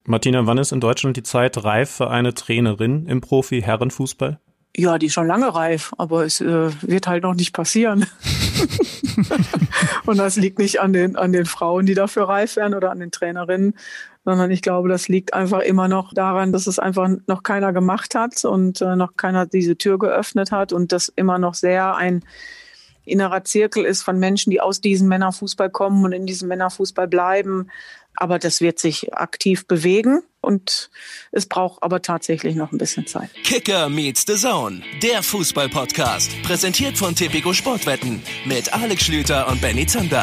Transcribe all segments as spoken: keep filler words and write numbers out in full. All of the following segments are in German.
Martina, wann ist in Deutschland die Zeit reif für eine Trainerin im Profi-Herrenfußball? Ja, die ist schon lange reif, aber es äh, wird halt noch nicht passieren. Und das liegt nicht an den, an den Frauen, die dafür reif werden oder an den Trainerinnen, sondern ich glaube, das liegt einfach immer noch daran, dass es einfach noch keiner gemacht hat und äh, noch keiner diese Tür geöffnet hat und das immer noch sehr ein innerer Zirkel ist von Menschen, die aus diesem Männerfußball kommen und in diesem Männerfußball bleiben. Aber das wird sich aktiv bewegen und es braucht aber tatsächlich noch ein bisschen Zeit. Kicker meets the Zone, der Fußball-Podcast, präsentiert von Tipico Sportwetten mit Alex Schlüter und Benny Zander.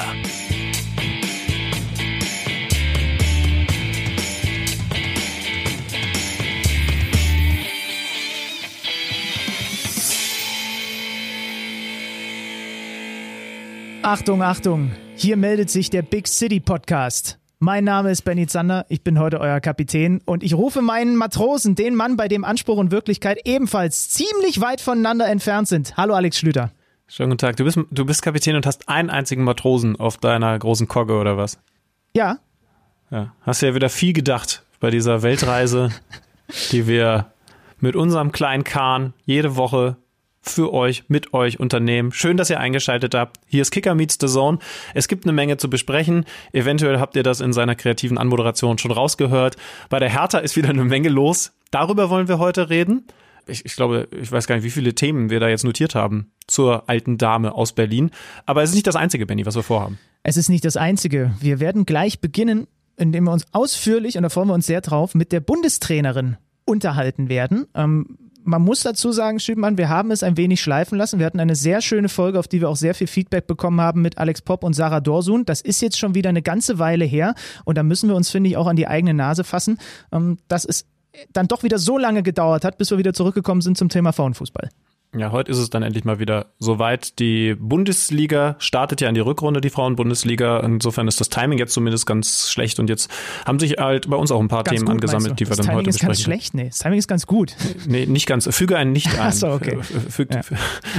Achtung, Achtung, hier meldet sich der Big City Podcast. Mein Name ist Benny Zander, ich bin heute euer Kapitän und ich rufe meinen Matrosen, den Mann, bei dem Anspruch und Wirklichkeit ebenfalls ziemlich weit voneinander entfernt sind. Hallo Alex Schlüter. Schönen guten Tag. Du bist, du bist Kapitän und hast einen einzigen Matrosen auf deiner großen Kogge oder was? Ja. Ja. Hast ja wieder viel gedacht bei dieser Weltreise, die wir mit unserem kleinen Kahn jede Woche für euch, mit euch unternehmen. Schön, dass ihr eingeschaltet habt. Hier ist Kicker meets the Zone. Es gibt eine Menge zu besprechen. Eventuell habt ihr das in seiner kreativen Anmoderation schon rausgehört. Bei der Hertha ist wieder eine Menge los. Darüber wollen wir heute reden. Ich, ich glaube, ich weiß gar nicht, wie viele Themen wir da jetzt notiert haben zur alten Dame aus Berlin. Aber es ist nicht das Einzige, Benny, was wir vorhaben. Es ist nicht das Einzige. Wir werden gleich beginnen, indem wir uns ausführlich, und da freuen wir uns sehr drauf, mit der Bundestrainerin unterhalten werden. Ähm, Man muss dazu sagen, Schübenmann, wir haben es ein wenig schleifen lassen. Wir hatten eine sehr schöne Folge, auf die wir auch sehr viel Feedback bekommen haben mit Alex Popp und Sarah Dorsun. Das ist jetzt schon wieder eine ganze Weile her und da müssen wir uns, finde ich, auch an die eigene Nase fassen, dass es dann doch wieder so lange gedauert hat, bis wir wieder zurückgekommen sind zum Thema Frauenfußball. Ja, heute ist es dann endlich mal wieder soweit. Die Bundesliga startet ja in die Rückrunde, die Frauenbundesliga. Insofern ist das Timing jetzt zumindest ganz schlecht. Und jetzt haben sich halt bei uns auch ein paar ganz Themen gut, angesammelt, die wir dann heute besprechen. Das Timing ist ganz schlecht? Nee, das Timing ist ganz gut. Nee, nicht ganz. Füge einen nicht ein. Ach so, okay. Füg, ja.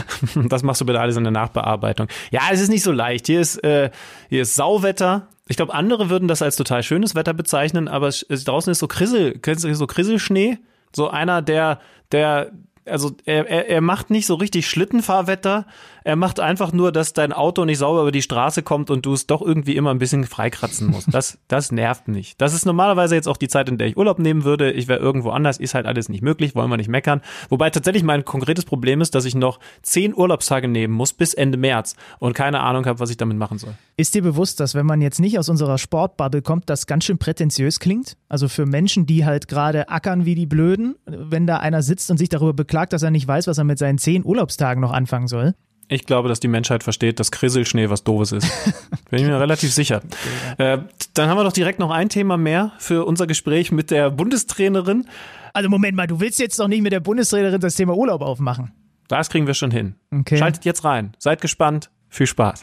Das machst du bitte alles in der Nachbearbeitung. Ja, es ist nicht so leicht. Hier ist, äh, hier ist Sauwetter. Ich glaube, andere würden das als total schönes Wetter bezeichnen, aber es, es, draußen ist so Krissel, so Krisselschnee. So einer, der, der, Also er, er, er macht nicht so richtig Schlittenfahrwetter, er macht einfach nur, dass dein Auto nicht sauber über die Straße kommt und du es doch irgendwie immer ein bisschen freikratzen musst. Das, das nervt nicht. Das ist normalerweise jetzt auch die Zeit, in der ich Urlaub nehmen würde. Ich wäre irgendwo anders, ist halt alles nicht möglich, wollen wir nicht meckern. Wobei tatsächlich mein konkretes Problem ist, dass ich noch zehn Urlaubstage nehmen muss bis Ende März und keine Ahnung habe, was ich damit machen soll. Ist dir bewusst, dass wenn man jetzt nicht aus unserer Sportbubble kommt, das ganz schön prätentiös klingt? Also für Menschen, die halt gerade ackern wie die Blöden, wenn da einer sitzt und sich darüber beklagt, dass er nicht weiß, was er mit seinen zehn Urlaubstagen noch anfangen soll. Ich glaube, dass die Menschheit versteht, dass Krisselschnee was Doofes ist. Bin ich mir relativ sicher. Äh, dann haben wir doch direkt noch ein Thema mehr für unser Gespräch mit der Bundestrainerin. Also Moment mal, du willst jetzt noch nicht mit der Bundestrainerin das Thema Urlaub aufmachen? Das kriegen wir schon hin. Okay. Schaltet jetzt rein. Seid gespannt. Viel Spaß.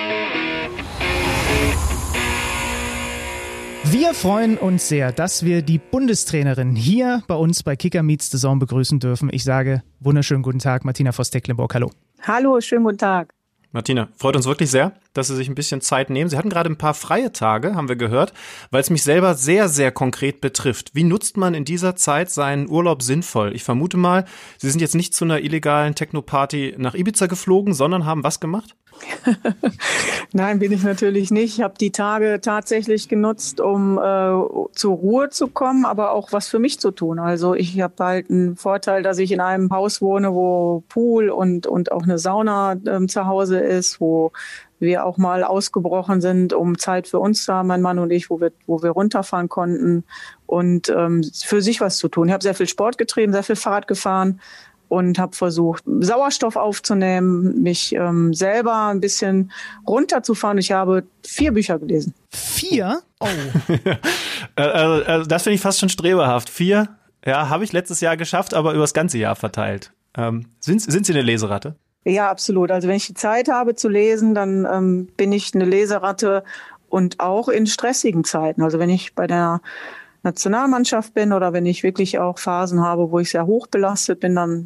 Wir freuen uns sehr, dass wir die Bundestrainerin hier bei uns bei Kicker meets the Zone begrüßen dürfen. Ich sage wunderschönen guten Tag, Martina Voss-Tecklenburg. Hallo. Hallo, schönen guten Tag. Martina, freut uns wirklich sehr, dass Sie sich ein bisschen Zeit nehmen. Sie hatten gerade ein paar freie Tage, haben wir gehört, weil es mich selber sehr, sehr konkret betrifft. Wie nutzt man in dieser Zeit seinen Urlaub sinnvoll? Ich vermute mal, Sie sind jetzt nicht zu einer illegalen Techno-Party nach Ibiza geflogen, sondern haben was gemacht? Nein, bin ich natürlich nicht. Ich habe die Tage tatsächlich genutzt, um äh, zur Ruhe zu kommen, aber auch was für mich zu tun. Also ich habe halt einen Vorteil, dass ich in einem Haus wohne, wo Pool und, und auch eine Sauna äh, zu Hause ist, wo wir auch mal ausgebrochen sind, um Zeit für uns zu haben, mein Mann und ich, wo wir, wo wir runterfahren konnten und ähm, für sich was zu tun. Ich habe sehr viel Sport getrieben, sehr viel Fahrrad gefahren und habe versucht, Sauerstoff aufzunehmen, mich ähm, selber ein bisschen runterzufahren. Ich habe vier Bücher gelesen. Vier? Oh. also, also das finde ich fast schon streberhaft. Vier, ja, habe ich letztes Jahr geschafft, aber über das ganze Jahr verteilt. Ähm, sind, sind Sie eine Leseratte? Ja, absolut. Also wenn ich die Zeit habe zu lesen, dann ähm, bin ich eine Leseratte und auch in stressigen Zeiten. Also wenn ich bei der Nationalmannschaft bin oder wenn ich wirklich auch Phasen habe, wo ich sehr hoch belastet bin, dann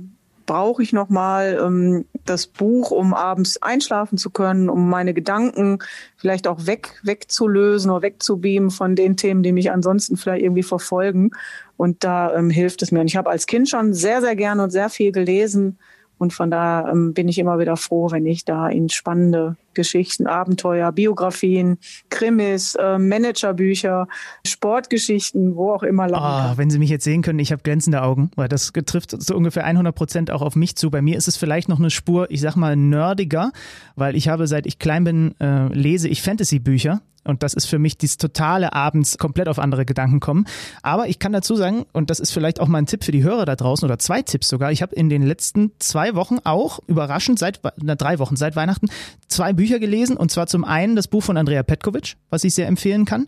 brauche ich nochmal ähm, das Buch, um abends einschlafen zu können, um meine Gedanken vielleicht auch weg wegzulösen oder wegzubeamen von den Themen, die mich ansonsten vielleicht irgendwie verfolgen. Und da ähm, hilft es mir. Und ich habe als Kind schon sehr, sehr gerne und sehr viel gelesen. Und von daher ähm, bin ich immer wieder froh, wenn ich da in spannende Geschichten, Abenteuer, Biografien, Krimis, äh, Managerbücher, Sportgeschichten, wo auch immer landen kann. Oh, wenn Sie mich jetzt sehen können, ich habe glänzende Augen, weil das trifft so ungefähr hundert Prozent auch auf mich zu. Bei mir ist es vielleicht noch eine Spur, ich sag mal, nerdiger, weil ich habe, seit ich klein bin, äh, lese ich Fantasy-Bücher. Und das ist für mich dieses totale abends komplett auf andere Gedanken kommen. Aber ich kann dazu sagen, und das ist vielleicht auch mal ein Tipp für die Hörer da draußen oder zwei Tipps sogar. Ich habe in den letzten zwei Wochen auch überraschend, seit na, drei Wochen, seit Weihnachten, zwei Bücher gelesen. Und zwar zum einen das Buch von Andrea Petkovic, was ich sehr empfehlen kann.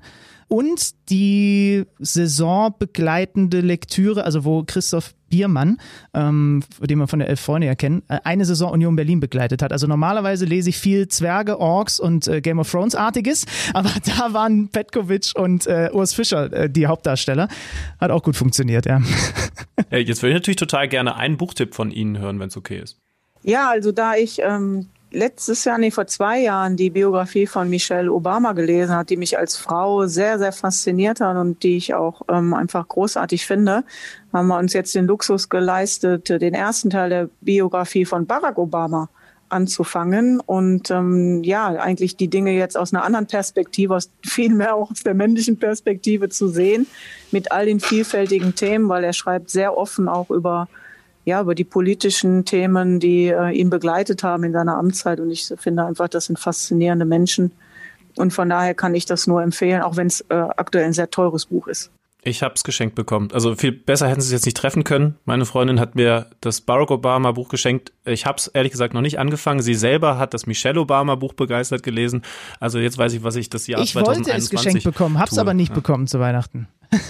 Und die saisonbegleitende Lektüre, also wo Christoph Biermann, ähm, den man von der Elf Freunde ja kennt, eine Saison Union Berlin begleitet hat. Also normalerweise lese ich viel Zwerge, Orks und äh, Game of Thrones-artiges, aber da waren Petkovic und äh, Urs Fischer äh, die Hauptdarsteller. Hat auch gut funktioniert, ja. Jetzt würde ich natürlich total gerne einen Buchtipp von Ihnen hören, wenn es okay ist. Ja, also da ich ähm, letztes Jahr, nee, vor zwei Jahren die Biografie von Michelle Obama gelesen hat, die mich als Frau sehr, sehr fasziniert hat und die ich auch ähm, einfach großartig finde, haben wir uns jetzt den Luxus geleistet, den ersten Teil der Biografie von Barack Obama anzufangen und ähm, ja, eigentlich die Dinge jetzt aus einer anderen Perspektive, aus, viel mehr auch aus der männlichen Perspektive zu sehen, mit all den vielfältigen Themen, weil er schreibt sehr offen auch über ja, über die politischen Themen, die äh, ihn begleitet haben in seiner Amtszeit. Und ich finde einfach, das sind faszinierende Menschen. Und von daher kann ich das nur empfehlen, auch wenn es äh, aktuell ein sehr teures Buch ist. Ich habe es geschenkt bekommen. Also viel besser hätten sie es jetzt nicht treffen können. Meine Freundin hat mir das Barack Obama Buch geschenkt. Ich habe es ehrlich gesagt noch nicht angefangen. Sie selber hat das Michelle Obama Buch begeistert gelesen. Also jetzt weiß ich, was ich das Jahr ich zwanzig einundzwanzig Ich wollte es geschenkt bekommen, habe es aber nicht ja. bekommen zu Weihnachten.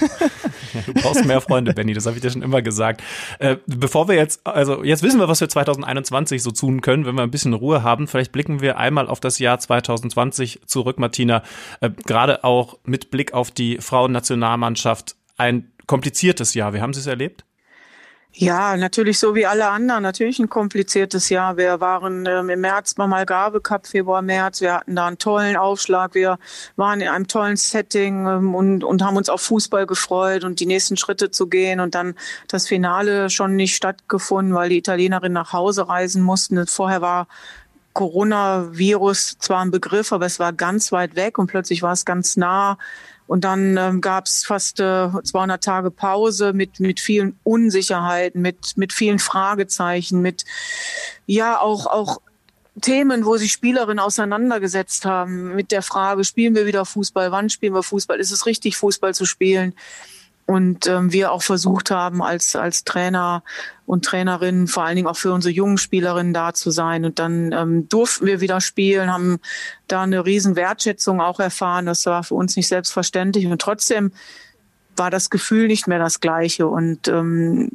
Ja, du brauchst mehr Freunde, Benni, das habe ich dir schon immer gesagt. Äh, bevor wir jetzt, also jetzt wissen wir, was wir zwanzig einundzwanzig so tun können, wenn wir ein bisschen Ruhe haben. Vielleicht blicken wir einmal auf das Jahr zwanzig zwanzig zurück, Martina. Äh, gerade auch mit Blick auf die Frauennationalmannschaft. Ein kompliziertes Jahr. Wie haben Sie es erlebt? Ja, natürlich so wie alle anderen. Natürlich ein kompliziertes Jahr. Wir waren ähm, im März beim Algarve Cup, Februar, März. Wir hatten da einen tollen Aufschlag. Wir waren in einem tollen Setting ähm, und, und haben uns auf Fußball gefreut und die nächsten Schritte zu gehen. Und dann das Finale schon nicht stattgefunden, weil die Italienerinnen nach Hause reisen mussten. Vorher war Coronavirus zwar ein Begriff, aber es war ganz weit weg und plötzlich war es ganz nah. Und dann ähm, gab es fast äh, zweihundert Tage Pause mit mit vielen Unsicherheiten, mit mit vielen Fragezeichen, mit ja auch auch Themen, wo sich Spielerinnen auseinandergesetzt haben mit der Frage: Spielen wir wieder Fußball? Wann spielen wir Fußball? Ist es richtig, Fußball zu spielen? Und ähm, wir auch versucht haben, als als Trainer und Trainerinnen, vor allen Dingen auch für unsere jungen Spielerinnen da zu sein. Und dann ähm, durften wir wieder spielen, haben da eine riesen Wertschätzung auch erfahren. Das war für uns nicht selbstverständlich. Und trotzdem war das Gefühl nicht mehr das Gleiche. Und ähm,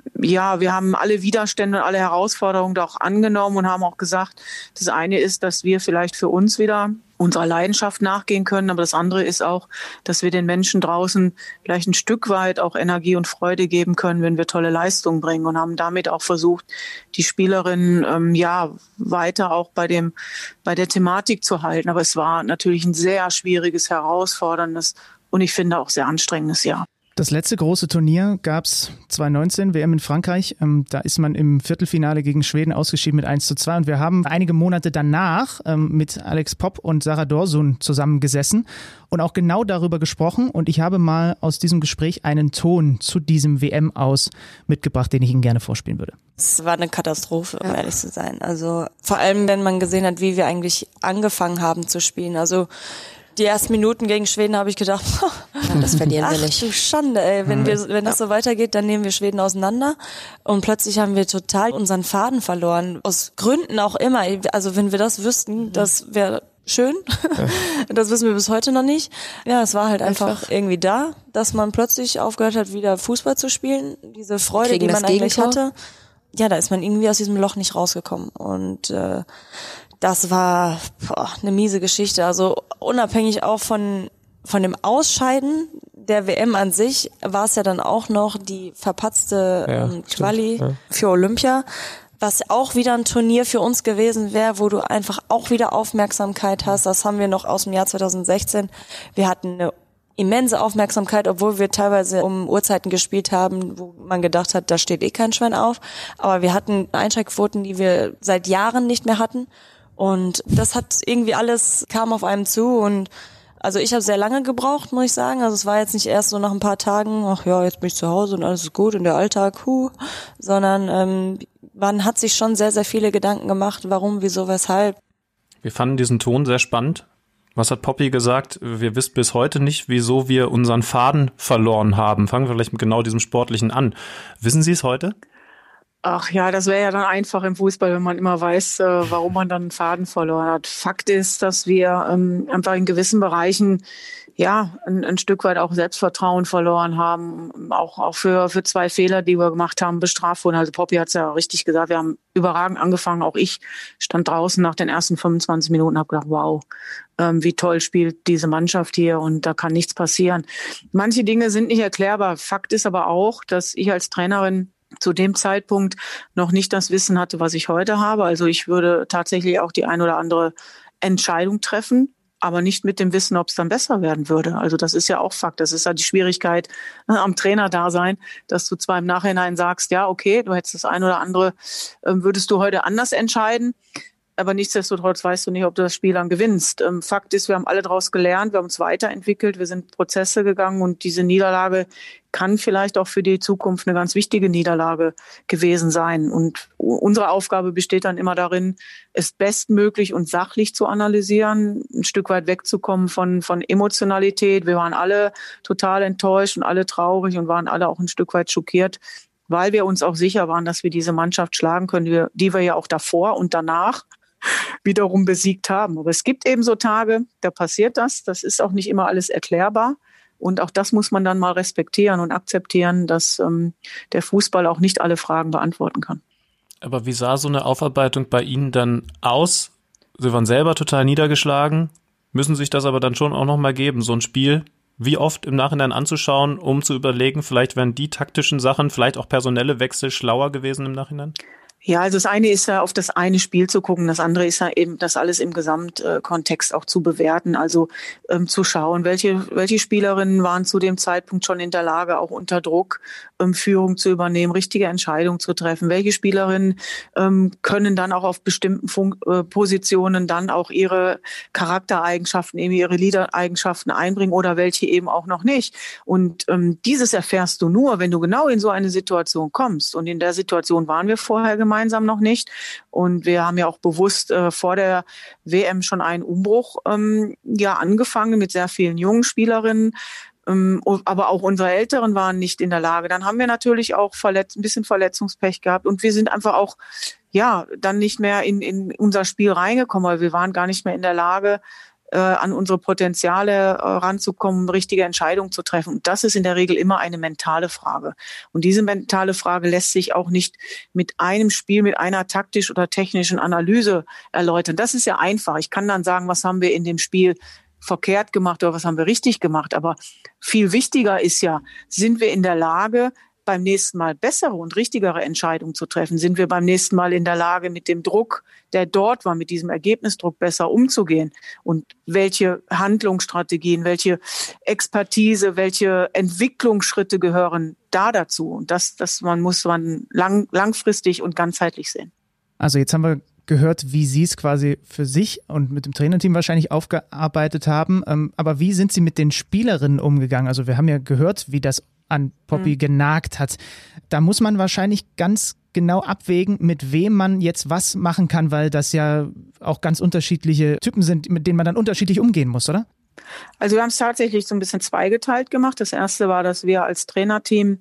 ja, wir haben alle Widerstände und alle Herausforderungen da auch angenommen und haben auch gesagt, das eine ist, dass wir vielleicht für uns wieder unserer Leidenschaft nachgehen können, aber das andere ist auch, dass wir den Menschen draußen vielleicht ein Stück weit auch Energie und Freude geben können, wenn wir tolle Leistungen bringen, und haben damit auch versucht, die Spielerinnen ähm, ja weiter auch bei dem bei der Thematik zu halten. Aber es war natürlich ein sehr schwieriges, herausforderndes und ich finde auch sehr anstrengendes Jahr. Das letzte große Turnier gab es zwanzig neunzehn, W M in Frankreich. Ähm, da ist man im Viertelfinale gegen Schweden ausgeschieden mit eins zu zwei. Und wir haben einige Monate danach ähm, mit Alex Popp und Sarah Dorsun zusammengesessen und auch genau darüber gesprochen. Und ich habe mal aus diesem Gespräch einen Ton zu diesem W M aus mitgebracht, den ich Ihnen gerne vorspielen würde. Es war eine Katastrophe, um ja. ehrlich zu sein. Also vor allem, wenn man gesehen hat, wie wir eigentlich angefangen haben zu spielen. Also die ersten Minuten gegen Schweden habe ich gedacht, ja, das verlieren wir nicht. Ach du Schande, ey. Wenn wir, wenn das so weitergeht, dann nehmen wir Schweden auseinander. Und plötzlich haben wir total unseren Faden verloren. Aus Gründen auch immer. Also wenn wir das wüssten, das wäre schön. Das wissen wir bis heute noch nicht. Ja, es war halt einfach, einfach irgendwie da, dass man plötzlich aufgehört hat, wieder Fußball zu spielen. Diese Freude, die man eigentlich hatte. Ja, da ist man irgendwie aus diesem Loch nicht rausgekommen. Und äh, das war boah, eine miese Geschichte. Also unabhängig auch von von dem Ausscheiden der W M an sich war es ja dann auch noch die verpatzte ja, ähm, Quali ja. für Olympia, was auch wieder ein Turnier für uns gewesen wäre, wo du einfach auch wieder Aufmerksamkeit hast. Das haben wir noch aus dem Jahr zwanzig sechzehn. Wir hatten eine immense Aufmerksamkeit, obwohl wir teilweise um Uhrzeiten gespielt haben, wo man gedacht hat, da steht eh kein Schwein auf. Aber wir hatten Einschaltquoten, die wir seit Jahren nicht mehr hatten. Und das hat irgendwie alles, kam auf einem zu und also ich habe sehr lange gebraucht, muss ich sagen. Also es war jetzt nicht erst so nach ein paar Tagen, ach ja, jetzt bin ich zu Hause und alles ist gut und der Alltag, huh, sondern ähm, man hat sich schon sehr, sehr viele Gedanken gemacht, warum, wieso, weshalb. Wir fanden diesen Ton sehr spannend. Was hat Poppy gesagt? Wir wissen bis heute nicht, wieso wir unseren Faden verloren haben. Fangen wir vielleicht mit genau diesem Sportlichen an. Wissen Sie es heute? Ach ja, das wäre ja dann einfach im Fußball, wenn man immer weiß, äh, warum man dann einen Faden verloren hat. Fakt ist, dass wir ähm, einfach in gewissen Bereichen ja ein, ein Stück weit auch Selbstvertrauen verloren haben, auch auch für für zwei Fehler, die wir gemacht haben, bestraft wurden. Also Poppy hat es ja richtig gesagt, wir haben überragend angefangen. Auch ich stand draußen nach den ersten fünfundzwanzig Minuten und habe gedacht, wow, ähm, wie toll spielt diese Mannschaft hier und da kann nichts passieren. Manche Dinge sind nicht erklärbar. Fakt ist aber auch, dass ich als Trainerin zu dem Zeitpunkt noch nicht das Wissen hatte, was ich heute habe. Also ich würde tatsächlich auch die ein oder andere Entscheidung treffen, aber nicht mit dem Wissen, ob es dann besser werden würde. Also das ist ja auch Fakt. Das ist ja die Schwierigkeit äh, am Trainerdasein, dass du zwar im Nachhinein sagst, ja, okay, du hättest das ein oder andere, äh, würdest du heute anders entscheiden. Aber nichtsdestotrotz weißt du nicht, ob du das Spiel dann gewinnst. Ähm, Fakt ist, wir haben alle daraus gelernt, wir haben uns weiterentwickelt, wir sind Prozesse gegangen und diese Niederlage kann vielleicht auch für die Zukunft eine ganz wichtige Niederlage gewesen sein. Und unsere Aufgabe besteht dann immer darin, es bestmöglich und sachlich zu analysieren, ein Stück weit wegzukommen von, von Emotionalität. Wir waren alle total enttäuscht und alle traurig und waren alle auch ein Stück weit schockiert, weil wir uns auch sicher waren, dass wir diese Mannschaft schlagen können, die wir, die wir ja auch davor und danach wiederum besiegt haben. Aber es gibt eben so Tage, da passiert das. Das ist auch nicht immer alles erklärbar. Und auch das muss man dann mal respektieren und akzeptieren, dass ähm, der Fußball auch nicht alle Fragen beantworten kann. Aber wie sah so eine Aufarbeitung bei Ihnen dann aus? Sie waren selber total niedergeschlagen, müssen sich das aber dann schon auch nochmal geben, so ein Spiel wie oft im Nachhinein anzuschauen, um zu überlegen, vielleicht wären die taktischen Sachen, vielleicht auch personelle Wechsel schlauer gewesen im Nachhinein? Ja, also das eine ist ja auf das eine Spiel zu gucken, das andere ist ja eben das alles im Gesamtkontext auch zu bewerten, also ähm, zu schauen, welche welche Spielerinnen waren zu dem Zeitpunkt schon in der Lage, auch unter Druck ähm, Führung zu übernehmen, richtige Entscheidungen zu treffen, welche Spielerinnen ähm, können dann auch auf bestimmten Fun- äh, Positionen dann auch ihre Charaktereigenschaften, eben ihre Leader-Eigenschaften einbringen oder welche eben auch noch nicht. Und ähm, dieses erfährst du nur, wenn du genau in so eine Situation kommst. Und in der Situation waren wir vorher gemeinsam. gemeinsam noch nicht. Und wir haben ja auch bewusst äh, vor der W M schon einen Umbruch ähm, ja angefangen mit sehr vielen jungen Spielerinnen. Ähm, aber auch unsere Älteren waren nicht in der Lage. Dann haben wir natürlich auch verletzt, ein bisschen Verletzungspech gehabt. Und wir sind einfach auch ja dann nicht mehr in, in unser Spiel reingekommen, weil wir waren gar nicht mehr in der Lage, äh, an unsere Potenziale äh, ranzukommen, richtige Entscheidungen zu treffen. Und das ist in der Regel immer eine mentale Frage. Und diese mentale Frage lässt sich auch nicht mit einem Spiel, mit einer taktisch oder technischen Analyse erläutern. Das ist ja einfach. Ich kann dann sagen, was haben wir in dem Spiel verkehrt gemacht oder was haben wir richtig gemacht. Aber viel wichtiger ist ja, sind wir in der Lage, beim nächsten Mal bessere und richtigere Entscheidungen zu treffen? Sind wir beim nächsten Mal in der Lage, mit dem Druck, der dort war, mit diesem Ergebnisdruck besser umzugehen? Und welche Handlungsstrategien, welche Expertise, welche Entwicklungsschritte gehören da dazu? Und das, das man muss man lang, langfristig und ganzheitlich sehen. Also jetzt haben wir gehört, wie Sie es quasi für sich und mit dem Trainerteam wahrscheinlich aufgearbeitet haben. Aber wie sind Sie mit den Spielerinnen umgegangen? Also wir haben ja gehört, wie das an Poppy mhm. genagt hat. Da muss man wahrscheinlich ganz genau abwägen, mit wem man jetzt was machen kann, weil das ja auch ganz unterschiedliche Typen sind, mit denen man dann unterschiedlich umgehen muss, oder? Also wir haben es tatsächlich so ein bisschen zweigeteilt gemacht. Das erste war, dass wir als Trainerteam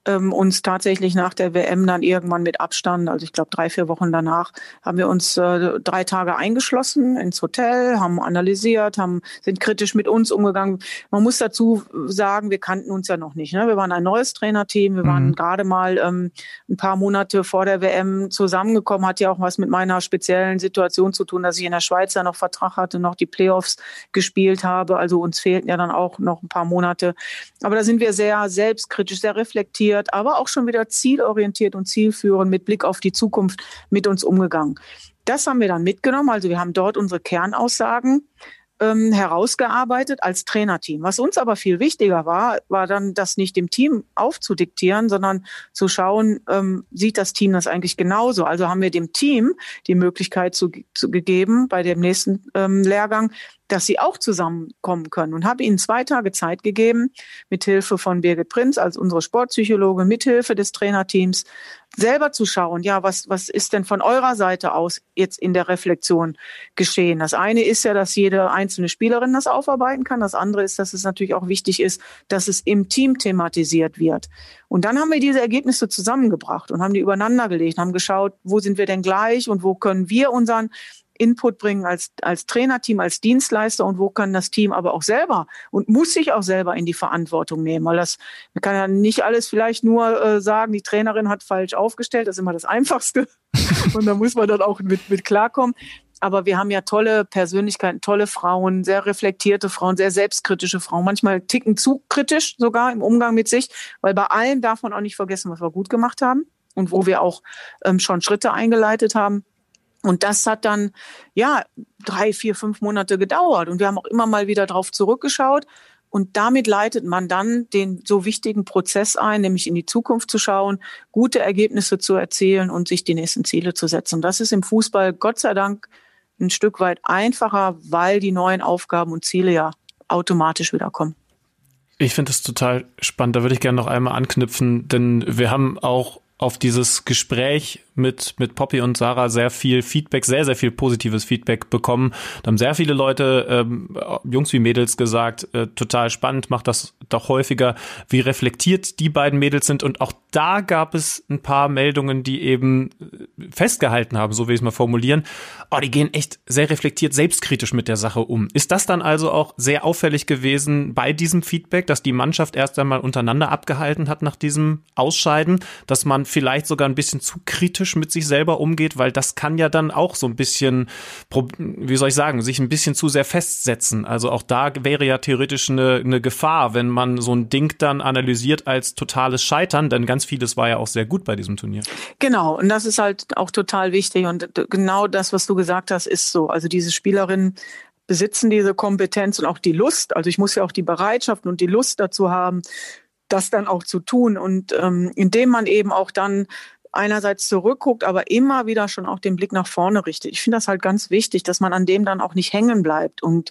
ähm, uns tatsächlich nach der W M dann irgendwann mit Abstand, also ich glaube drei, vier Wochen danach, haben wir uns äh, drei Tage eingeschlossen ins Hotel, haben analysiert, haben sind kritisch mit uns umgegangen. Man muss dazu sagen, wir kannten uns ja noch nicht. Ne? Wir waren ein neues Trainerteam, wir waren mhm. gerade mal ähm, ein paar Monate vor der W M zusammengekommen, hat ja auch was mit meiner speziellen Situation zu tun, dass ich in der Schweiz ja noch Vertrag hatte, noch die Playoffs gespielt habe. Also uns fehlten ja dann auch noch ein paar Monate. Aber da sind wir sehr selbstkritisch, sehr reflektiert, aber auch schon wieder zielorientiert und zielführend mit Blick auf die Zukunft mit uns umgegangen. Das haben wir dann mitgenommen. Also wir haben dort unsere Kernaussagen ähm, herausgearbeitet als Trainerteam. Was uns aber viel wichtiger war, war dann, das nicht dem Team aufzudiktieren, sondern zu schauen, ähm, sieht das Team das eigentlich genauso? Also haben wir dem Team die Möglichkeit zu, zu gegeben, bei dem nächsten ähm, Lehrgang, dass sie auch zusammenkommen können, und habe ihnen zwei Tage Zeit gegeben, mithilfe von Birgit Prinz als unsere Sportpsychologe, mithilfe des Trainerteams, selber zu schauen, ja, was, was ist denn von eurer Seite aus jetzt in der Reflexion geschehen? Das eine ist ja, dass jede einzelne Spielerin das aufarbeiten kann. Das andere ist, dass es natürlich auch wichtig ist, dass es im Team thematisiert wird. Und dann haben wir diese Ergebnisse zusammengebracht und haben die übereinander gelegt, haben geschaut, wo sind wir denn gleich und wo können wir unseren Input bringen als, als Trainerteam, als Dienstleister, und wo kann das Team aber auch selber und muss sich auch selber in die Verantwortung nehmen, weil das, man kann ja nicht alles vielleicht nur äh, sagen, die Trainerin hat falsch aufgestellt, das ist immer das Einfachste und da muss man dann auch mit, mit klarkommen. Aber wir haben ja tolle Persönlichkeiten, tolle Frauen, sehr reflektierte Frauen, sehr selbstkritische Frauen, manchmal ticken zu kritisch sogar im Umgang mit sich, weil bei allem darf man auch nicht vergessen, was wir gut gemacht haben und wo wir auch ähm, schon Schritte eingeleitet haben. Und das hat dann, ja, drei, vier, fünf Monate gedauert. Und wir haben auch immer mal wieder drauf zurückgeschaut. Und damit leitet man dann den so wichtigen Prozess ein, nämlich in die Zukunft zu schauen, gute Ergebnisse zu erzielen und sich die nächsten Ziele zu setzen. Und das ist im Fußball Gott sei Dank ein Stück weit einfacher, weil die neuen Aufgaben und Ziele ja automatisch wieder kommen. Ich finde das total spannend. Da würde ich gerne noch einmal anknüpfen, denn wir haben auch auf dieses Gespräch mit mit Poppy und Sarah sehr viel Feedback, sehr, sehr viel positives Feedback bekommen. Da haben sehr viele Leute, ähm, Jungs wie Mädels, gesagt, äh, total spannend, macht das doch häufiger, wie reflektiert die beiden Mädels sind. Und auch da gab es ein paar Meldungen, die eben festgehalten haben, so will ich es mal formulieren, oh, die gehen echt sehr reflektiert, selbstkritisch mit der Sache um. Ist das dann also auch sehr auffällig gewesen bei diesem Feedback, dass die Mannschaft erst einmal untereinander abgehalten hat nach diesem Ausscheiden, dass man vielleicht sogar ein bisschen zu kritisch mit sich selber umgeht, weil das kann ja dann auch so ein bisschen, wie soll ich sagen, sich ein bisschen zu sehr festsetzen. Also auch da wäre ja theoretisch eine, eine Gefahr, wenn man so ein Ding dann analysiert als totales Scheitern, denn ganz vieles war ja auch sehr gut bei diesem Turnier. Genau, und das ist halt auch total wichtig und genau das, was du gesagt hast, ist so. Also diese Spielerinnen besitzen diese Kompetenz und auch die Lust, also ich muss ja auch die Bereitschaft und die Lust dazu haben, das dann auch zu tun, und ähm, indem man eben auch dann einerseits zurückguckt, aber immer wieder schon auch den Blick nach vorne richtet. Ich finde das halt ganz wichtig, dass man an dem dann auch nicht hängen bleibt. Und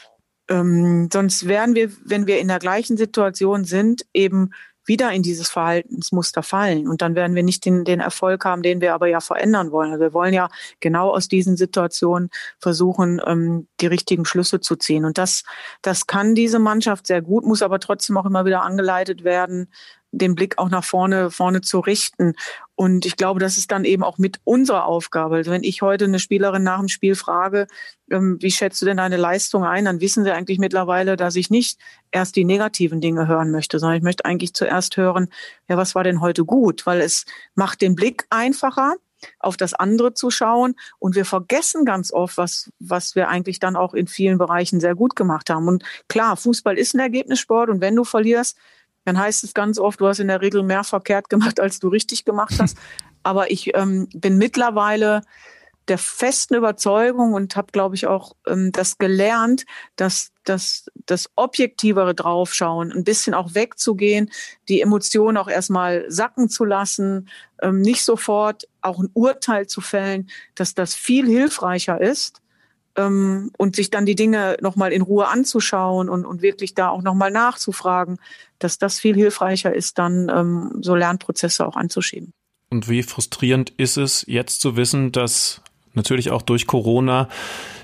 ähm, sonst werden wir, wenn wir in der gleichen Situation sind, eben wieder in dieses Verhaltensmuster fallen. Und dann werden wir nicht den, den Erfolg haben, den wir aber ja verändern wollen. Also wir wollen ja genau aus diesen Situationen versuchen, ähm, die richtigen Schlüsse zu ziehen. Und das, das kann diese Mannschaft sehr gut, muss aber trotzdem auch immer wieder angeleitet werden, den Blick auch nach vorne, vorne zu richten. Und ich glaube, das ist dann eben auch mit unserer Aufgabe. Also wenn ich heute eine Spielerin nach dem Spiel frage, ähm, wie schätzt du denn deine Leistung ein, dann wissen sie eigentlich mittlerweile, dass ich nicht erst die negativen Dinge hören möchte, sondern ich möchte eigentlich zuerst hören, ja, was war denn heute gut? Weil es macht den Blick einfacher, auf das andere zu schauen. Und wir vergessen ganz oft, was, was wir eigentlich dann auch in vielen Bereichen sehr gut gemacht haben. Und klar, Fußball ist ein Ergebnissport, und wenn du verlierst, dann heißt es ganz oft, du hast in der Regel mehr verkehrt gemacht, als du richtig gemacht hast. Aber ich ähm, bin mittlerweile der festen Überzeugung und habe, glaube ich, auch ähm, das gelernt, dass, dass das objektivere Draufschauen, ein bisschen auch wegzugehen, die Emotionen auch erstmal sacken zu lassen, ähm, nicht sofort auch ein Urteil zu fällen, dass das viel hilfreicher ist. Ähm, und sich dann die Dinge nochmal in Ruhe anzuschauen und, und wirklich da auch nochmal nachzufragen, dass das viel hilfreicher ist, dann ähm, so Lernprozesse auch anzuschieben. Und wie frustrierend ist es, jetzt zu wissen, dass natürlich auch durch Corona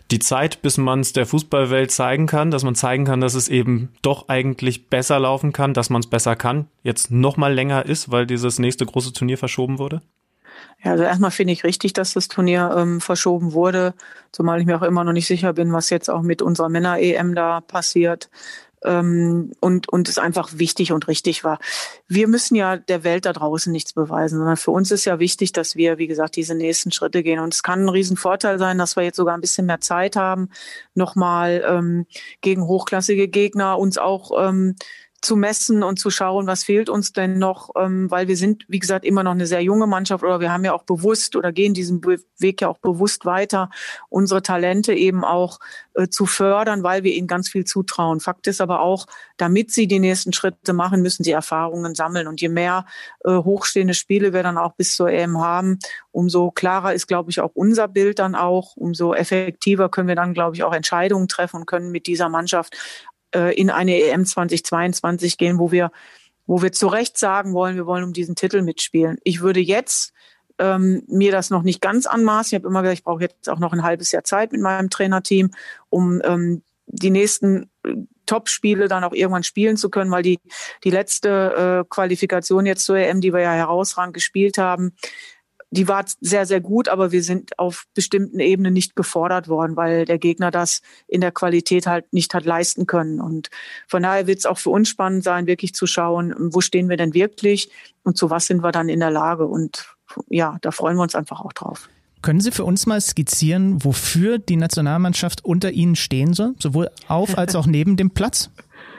die Zeit, bis man es der Fußballwelt zeigen kann, dass man zeigen kann, dass es eben doch eigentlich besser laufen kann, dass man es besser kann, jetzt noch mal länger ist, weil dieses nächste große Turnier verschoben wurde? Ja, also erstmal finde ich richtig, dass das Turnier ähm, verschoben wurde, zumal ich mir auch immer noch nicht sicher bin, was jetzt auch mit unserer Männer-E M da passiert. Ähm, und, und es einfach wichtig und richtig war. Wir müssen ja der Welt da draußen nichts beweisen, sondern für uns ist ja wichtig, dass wir, wie gesagt, diese nächsten Schritte gehen. Und es kann ein Riesenvorteil sein, dass wir jetzt sogar ein bisschen mehr Zeit haben, nochmal ähm, gegen hochklassige Gegner uns auch ähm, zu messen und zu schauen, was fehlt uns denn noch, ähm, weil wir sind, wie gesagt, immer noch eine sehr junge Mannschaft oder wir haben ja auch bewusst oder gehen diesen Be- Weg ja auch bewusst weiter, unsere Talente eben auch äh, zu fördern, weil wir ihnen ganz viel zutrauen. Fakt ist aber auch, damit sie die nächsten Schritte machen, müssen sie Erfahrungen sammeln und je mehr äh, hochstehende Spiele wir dann auch bis zur E M haben, umso klarer ist, glaube ich, auch unser Bild dann auch, umso effektiver können wir dann, glaube ich, auch Entscheidungen treffen und können mit dieser Mannschaft in eine E M zwanzig zweiundzwanzig gehen, wo wir, wo wir zu Recht sagen wollen, wir wollen um diesen Titel mitspielen. Ich würde jetzt ähm, mir das noch nicht ganz anmaßen. Ich habe immer gesagt, ich brauche jetzt auch noch ein halbes Jahr Zeit mit meinem Trainerteam, um ähm, die nächsten Top-Spiele dann auch irgendwann spielen zu können, weil die, die letzte äh, Qualifikation jetzt zur E M, die wir ja herausragend gespielt haben, die war sehr, sehr gut, aber wir sind auf bestimmten Ebenen nicht gefordert worden, weil der Gegner das in der Qualität halt nicht hat leisten können. Und von daher wird es auch für uns spannend sein, wirklich zu schauen, wo stehen wir denn wirklich und zu was sind wir dann in der Lage. Und ja, da freuen wir uns einfach auch drauf. Können Sie für uns mal skizzieren, wofür die Nationalmannschaft unter Ihnen stehen soll, sowohl auf als auch neben dem Platz?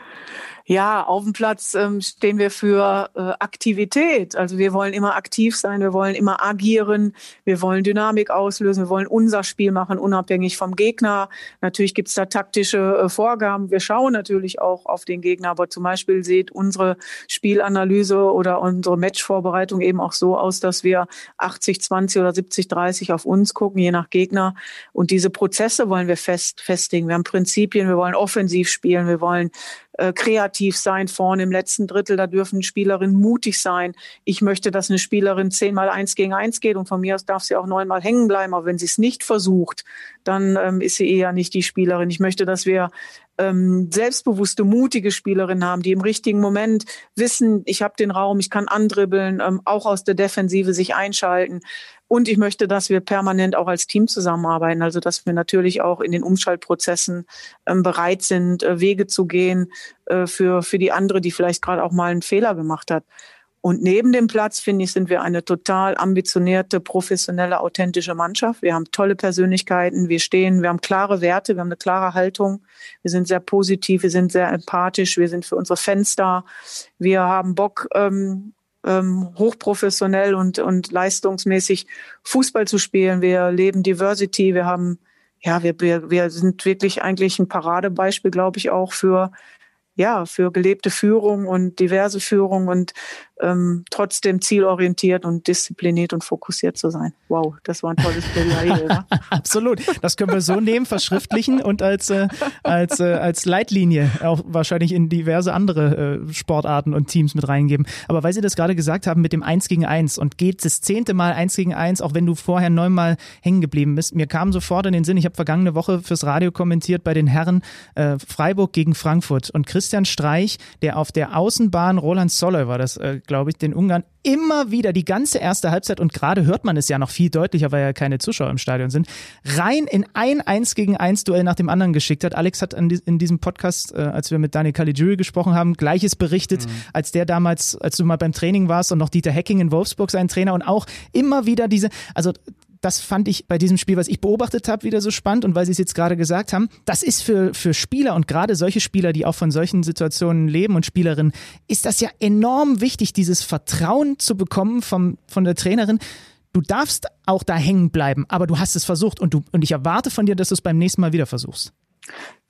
Ja, auf dem Platz ähm, stehen wir für äh, Aktivität. Also wir wollen immer aktiv sein, wir wollen immer agieren, wir wollen Dynamik auslösen, wir wollen unser Spiel machen, unabhängig vom Gegner. Natürlich gibt's da taktische äh, Vorgaben. Wir schauen natürlich auch auf den Gegner, aber zum Beispiel sieht unsere Spielanalyse oder unsere Matchvorbereitung eben auch so aus, dass wir achtzig zwanzig oder siebzig dreißig auf uns gucken, je nach Gegner. Und diese Prozesse wollen wir fest, festigen. Wir haben Prinzipien, wir wollen offensiv spielen, wir wollen äh, kreativ sein vorne im letzten Drittel. Da dürfen Spielerinnen mutig sein. Ich möchte, dass eine Spielerin zehnmal eins gegen eins geht und von mir aus darf sie auch neunmal hängen bleiben. Aber wenn sie es nicht versucht, dann ähm, ist sie eher nicht die Spielerin. Ich möchte, dass wir ähm, selbstbewusste, mutige Spielerinnen haben, die im richtigen Moment wissen, ich habe den Raum, ich kann andribbeln, ähm, auch aus der Defensive sich einschalten. Und ich möchte, dass wir permanent auch als Team zusammenarbeiten, also dass wir natürlich auch in den Umschaltprozessen ähm, bereit sind, äh, Wege zu gehen äh, für, für die andere, die vielleicht gerade auch mal einen Fehler gemacht hat. Und neben dem Platz, finde ich, sind wir eine total ambitionierte, professionelle, authentische Mannschaft. Wir haben tolle Persönlichkeiten, wir stehen, wir haben klare Werte, wir haben eine klare Haltung. Wir sind sehr positiv, wir sind sehr empathisch, wir sind für unsere Fans da. Wir haben Bock, ähm, ähm, hochprofessionell und, und leistungsmäßig Fußball zu spielen. Wir leben Diversity, wir haben, ja, wir, wir, wir sind wirklich eigentlich ein Paradebeispiel, glaube ich, auch für ja, für gelebte Führung und diverse Führung und ähm, trotzdem zielorientiert und diszipliniert und fokussiert zu sein. Wow, das war ein tolles Plädoyer, oder? Absolut. Das können wir so nehmen, verschriftlichen und als äh, als äh, als Leitlinie auch wahrscheinlich in diverse andere äh, Sportarten und Teams mit reingeben. Aber weil Sie das gerade gesagt haben mit dem Eins gegen Eins und geht das zehnte Mal Eins gegen Eins, auch wenn du vorher neunmal hängen geblieben bist, mir kam sofort in den Sinn, ich habe vergangene Woche fürs Radio kommentiert bei den Herren äh, Freiburg gegen Frankfurt und Christian Streich, der auf der Außenbahn, Roland Soller war das, äh, glaube ich, den Ungarn immer wieder die ganze erste Halbzeit und gerade hört man es ja noch viel deutlicher, weil ja keine Zuschauer im Stadion sind, rein in ein Eins gegen Eins Duell nach dem anderen geschickt hat. Alex hat in diesem Podcast, äh, als wir mit Daniel Caligiuri gesprochen haben, Gleiches berichtet, mhm. als der damals, als du mal beim Training warst und noch Dieter Hecking in Wolfsburg sein Trainer und auch immer wieder diese, also das fand ich bei diesem Spiel, was ich beobachtet habe, wieder so spannend und weil Sie es jetzt gerade gesagt haben, das ist für, für Spieler und gerade solche Spieler, die auch von solchen Situationen leben und Spielerinnen, ist das ja enorm wichtig, dieses Vertrauen zu bekommen vom, von der Trainerin. Du darfst auch da hängen bleiben, aber du hast es versucht und, du, und ich erwarte von dir, dass du es beim nächsten Mal wieder versuchst.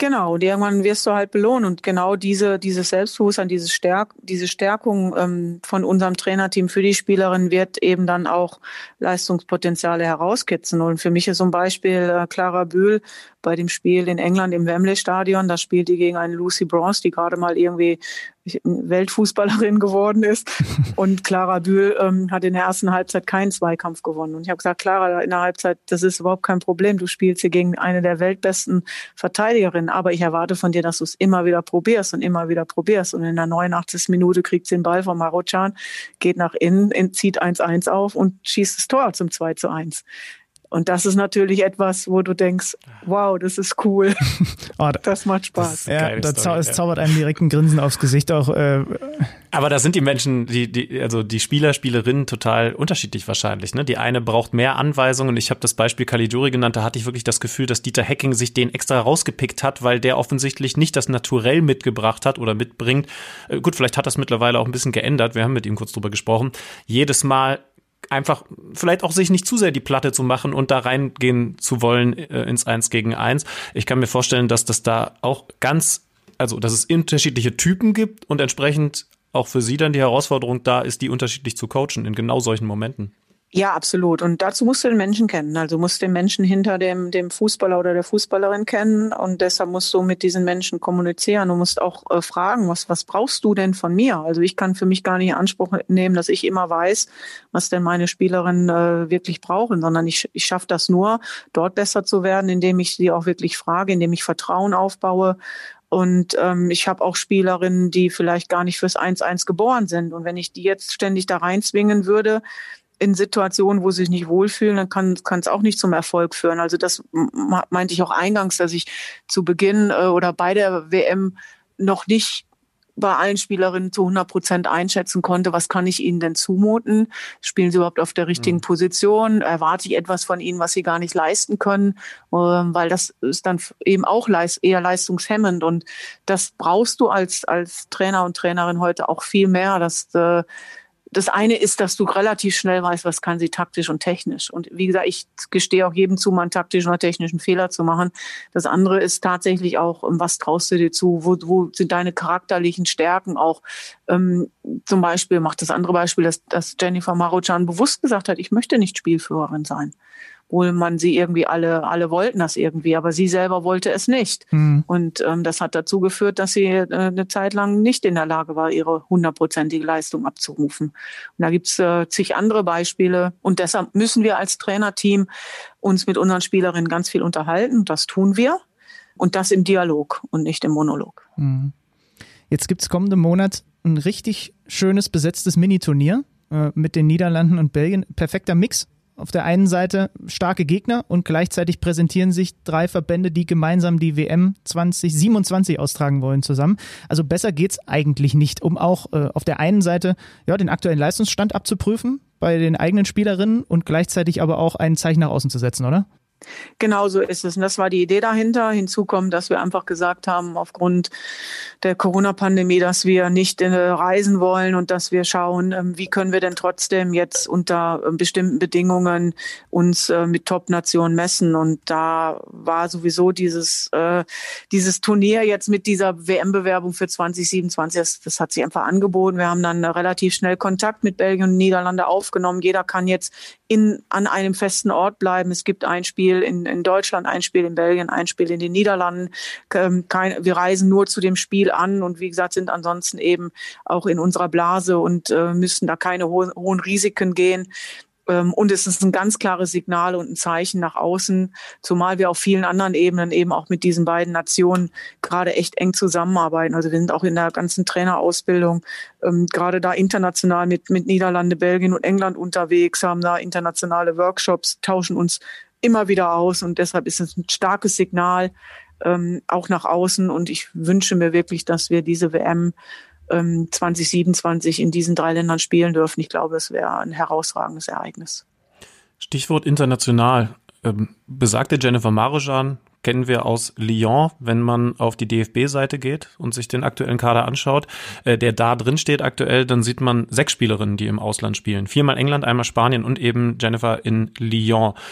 Genau, und irgendwann wirst du halt belohnt und genau diese dieses Selbstbewusstsein, diese Stärk diese Stärkung ähm, von unserem Trainerteam für die Spielerin wird eben dann auch Leistungspotenziale herauskitzeln. Und für mich ist zum Beispiel äh, Clara Bühl bei dem Spiel in England im Wembley-Stadion, da spielt die gegen eine Lucy Bronze, die gerade mal irgendwie Weltfußballerin geworden ist. Und Clara Bühl ähm, hat in der ersten Halbzeit keinen Zweikampf gewonnen. Und ich habe gesagt, Clara, in der Halbzeit, das ist überhaupt kein Problem. Du spielst hier gegen eine der weltbesten Verteidigerinnen. Aber ich erwarte von dir, dass du es immer wieder probierst und immer wieder probierst. Und in der neunundachtzigsten Minute kriegt sie den Ball von Marochan, geht nach innen, zieht eins eins auf und schießt das Tor zum zwei zu eins. Und das ist natürlich etwas, wo du denkst, wow, das ist cool. Oh, das macht Spaß. Das ja, da zau- es zaubert einem direkt ein Grinsen aufs Gesicht auch. Äh. Aber da sind die Menschen, die, die, also die Spieler, Spielerinnen total unterschiedlich wahrscheinlich. Ne? Die eine braucht mehr Anweisungen. Ich habe das Beispiel Caligiuri genannt, da hatte ich wirklich das Gefühl, dass Dieter Hecking sich den extra rausgepickt hat, weil der offensichtlich nicht das Naturell mitgebracht hat oder mitbringt. Äh, gut, vielleicht hat das mittlerweile auch ein bisschen geändert. Wir haben mit ihm kurz drüber gesprochen. Jedes Mal einfach vielleicht auch sich nicht zu sehr die Platte zu machen und da reingehen zu wollen äh, ins Eins gegen Eins. Ich kann mir vorstellen, dass das da auch ganz, also dass es unterschiedliche Typen gibt und entsprechend auch für Sie dann die Herausforderung da ist, die unterschiedlich zu coachen in genau solchen Momenten. Ja, absolut. Und dazu musst du den Menschen kennen. Also musst den Menschen hinter dem, dem Fußballer oder der Fußballerin kennen. Und deshalb musst du mit diesen Menschen kommunizieren. Du musst auch äh, fragen, was, was brauchst du denn von mir? Also ich kann für mich gar nicht in Anspruch nehmen, dass ich immer weiß, was denn meine Spielerinnen äh, wirklich brauchen, sondern ich, ich schaffe das nur, dort besser zu werden, indem ich sie auch wirklich frage, indem ich Vertrauen aufbaue. Und ähm, ich habe auch Spielerinnen, die vielleicht gar nicht fürs eins eins geboren sind. Und wenn ich die jetzt ständig da reinzwingen würde, in Situationen, wo sie sich nicht wohlfühlen, dann kann kann es auch nicht zum Erfolg führen. Also das meinte ich auch eingangs, dass ich zu Beginn äh, oder bei der W M noch nicht bei allen Spielerinnen zu hundert Prozent einschätzen konnte, was kann ich ihnen denn zumuten? Spielen sie überhaupt auf der richtigen mhm. Position? Erwarte ich etwas von ihnen, was sie gar nicht leisten können? Äh, weil das ist dann eben auch leist, eher leistungshemmend. Und das brauchst du als als Trainer und Trainerin heute auch viel mehr, dass äh, das eine ist, dass du relativ schnell weißt, was kann sie taktisch und technisch. Und wie gesagt, ich gestehe auch jedem zu, mal einen taktischen oder technischen Fehler zu machen. Das andere ist tatsächlich auch, was traust du dir zu? Wo, wo sind deine charakterlichen Stärken auch? Ähm, zum Beispiel macht das andere Beispiel, dass, dass Jennifer Marochan bewusst gesagt hat, ich möchte nicht Spielführerin sein. Obwohl man sie irgendwie alle, alle wollten das irgendwie, aber sie selber wollte es nicht. Mhm. Und ähm, das hat dazu geführt, dass sie äh, eine Zeit lang nicht in der Lage war, ihre hundertprozentige Leistung abzurufen. Und da gibt's äh, zig andere Beispiele. Und deshalb müssen wir als Trainerteam uns mit unseren Spielerinnen ganz viel unterhalten. Das tun wir. Und das im Dialog und nicht im Monolog. Mhm. Jetzt gibt's kommenden Monat ein richtig schönes besetztes Miniturnier äh, mit den Niederlanden und Belgien. Perfekter Mix. Auf der einen Seite starke Gegner und gleichzeitig präsentieren sich drei Verbände, die gemeinsam die W M zwanzig siebenundzwanzig austragen wollen, zusammen. Also besser geht's eigentlich nicht, um auch äh, auf der einen Seite ja, den aktuellen Leistungsstand abzuprüfen bei den eigenen Spielerinnen und gleichzeitig aber auch ein Zeichen nach außen zu setzen, oder? Genau so ist es. Und das war die Idee dahinter. Hinzu kommt, dass wir einfach gesagt haben, aufgrund der Corona-Pandemie, dass wir nicht äh, reisen wollen und dass wir schauen, ähm, wie können wir denn trotzdem jetzt unter äh, bestimmten Bedingungen uns äh, mit Top-Nationen messen. Und da war sowieso dieses äh, dieses Turnier jetzt mit dieser W M-Bewerbung für zwanzig siebenundzwanzig, das, das hat sich einfach angeboten. Wir haben dann äh, relativ schnell Kontakt mit Belgien und Niederlande aufgenommen. Jeder kann jetzt in an einem festen Ort bleiben. Es gibt ein Spiel In, in Deutschland, ein Spiel in Belgien, ein Spiel in den Niederlanden. Ähm, kein, wir reisen nur zu dem Spiel an und wie gesagt, sind ansonsten eben auch in unserer Blase und äh, müssen da keine ho- hohen Risiken gehen. Ähm, und es ist ein ganz klares Signal und ein Zeichen nach außen, zumal wir auf vielen anderen Ebenen eben auch mit diesen beiden Nationen gerade echt eng zusammenarbeiten. Also wir sind auch in der ganzen Trainerausbildung ähm, gerade da international mit, mit Niederlande, Belgien und England unterwegs, haben da internationale Workshops, tauschen uns immer wieder aus und deshalb ist es ein starkes Signal ähm, auch nach außen und ich wünsche mir wirklich, dass wir diese W M ähm, zwanzig siebenundzwanzig in diesen drei Ländern spielen dürfen. Ich glaube, es wäre ein herausragendes Ereignis. Stichwort international. Ähm, besagte Jennifer Marochan kennen wir aus Lyon, wenn man auf die D F B-Seite geht und sich den aktuellen Kader anschaut, äh, der da drin steht aktuell, dann sieht man sechs Spielerinnen, die im Ausland spielen. Viermal England, einmal Spanien und eben Jennifer in Lyon.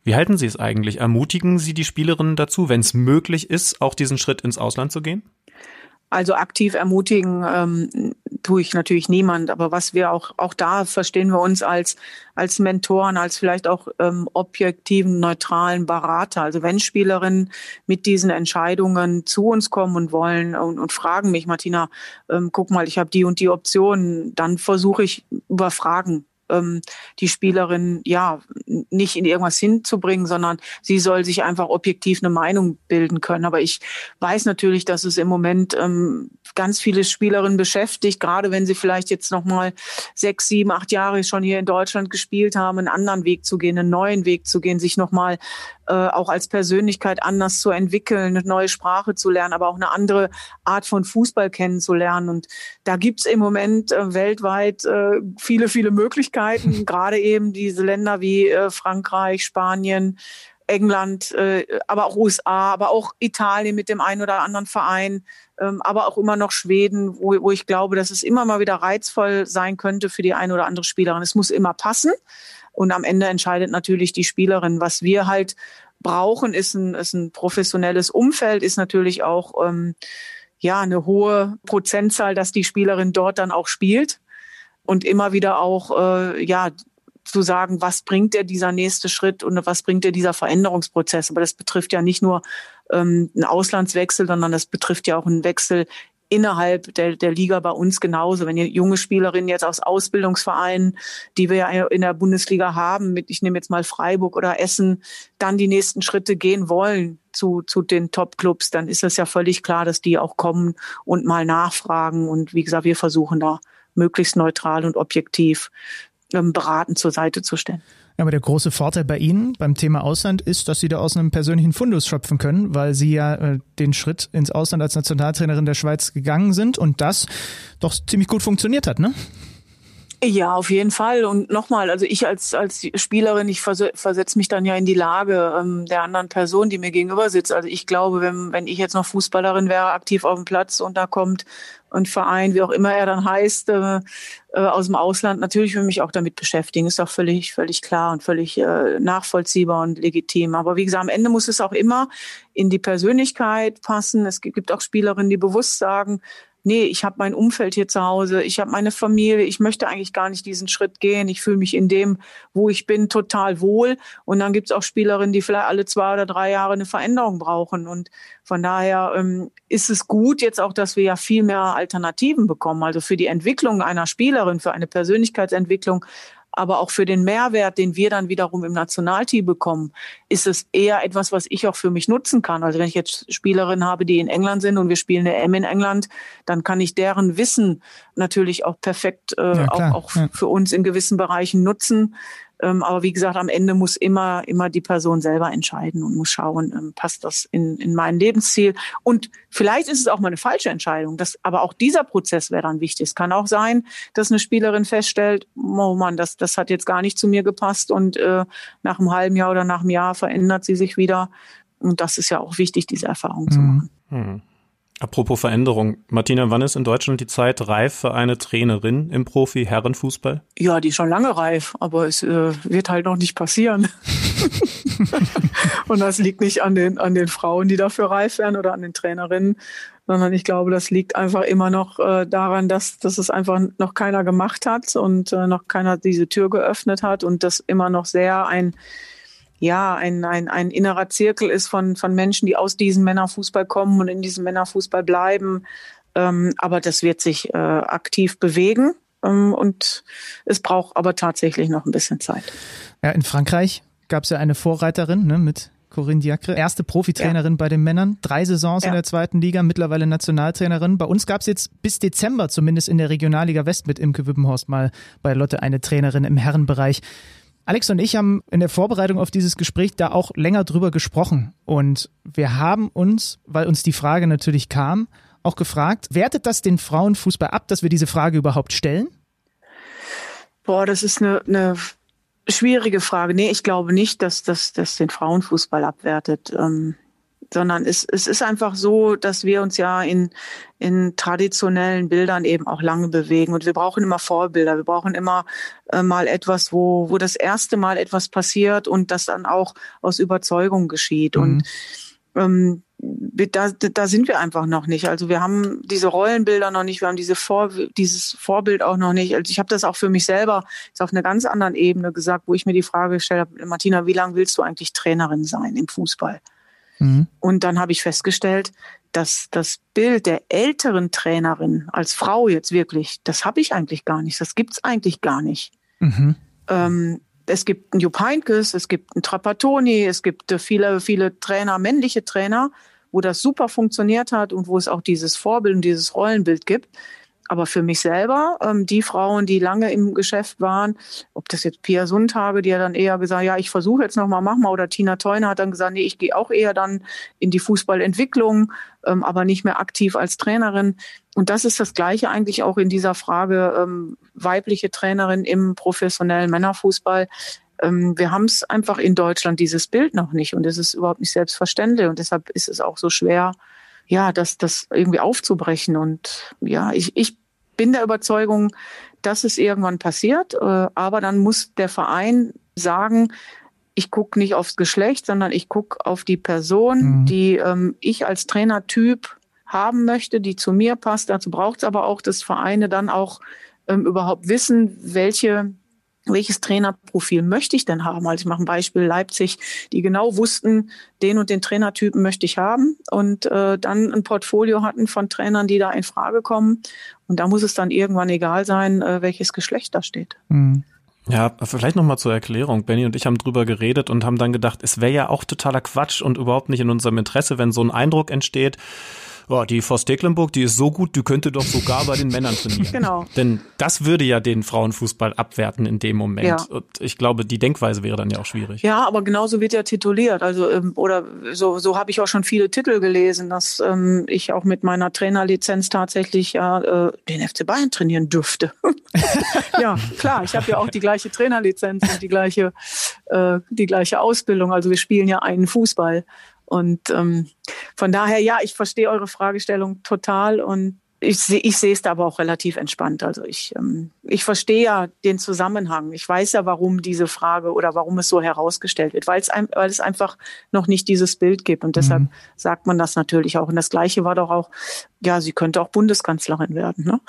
Wie halten Sie es eigentlich? Ermutigen Sie die Spielerinnen dazu, wenn es möglich ist, auch diesen Schritt ins Ausland zu gehen? Also aktiv ermutigen ähm, tue ich natürlich niemand, aber was wir auch auch da verstehen wir uns als als Mentoren, als vielleicht auch ähm, objektiven, neutralen Berater. Also wenn Spielerinnen mit diesen Entscheidungen zu uns kommen und wollen und, und fragen mich, Martina, ähm, guck mal, ich habe die und die Optionen, dann versuche ich über Fragen die Spielerin ja nicht in irgendwas hinzubringen, sondern sie soll sich einfach objektiv eine Meinung bilden können. Aber ich weiß natürlich, dass es im Moment ähm, ganz viele Spielerinnen beschäftigt, gerade wenn sie vielleicht jetzt noch mal sechs, sieben, acht Jahre schon hier in Deutschland gespielt haben, einen anderen Weg zu gehen, einen neuen Weg zu gehen, sich noch mal äh, auch als Persönlichkeit anders zu entwickeln, eine neue Sprache zu lernen, aber auch eine andere Art von Fußball kennenzulernen. Und da gibt's im Moment äh, weltweit äh, viele, viele Möglichkeiten. Gerade eben diese Länder wie äh, Frankreich, Spanien, England, äh, aber auch U S A, aber auch Italien mit dem einen oder anderen Verein, ähm, aber auch immer noch Schweden, wo, wo ich glaube, dass es immer mal wieder reizvoll sein könnte für die eine oder andere Spielerin. Es muss immer passen und am Ende entscheidet natürlich die Spielerin. Was wir halt brauchen, ist ein, ist ein professionelles Umfeld, ist natürlich auch ähm, ja eine hohe Prozentzahl, dass die Spielerin dort dann auch spielt. Und immer wieder auch, äh, ja, zu sagen, was bringt dir dieser nächste Schritt und was bringt dir dieser Veränderungsprozess. Aber das betrifft ja nicht nur ähm, einen Auslandswechsel, sondern das betrifft ja auch einen Wechsel innerhalb der, der Liga bei uns genauso. Wenn ihr junge Spielerinnen jetzt aus Ausbildungsvereinen, die wir ja in der Bundesliga haben, mit, ich nehme jetzt mal Freiburg oder Essen, dann die nächsten Schritte gehen wollen zu, zu den Top-Clubs, dann ist es ja völlig klar, dass die auch kommen und mal nachfragen. Und wie gesagt, wir versuchen da möglichst neutral und objektiv ähm, beratend zur Seite zu stellen. Ja, aber der große Vorteil bei Ihnen beim Thema Ausland ist, dass Sie da aus einem persönlichen Fundus schöpfen können, weil Sie ja äh, den Schritt ins Ausland als Nationaltrainerin der Schweiz gegangen sind und das doch ziemlich gut funktioniert hat, ne? Ja, auf jeden Fall. Und nochmal, also ich als als Spielerin, ich versetze mich dann ja in die Lage ähm, der anderen Person, die mir gegenüber sitzt. Also ich glaube, wenn wenn ich jetzt noch Fußballerin wäre, aktiv auf dem Platz und da kommt ein Verein, wie auch immer er dann heißt, äh, äh, aus dem Ausland, natürlich will mich auch damit beschäftigen. Ist doch völlig völlig klar und völlig äh, nachvollziehbar und legitim. Aber wie gesagt, am Ende muss es auch immer in die Persönlichkeit passen. Es gibt auch Spielerinnen, die bewusst sagen, nee, ich habe mein Umfeld hier zu Hause, ich habe meine Familie, ich möchte eigentlich gar nicht diesen Schritt gehen, ich fühle mich in dem, wo ich bin, total wohl. Und dann gibt es auch Spielerinnen, die vielleicht alle zwei oder drei Jahre eine Veränderung brauchen. Und von daher ähm, ist es gut jetzt auch, dass wir ja viel mehr Alternativen bekommen. Also für die Entwicklung einer Spielerin, für eine Persönlichkeitsentwicklung, aber auch für den Mehrwert, den wir dann wiederum im Nationalteam bekommen, ist es eher etwas, was ich auch für mich nutzen kann. Also wenn ich jetzt Spielerinnen habe, die in England sind und wir spielen eine M in England, dann kann ich deren Wissen natürlich auch perfekt äh, ja, auch, auch ja. für uns in gewissen Bereichen nutzen. Ähm, aber wie gesagt, am Ende muss immer immer die Person selber entscheiden und muss schauen, ähm, passt das in, in mein Lebensziel. Und vielleicht ist es auch mal eine falsche Entscheidung. Das, aber auch dieser Prozess wäre dann wichtig. Es kann auch sein, dass eine Spielerin feststellt, oh Mann, das, das hat jetzt gar nicht zu mir gepasst und äh, nach einem halben Jahr oder nach einem Jahr verändert sie sich wieder. Und das ist ja auch wichtig, diese Erfahrung mhm. zu machen. Mhm. Apropos Veränderung. Martina, wann ist in Deutschland die Zeit reif für eine Trainerin im Profi-Herrenfußball? Ja, die ist schon lange reif, aber es äh, wird halt noch nicht passieren. Und das liegt nicht an den, an den Frauen, die dafür reif werden oder an den Trainerinnen, sondern ich glaube, das liegt einfach immer noch äh, daran, dass, dass es einfach noch keiner gemacht hat und äh, noch keiner diese Tür geöffnet hat und das immer noch sehr ein ja, ein, ein, ein innerer Zirkel ist von, von Menschen, die aus diesem Männerfußball kommen und in diesem Männerfußball bleiben. Ähm, aber das wird sich äh, aktiv bewegen ähm, und es braucht aber tatsächlich noch ein bisschen Zeit. Ja, in Frankreich gab es ja eine Vorreiterin, ne, mit Corinne Diacre, erste Profitrainerin ja. bei den Männern, drei Saisons ja. in der zweiten Liga, mittlerweile Nationaltrainerin. Bei uns gab es jetzt bis Dezember zumindest in der Regionalliga West mit Imke Wippenhorst mal bei Lotte eine Trainerin im Herrenbereich. Alex und ich haben in der Vorbereitung auf dieses Gespräch da auch länger drüber gesprochen und wir haben uns, weil uns die Frage natürlich kam, auch gefragt, wertet das den Frauenfußball ab, dass wir diese Frage überhaupt stellen? Boah, das ist eine, eine schwierige Frage. Nee, ich glaube nicht, dass das den Frauenfußball abwertet. Ähm, sondern es, es ist einfach so, dass wir uns ja in, in traditionellen Bildern eben auch lange bewegen und wir brauchen immer Vorbilder, wir brauchen immer äh, mal etwas, wo, wo das erste Mal etwas passiert und das dann auch aus Überzeugung geschieht mhm. und ähm, da, da sind wir einfach noch nicht. Also wir haben diese Rollenbilder noch nicht, wir haben diese Vor, dieses Vorbild auch noch nicht. Also ich habe das auch für mich selber jetzt auf einer ganz anderen Ebene gesagt, wo ich mir die Frage gestellt habe, Martina, wie lange willst du eigentlich Trainerin sein im Fußball? Mhm. Und dann habe ich festgestellt, dass das Bild der älteren Trainerin als Frau jetzt wirklich, das habe ich eigentlich gar nicht. Das gibt's eigentlich gar nicht. Mhm. Ähm, es gibt einen Jupp Heynckes, es gibt einen Trapattoni, es gibt viele, viele Trainer, männliche Trainer, wo das super funktioniert hat und wo es auch dieses Vorbild und dieses Rollenbild gibt. Aber für mich selber, ähm, die Frauen, die lange im Geschäft waren, ob das jetzt Pia Sundhage, die hat dann eher gesagt, ja, ich versuche jetzt nochmal, mach mal, oder Tina Theuner hat dann gesagt, nee, ich gehe auch eher dann in die Fußballentwicklung, ähm, aber nicht mehr aktiv als Trainerin. Und das ist das Gleiche eigentlich auch in dieser Frage ähm, weibliche Trainerin im professionellen Männerfußball. Ähm, wir haben es einfach in Deutschland, dieses Bild noch nicht und es ist überhaupt nicht selbstverständlich und deshalb ist es auch so schwer, ja, das, das irgendwie aufzubrechen. Und ja, ich, ich bin der Überzeugung, dass es irgendwann passiert. Äh, aber dann muss der Verein sagen, ich gucke nicht aufs Geschlecht, sondern ich gucke auf die Person, mhm. die ähm, ich als Trainertyp haben möchte, die zu mir passt. Dazu braucht es aber auch, dass Vereine dann auch ähm, überhaupt wissen, welche welches Trainerprofil möchte ich denn haben? Also ich mache ein Beispiel Leipzig, die genau wussten, den und den Trainertypen möchte ich haben und äh, dann ein Portfolio hatten von Trainern, die da in Frage kommen. Und da muss es dann irgendwann egal sein, äh, welches Geschlecht da steht. Mhm. Ja, vielleicht nochmal zur Erklärung. Benny und ich haben drüber geredet und haben dann gedacht, es wäre ja auch totaler Quatsch und überhaupt nicht in unserem Interesse, wenn so ein Eindruck entsteht, oh, die Vos Tecklenburg, die ist so gut, die könnte doch sogar bei den Männern trainieren. Genau. Denn das würde ja den Frauenfußball abwerten in dem Moment. Ja. Und ich glaube, die Denkweise wäre dann ja auch schwierig. Ja, aber genauso wird ja tituliert. Also ähm, oder so, so habe ich auch schon viele Titel gelesen, dass ähm, ich auch mit meiner Trainerlizenz tatsächlich ja äh, den F C Bayern trainieren dürfte. Ja, klar. Ich habe ja auch die gleiche Trainerlizenz und die gleiche, äh, die gleiche Ausbildung. Also wir spielen ja einen Fußball. Und ähm, von daher, ja, ich verstehe eure Fragestellung total und ich sehe ich sehe es da aber auch relativ entspannt. Also ich ähm, ich verstehe ja den Zusammenhang. Ich weiß ja, warum diese Frage oder warum es so herausgestellt wird, weil es ein, weil es einfach noch nicht dieses Bild gibt und deshalb mhm. sagt man das natürlich auch. Und das Gleiche war doch auch, ja, sie könnte auch Bundeskanzlerin werden, ne?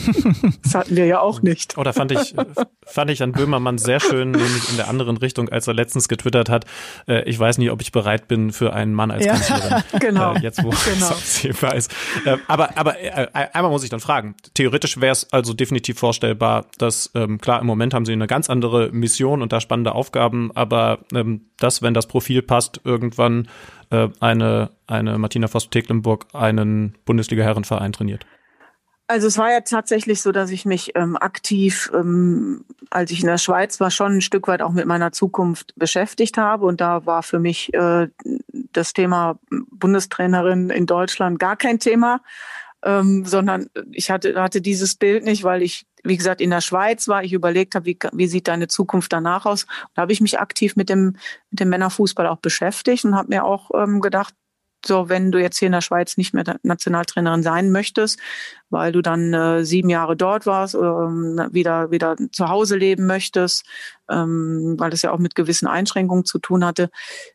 Das hatten wir ja auch nicht. Oder fand ich fand ich an Böhmermann sehr schön, nämlich in der anderen Richtung, als er letztens getwittert hat, äh, ich weiß nicht, ob ich bereit bin für einen Mann als ja, Kanzlerin. Genau. Äh, jetzt, wo genau. es absehbar ist. Äh, aber aber äh, einmal muss ich dann fragen, theoretisch wäre es also definitiv vorstellbar, dass, ähm, klar, im Moment haben sie eine ganz andere Mission und da spannende Aufgaben, aber ähm, dass, wenn das Profil passt, irgendwann äh, eine, eine Martina Vos Tecklenburg einen Bundesliga-Herrenverein trainiert. Also es war ja tatsächlich so, dass ich mich ähm, aktiv, ähm, als ich in der Schweiz war, schon ein Stück weit auch mit meiner Zukunft beschäftigt habe. Und da war für mich äh, das Thema Bundestrainerin in Deutschland gar kein Thema, ähm, sondern ich hatte, hatte dieses Bild nicht, weil ich, wie gesagt, in der Schweiz war. Ich überlegt habe, wie, wie sieht deine Zukunft danach aus? Da habe ich mich aktiv mit dem, mit dem Männerfußball auch beschäftigt und habe mir auch ähm, gedacht, so, wenn du jetzt hier in der Schweiz nicht mehr Nationaltrainerin sein möchtest, weil du dann äh, sieben Jahre dort warst oder ähm, wieder wieder zu Hause leben möchtest, ähm, weil das ja auch mit gewissen Einschränkungen zu tun hatte,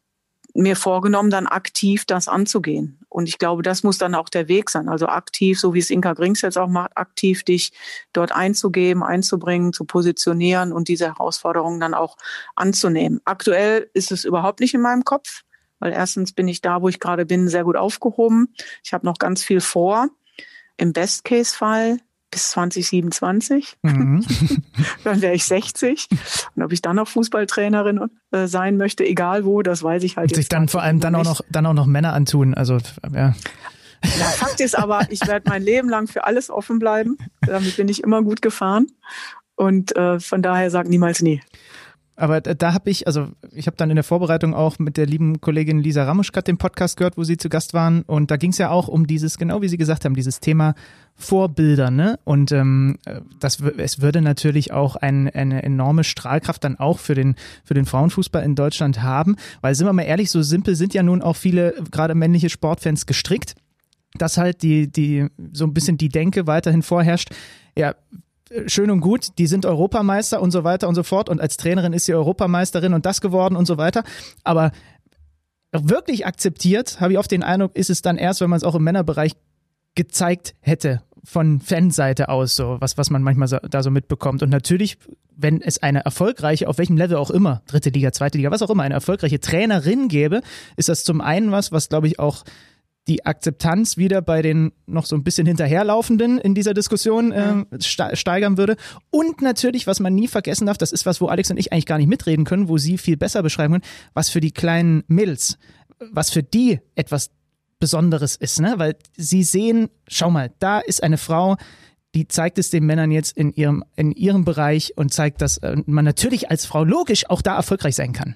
mir vorgenommen, dann aktiv das anzugehen. Und ich glaube, das muss dann auch der Weg sein. Also aktiv, so wie es Inka Grings jetzt auch macht, aktiv dich dort einzugeben, einzubringen, zu positionieren und diese Herausforderungen dann auch anzunehmen. Aktuell ist es überhaupt nicht in meinem Kopf. Weil erstens bin ich da, wo ich gerade bin, sehr gut aufgehoben. Ich habe noch ganz viel vor. Im Best-Case-Fall bis zwanzig siebenundzwanzig. Mhm. Dann wäre ich sechzig. Und ob ich dann noch Fußballtrainerin äh, sein möchte, egal wo, das weiß ich halt und jetzt. Sich dann vor allem dann auch noch, dann auch noch Männer antun. Also, ja. Ja, Fakt ist aber, ich werde mein Leben lang für alles offen bleiben. Damit bin ich immer gut gefahren. Und äh, von daher sag niemals nie. Aber da habe ich, also ich habe dann in der Vorbereitung auch mit der lieben Kollegin Lisa Ramuschkat den Podcast gehört, wo sie zu Gast waren. Und da ging es ja auch um dieses, genau wie Sie gesagt haben, dieses Thema Vorbilder, ne? Und ähm, das, es würde natürlich auch ein, eine enorme Strahlkraft dann auch für den, für den Frauenfußball in Deutschland haben. Weil, sind wir mal ehrlich, so simpel sind ja nun auch viele, gerade männliche Sportfans gestrickt, dass halt die, die, so ein bisschen die Denke weiterhin vorherrscht, ja, schön und gut, die sind Europameister und so weiter und so fort und als Trainerin ist sie Europameisterin und das geworden und so weiter, aber wirklich akzeptiert, habe ich oft den Eindruck, ist es dann erst, wenn man es auch im Männerbereich gezeigt hätte, von Fanseite aus, so was, was man manchmal so, da so mitbekommt. Und natürlich, wenn es eine erfolgreiche, auf welchem Level auch immer, dritte Liga, zweite Liga, was auch immer, eine erfolgreiche Trainerin gäbe, ist das zum einen was, was glaube ich auch die Akzeptanz wieder bei den noch so ein bisschen hinterherlaufenden in dieser Diskussion äh, steigern würde. Und natürlich, was man nie vergessen darf, das ist was, wo Alex und ich eigentlich gar nicht mitreden können, wo Sie viel besser beschreiben können, was für die kleinen Mädels, was für die etwas Besonderes ist, ne? Weil sie sehen, schau mal, da ist eine Frau, die zeigt es den Männern jetzt in ihrem, in ihrem Bereich und zeigt, dass äh, man natürlich als Frau logisch auch da erfolgreich sein kann.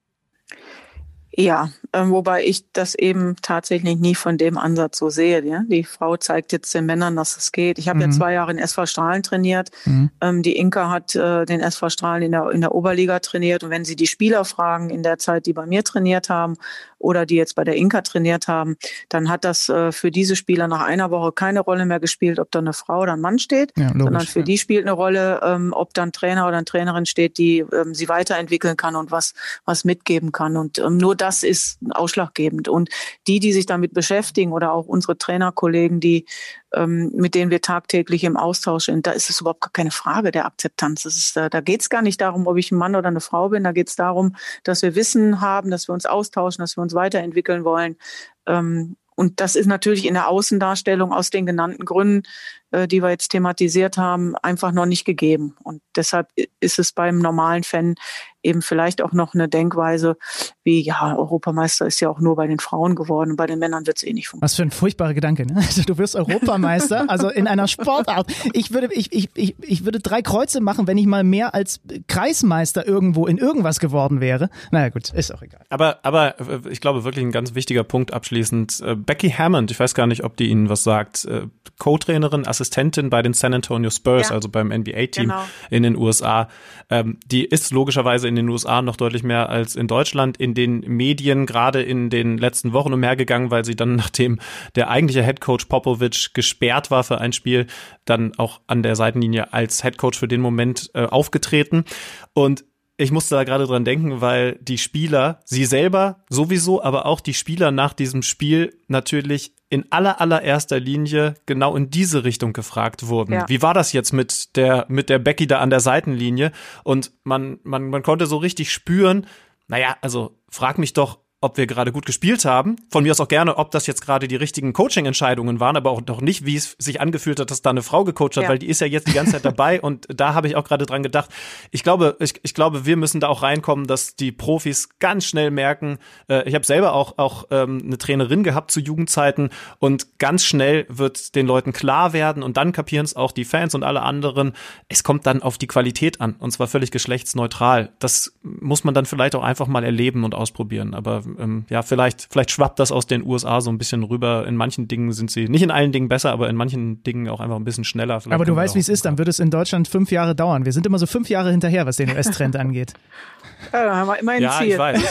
Ja, äh, wobei ich das eben tatsächlich nie von dem Ansatz so sehe. Ja? Die Frau zeigt jetzt den Männern, dass es geht. Ich habe mhm. ja zwei Jahre in S V Strahlen trainiert. Mhm. Ähm, die Inka hat äh, den S V Strahlen in der, in der Oberliga trainiert. Und wenn Sie die Spieler fragen in der Zeit, die bei mir trainiert haben oder die jetzt bei der Inka trainiert haben, dann hat das äh, für diese Spieler nach einer Woche keine Rolle mehr gespielt, ob da eine Frau oder ein Mann steht, ja, logisch, sondern für ja. die spielt eine Rolle, ähm, ob da ein Trainer oder eine Trainerin steht, die ähm, sie weiterentwickeln kann und was, was mitgeben kann. Und ähm, nur das ist ausschlaggebend. Und die, die sich damit beschäftigen oder auch unsere Trainerkollegen, die ähm, mit denen wir tagtäglich im Austausch sind, da ist es überhaupt gar keine Frage der Akzeptanz. Das ist, da da geht es gar nicht darum, ob ich ein Mann oder eine Frau bin. Da geht es darum, dass wir Wissen haben, dass wir uns austauschen, dass wir uns weiterentwickeln wollen. Ähm, und das ist natürlich in der Außendarstellung aus den genannten Gründen, äh, die wir jetzt thematisiert haben, einfach noch nicht gegeben. Und deshalb ist es beim normalen Fan eben vielleicht auch noch eine Denkweise wie, ja, Europameister ist ja auch nur bei den Frauen geworden und bei den Männern wird es eh nicht funktionieren. Was für ein furchtbarer Gedanke, ne? Also du wirst Europameister, also in einer Sportart. Ich würde, ich, ich, ich, ich würde drei Kreuze machen, wenn ich mal mehr als Kreismeister irgendwo in irgendwas geworden wäre. Naja gut, ist auch egal. Aber, aber ich glaube wirklich ein ganz wichtiger Punkt abschließend. Becky Hammond, ich weiß gar nicht, ob die Ihnen was sagt, Co-Trainerin, Assistentin bei den San Antonio Spurs, ja. also beim N B A-Team genau. in den U S A. Die ist logischerweise in den U S A noch deutlich mehr als in Deutschland in den Medien, gerade in den letzten Wochen umhergegangen, weil sie dann, nachdem der eigentliche Headcoach Popovic gesperrt war für ein Spiel, dann auch an der Seitenlinie als Headcoach für den Moment äh, aufgetreten. Und ich musste da gerade dran denken, weil die Spieler, sie selber sowieso, aber auch die Spieler nach diesem Spiel natürlich in aller allererster Linie genau in diese Richtung gefragt wurden. Ja. Wie war das jetzt mit der mit der Becky da an der Seitenlinie? Und man man man konnte so richtig spüren, naja, also frag mich doch, ob wir gerade gut gespielt haben. Von mir aus auch gerne, ob das jetzt gerade die richtigen Coaching-Entscheidungen waren, aber auch doch nicht, wie es sich angefühlt hat, dass da eine Frau gecoacht hat, ja. weil die ist ja jetzt die ganze Zeit dabei und da habe ich auch gerade dran gedacht. Ich glaube, ich, ich glaube, wir müssen da auch reinkommen, dass die Profis ganz schnell merken, äh, ich habe selber auch auch ähm, eine Trainerin gehabt zu Jugendzeiten und ganz schnell wird den Leuten klar werden und dann kapieren es auch die Fans und alle anderen. Es kommt dann auf die Qualität an und zwar völlig geschlechtsneutral. Das muss man dann vielleicht auch einfach mal erleben und ausprobieren, aber Ähm, ja, vielleicht, vielleicht schwappt das aus den U S A so ein bisschen rüber. In manchen Dingen sind sie, nicht in allen Dingen besser, aber in manchen Dingen auch einfach ein bisschen schneller. Vielleicht aber du weißt, wie es ist, dann würde es in Deutschland fünf Jahre dauern. Wir sind immer so fünf Jahre hinterher, was den U S-Trend angeht. Ja, da haben wir immer ein ja, Ziel. Ich weiß.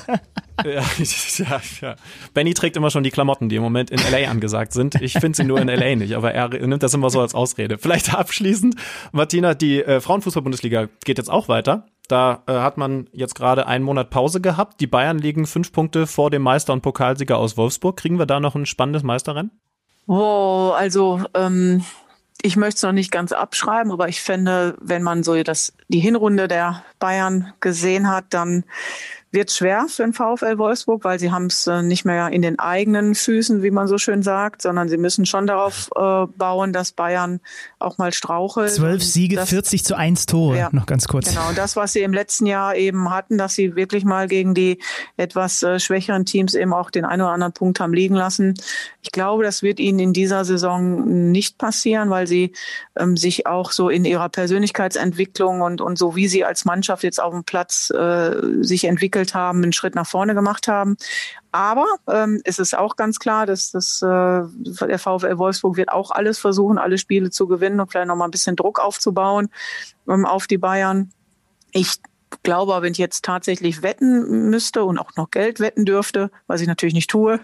ja, ja, ja. Benny trägt immer schon die Klamotten, die im Moment in L A angesagt sind. Ich finde sie nur in L A nicht, aber er nimmt das immer so als Ausrede. Vielleicht abschließend, Martina, die äh, Frauenfußball-Bundesliga geht jetzt auch weiter. Da äh, hat man jetzt gerade einen Monat Pause gehabt. Die Bayern liegen fünf Punkte vor dem Meister und Pokalsieger aus Wolfsburg. Kriegen wir da noch ein spannendes Meisterrennen? Oh, also ähm, ich möchte es noch nicht ganz abschreiben, aber ich fände, wenn man so das die Hinrunde der Bayern gesehen hat, dann wird schwer für den VfL Wolfsburg, weil sie haben es äh, nicht mehr in den eigenen Füßen, wie man so schön sagt, sondern sie müssen schon darauf äh, bauen, dass Bayern auch mal strauchelt. Zwölf Siege, das, vierzig zu eins Tore, ja, noch ganz kurz. Genau, das, was sie im letzten Jahr eben hatten, dass sie wirklich mal gegen die etwas äh, schwächeren Teams eben auch den einen oder anderen Punkt haben liegen lassen. Ich glaube, das wird ihnen in dieser Saison nicht passieren, weil sie ähm, sich auch so in ihrer Persönlichkeitsentwicklung und, und so wie sie als Mannschaft jetzt auf dem Platz äh, sich entwickelt haben, einen Schritt nach vorne gemacht haben. Aber ähm, es ist auch ganz klar, dass das, äh, der VfL Wolfsburg wird auch alles versuchen, alle Spiele zu gewinnen und vielleicht noch mal ein bisschen Druck aufzubauen ähm, auf die Bayern. Ich glaube, wenn ich jetzt tatsächlich wetten müsste und auch noch Geld wetten dürfte, was ich natürlich nicht tue,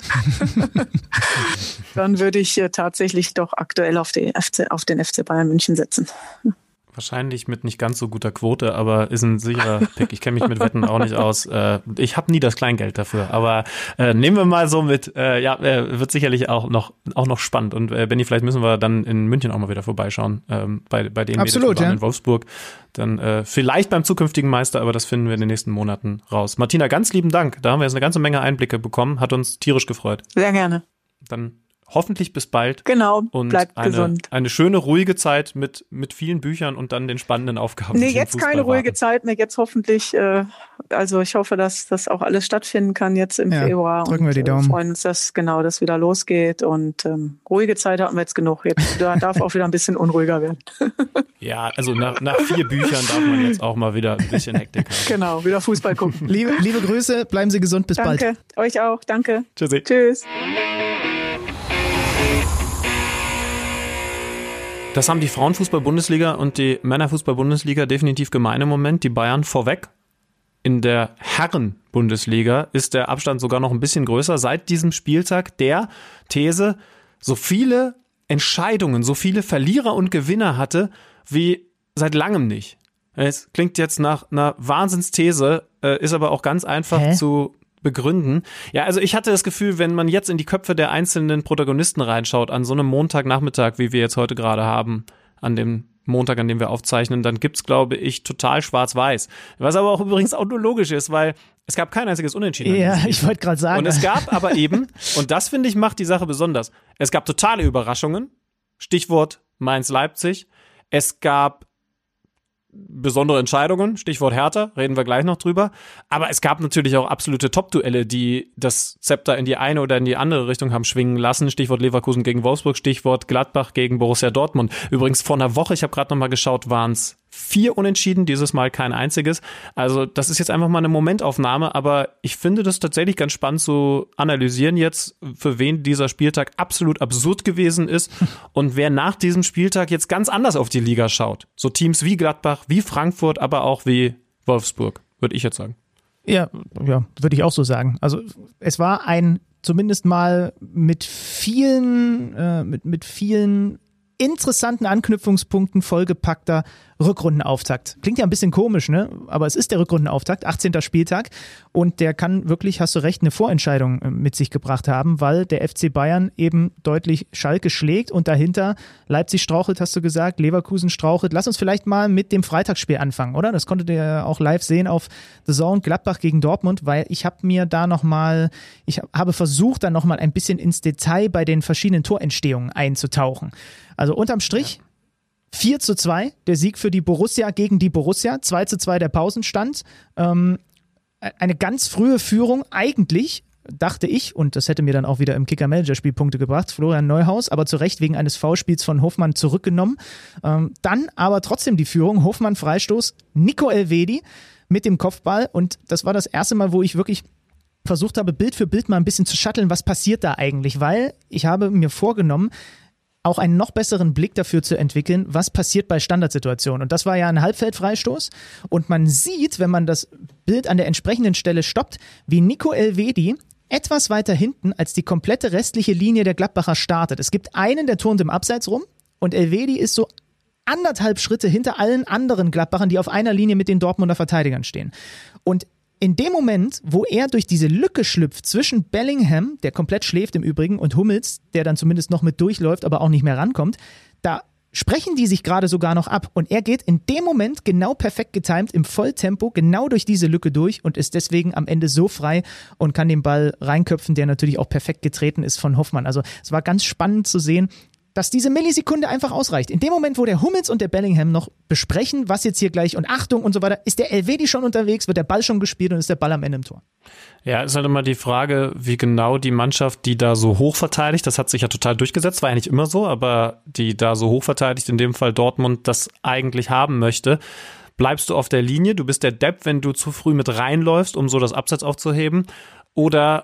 dann würde ich äh, tatsächlich doch aktuell auf, die F C, auf den F C Bayern München setzen. Wahrscheinlich mit nicht ganz so guter Quote, aber ist ein sicherer Pick. Ich kenne mich mit Wetten auch nicht aus. Äh, ich habe nie das Kleingeld dafür, aber äh, nehmen wir mal so mit. Äh, ja, äh, wird sicherlich auch noch auch noch spannend. Und äh, Benni, vielleicht müssen wir dann in München auch mal wieder vorbeischauen, ähm, bei bei den Absolut, ja. in Wolfsburg. Dann äh, vielleicht beim zukünftigen Meister, aber das finden wir in den nächsten Monaten raus. Martina, ganz lieben Dank. Da haben wir jetzt eine ganze Menge Einblicke bekommen. Hat uns tierisch gefreut. Sehr gerne. Dann hoffentlich bis bald. Genau, und bleibt eine, gesund. Eine schöne, ruhige Zeit mit, mit vielen Büchern und dann den spannenden Aufgaben. Nee, die jetzt im Fußball keine ruhige warten. Zeit mehr. Jetzt hoffentlich, äh, also ich hoffe, dass das auch alles stattfinden kann jetzt im Ja, Februar. drücken wir die Daumen. Wir freuen uns, dass genau das wieder losgeht. Und ähm, ruhige Zeit hatten wir jetzt genug. Jetzt da darf auch wieder ein bisschen unruhiger werden. Ja, also nach, nach vier Büchern darf man jetzt auch mal wieder ein bisschen Hektik haben. Genau, wieder Fußball gucken. Liebe, liebe Grüße, bleiben Sie gesund, bis bald. Danke, euch auch. Danke. Tschüssi. Tschüss. Das haben die Frauenfußball-Bundesliga und die Männerfußball-Bundesliga definitiv gemein im Moment. Die Bayern vorweg. In der Herren-Bundesliga ist der Abstand sogar noch ein bisschen größer. Seit diesem Spieltag der These, so viele Entscheidungen, so viele Verlierer und Gewinner hatte, wie seit langem nicht. Es klingt jetzt nach einer Wahnsinnsthese, ist aber auch ganz einfach Hä? zu begründen. Ja, also ich hatte das Gefühl, wenn man jetzt in die Köpfe der einzelnen Protagonisten reinschaut, an so einem Montagnachmittag, wie wir jetzt heute gerade haben, an dem Montag, an dem wir aufzeichnen, dann gibt's, glaube ich, total schwarz-weiß. Was aber auch übrigens auch nur logisch ist, weil es gab kein einziges Unentschieden. Ja, ich wollte gerade sagen. Und es gab aber eben, und das finde ich macht die Sache besonders, es gab totale Überraschungen, Stichwort Mainz-Leipzig, es gab besondere Entscheidungen, Stichwort Hertha, reden wir gleich noch drüber, aber es gab natürlich auch absolute Top-Duelle, die das Zepter in die eine oder in die andere Richtung haben schwingen lassen, Stichwort Leverkusen gegen Wolfsburg, Stichwort Gladbach gegen Borussia Dortmund. Übrigens vor einer Woche, ich habe gerade noch mal geschaut, waren es vier Unentschieden, dieses Mal kein einziges. Also das ist jetzt einfach mal eine Momentaufnahme, aber ich finde das tatsächlich ganz spannend zu analysieren jetzt, für wen dieser Spieltag absolut absurd gewesen ist und wer nach diesem Spieltag jetzt ganz anders auf die Liga schaut. So Teams wie Gladbach, wie Frankfurt, aber auch wie Wolfsburg, würde ich jetzt sagen. Ja, ja, würde ich auch so sagen. Also es war ein zumindest mal mit vielen, äh, mit, mit vielen interessanten Anknüpfungspunkten vollgepackter Rückrundenauftakt. Klingt ja ein bisschen komisch, ne? Aber es ist der Rückrundenauftakt, achtzehnter Spieltag, und der kann wirklich, hast du recht, eine Vorentscheidung mit sich gebracht haben, weil der F C Bayern eben deutlich Schalke schlägt und dahinter Leipzig strauchelt, hast du gesagt, Leverkusen strauchelt. Lass uns vielleicht mal mit dem Freitagsspiel anfangen, oder? Das konntet ihr auch live sehen auf The Zone, Gladbach gegen Dortmund, weil ich habe mir da nochmal, ich habe versucht, da nochmal ein bisschen ins Detail bei den verschiedenen Torentstehungen einzutauchen. Also unterm Strich vier zu zwei, der Sieg für die Borussia gegen die Borussia, zwei zu zwei der Pausenstand. Ähm, eine ganz frühe Führung eigentlich, dachte ich, und das hätte mir dann auch wieder im Kicker-Manager-Spiel Punkte gebracht, Florian Neuhaus, aber zu Recht wegen eines Foulspiels von Hofmann zurückgenommen. Ähm, dann aber trotzdem die Führung, Hofmann Freistoß, Nico Elvedi mit dem Kopfball, und das war das erste Mal, wo ich wirklich versucht habe, Bild für Bild mal ein bisschen zu shutteln, was passiert da eigentlich, weil ich habe mir vorgenommen, auch einen noch besseren Blick dafür zu entwickeln, was passiert bei Standardsituationen. Und das war ja ein Halbfeldfreistoß. Und man sieht, wenn man das Bild an der entsprechenden Stelle stoppt, wie Nico Elvedi etwas weiter hinten als die komplette restliche Linie der Gladbacher startet. Es gibt einen, der turnt im Abseits rum, und Elvedi ist so anderthalb Schritte hinter allen anderen Gladbachern, die auf einer Linie mit den Dortmunder Verteidigern stehen. Und in dem Moment, wo er durch diese Lücke schlüpft zwischen Bellingham, der komplett schläft im Übrigen, und Hummels, der dann zumindest noch mit durchläuft, aber auch nicht mehr rankommt, da sprechen die sich gerade sogar noch ab und er geht in dem Moment genau perfekt getimt im Volltempo genau durch diese Lücke durch und ist deswegen am Ende so frei und kann den Ball reinköpfen, der natürlich auch perfekt getreten ist von Hoffmann. Also es war ganz spannend zu sehen, dass diese Millisekunde einfach ausreicht. In dem Moment, wo der Hummels und der Bellingham noch besprechen, was jetzt hier gleich und Achtung und so weiter, ist der Elvedi schon unterwegs, wird der Ball schon gespielt und ist der Ball am Ende im Tor. Ja, ist halt immer die Frage, wie genau die Mannschaft, die da so hoch verteidigt, das hat sich ja total durchgesetzt, war ja nicht immer so, aber die da so hoch verteidigt, in dem Fall Dortmund, das eigentlich haben möchte. Bleibst du auf der Linie, du bist der Depp, wenn du zu früh mit reinläufst, um so das Abseits aufzuheben, oder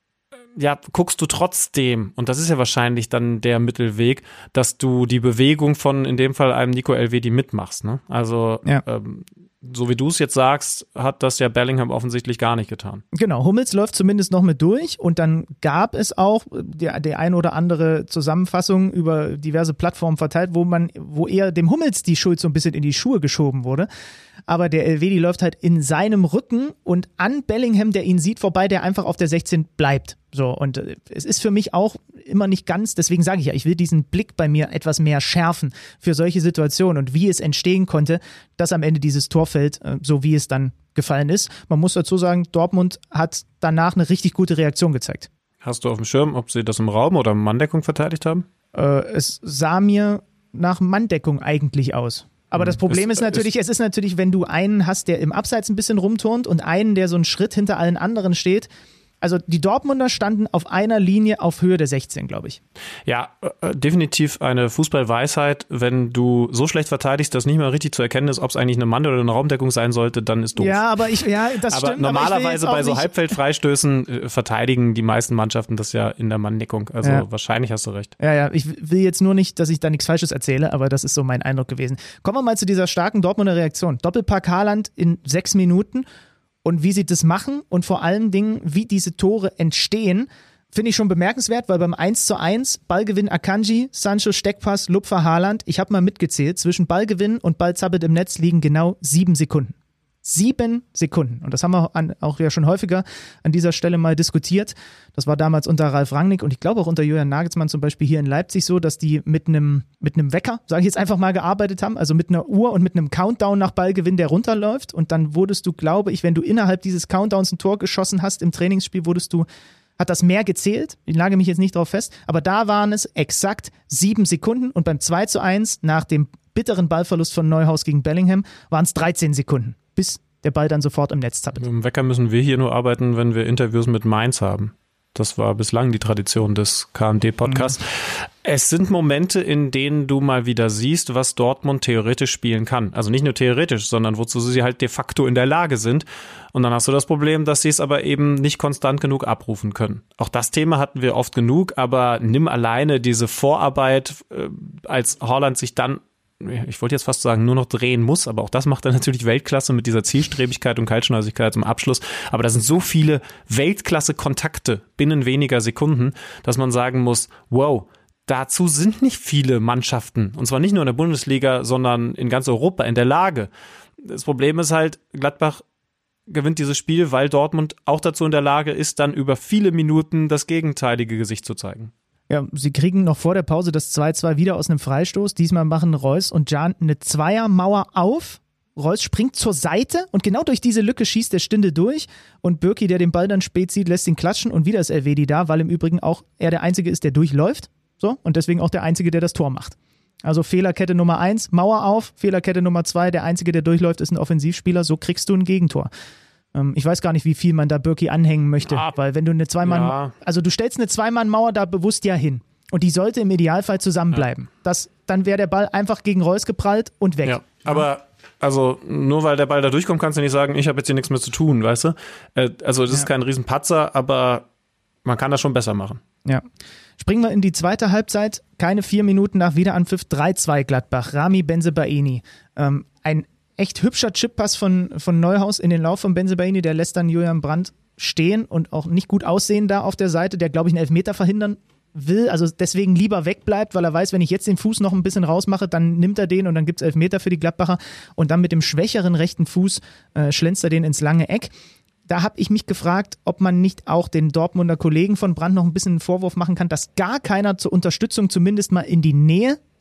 ja, guckst du trotzdem, und das ist ja wahrscheinlich dann der Mittelweg, dass du die Bewegung von, in dem Fall einem Nico Elvedi mitmachst, ne? Also, ja. ähm, so wie du es jetzt sagst, hat das ja Bellingham offensichtlich gar nicht getan. Genau, Hummels läuft zumindest noch mit durch und dann gab es auch die, die eine oder andere Zusammenfassung über diverse Plattformen verteilt, wo man, wo eher dem Hummels die Schuld so ein bisschen in die Schuhe geschoben wurde. Aber der Elvedi läuft halt in seinem Rücken und an Bellingham, der ihn sieht, vorbei, der einfach auf der sechzehn bleibt. So, und es ist für mich auch immer nicht ganz, deswegen sage ich ja, ich will diesen Blick bei mir etwas mehr schärfen für solche Situationen und wie es entstehen konnte, dass am Ende dieses Tor fällt, so wie es dann gefallen ist. Man muss dazu sagen, Dortmund hat danach eine richtig gute Reaktion gezeigt. Hast du auf dem Schirm, ob sie das im Raum oder Manndeckung verteidigt haben? Äh, es sah mir nach Manndeckung eigentlich aus. Aber das Problem ist, ist natürlich, ist, es ist natürlich, wenn du einen hast, der im Abseits ein bisschen rumturnt und einen, der so einen Schritt hinter allen anderen steht. Also die Dortmunder standen auf einer Linie auf Höhe der sechzehn, glaube ich. Ja, äh, definitiv eine Fußballweisheit. Wenn du so schlecht verteidigst, dass nicht mehr richtig zu erkennen ist, ob es eigentlich eine Mann- oder eine Raumdeckung sein sollte, dann ist doof. Ja, aber ich, ja, das aber stimmt. Normalerweise aber bei so Halbfeldfreistößen äh, verteidigen die meisten Mannschaften das ja in der Manndeckung. Also ja. Wahrscheinlich hast du recht. Ja, ja, ich will jetzt nur nicht, dass ich da nichts Falsches erzähle, aber das ist so mein Eindruck gewesen. Kommen wir mal zu dieser starken Dortmunder Reaktion. Doppelpack Haaland in sechs Minuten. Und wie sie das machen und vor allen Dingen, wie diese Tore entstehen, finde ich schon bemerkenswert, weil beim eins zu eins Ballgewinn Akanji, Sancho Steckpass, Lupfer Haaland, ich habe mal mitgezählt, zwischen Ballgewinn und Ballzappelt im Netz liegen genau sieben Sekunden. Sieben Sekunden. Und das haben wir an, auch ja schon häufiger an dieser Stelle mal diskutiert. Das war damals unter Ralf Rangnick und ich glaube auch unter Julian Nagelsmann zum Beispiel hier in Leipzig so, dass die mit einem mit einem Wecker, sage ich jetzt einfach mal, gearbeitet haben, also mit einer Uhr und mit einem Countdown nach Ballgewinn, der runterläuft. Und dann wurdest du, glaube ich, wenn du innerhalb dieses Countdowns ein Tor geschossen hast im Trainingsspiel, wurdest du, hat das mehr gezählt. Ich lage mich jetzt nicht drauf fest, aber da waren es exakt sieben Sekunden und beim zwei zu eins nach dem bitteren Ballverlust von Neuhaus gegen Bellingham waren es dreizehn Sekunden. Bis der Ball dann sofort im Netz zappelt. Mit dem Wecker müssen wir hier nur arbeiten, wenn wir Interviews mit Mainz haben. Das war bislang die Tradition des K M D-Podcasts. Mhm. Es sind Momente, in denen du mal wieder siehst, was Dortmund theoretisch spielen kann. Also nicht nur theoretisch, sondern wozu sie halt de facto in der Lage sind. Und dann hast du das Problem, dass sie es aber eben nicht konstant genug abrufen können. Auch das Thema hatten wir oft genug, aber nimm alleine diese Vorarbeit, äh, als Haaland sich dann, ich wollte jetzt fast sagen, nur noch drehen muss, aber auch das macht er natürlich Weltklasse mit dieser Zielstrebigkeit und Kaltschnäuzigkeit zum Abschluss. Aber da sind so viele Weltklasse-Kontakte binnen weniger Sekunden, dass man sagen muss, wow, dazu sind nicht viele Mannschaften, und zwar nicht nur in der Bundesliga, sondern in ganz Europa in der Lage. Das Problem ist halt, Gladbach gewinnt dieses Spiel, weil Dortmund auch dazu in der Lage ist, dann über viele Minuten das gegenteilige Gesicht zu zeigen. Ja, sie kriegen noch vor der Pause das zwei zu zwei wieder aus einem Freistoß. Diesmal machen Reus und Can eine Zweiermauer auf. Reus springt zur Seite und genau durch diese Lücke schießt der Stinde durch. Und Bürki, der den Ball dann spät sieht, lässt ihn klatschen. Und wieder ist Elvedi da, weil im Übrigen auch er der Einzige ist, der durchläuft. So, und deswegen auch der Einzige, der das Tor macht. Also Fehlerkette Nummer eins, Mauer auf. Fehlerkette Nummer zwei, der Einzige, der durchläuft, ist ein Offensivspieler. So kriegst du ein Gegentor. Ich weiß gar nicht, wie viel man da Bürki anhängen möchte, ah, weil wenn du eine Zweimann, ja. also du stellst eine Zweimann-Mauer da bewusst ja hin und die sollte im Idealfall zusammenbleiben. Ja. Das, dann wäre der Ball einfach gegen Reus geprallt und weg. Ja, aber also nur weil der Ball da durchkommt, kannst du nicht sagen, ich habe jetzt hier nichts mehr zu tun, weißt du? Also das ja. ist kein Riesenpatzer, aber man kann das schon besser machen. Ja. Springen wir in die zweite Halbzeit, keine vier Minuten nach Wiederanpfiff, drei zwei Gladbach, Rami Bensebaini. Ähm, ein echt hübscher Chippass von, von Neuhaus in den Lauf von Bensebaini, der lässt dann Julian Brandt stehen und auch nicht gut aussehen da auf der Seite, der, glaube ich, einen Elfmeter verhindern will, also deswegen lieber wegbleibt, weil er weiß, wenn ich jetzt den Fuß noch ein bisschen rausmache, dann nimmt er den und dann gibt es Elfmeter für die Gladbacher und dann mit dem schwächeren rechten Fuß äh, schlänzt er den ins lange Eck. Da habe ich mich gefragt, ob man nicht auch den Dortmunder Kollegen von Brandt noch ein bisschen einen Vorwurf machen kann, dass gar keiner zur Unterstützung zumindest mal in die Nähe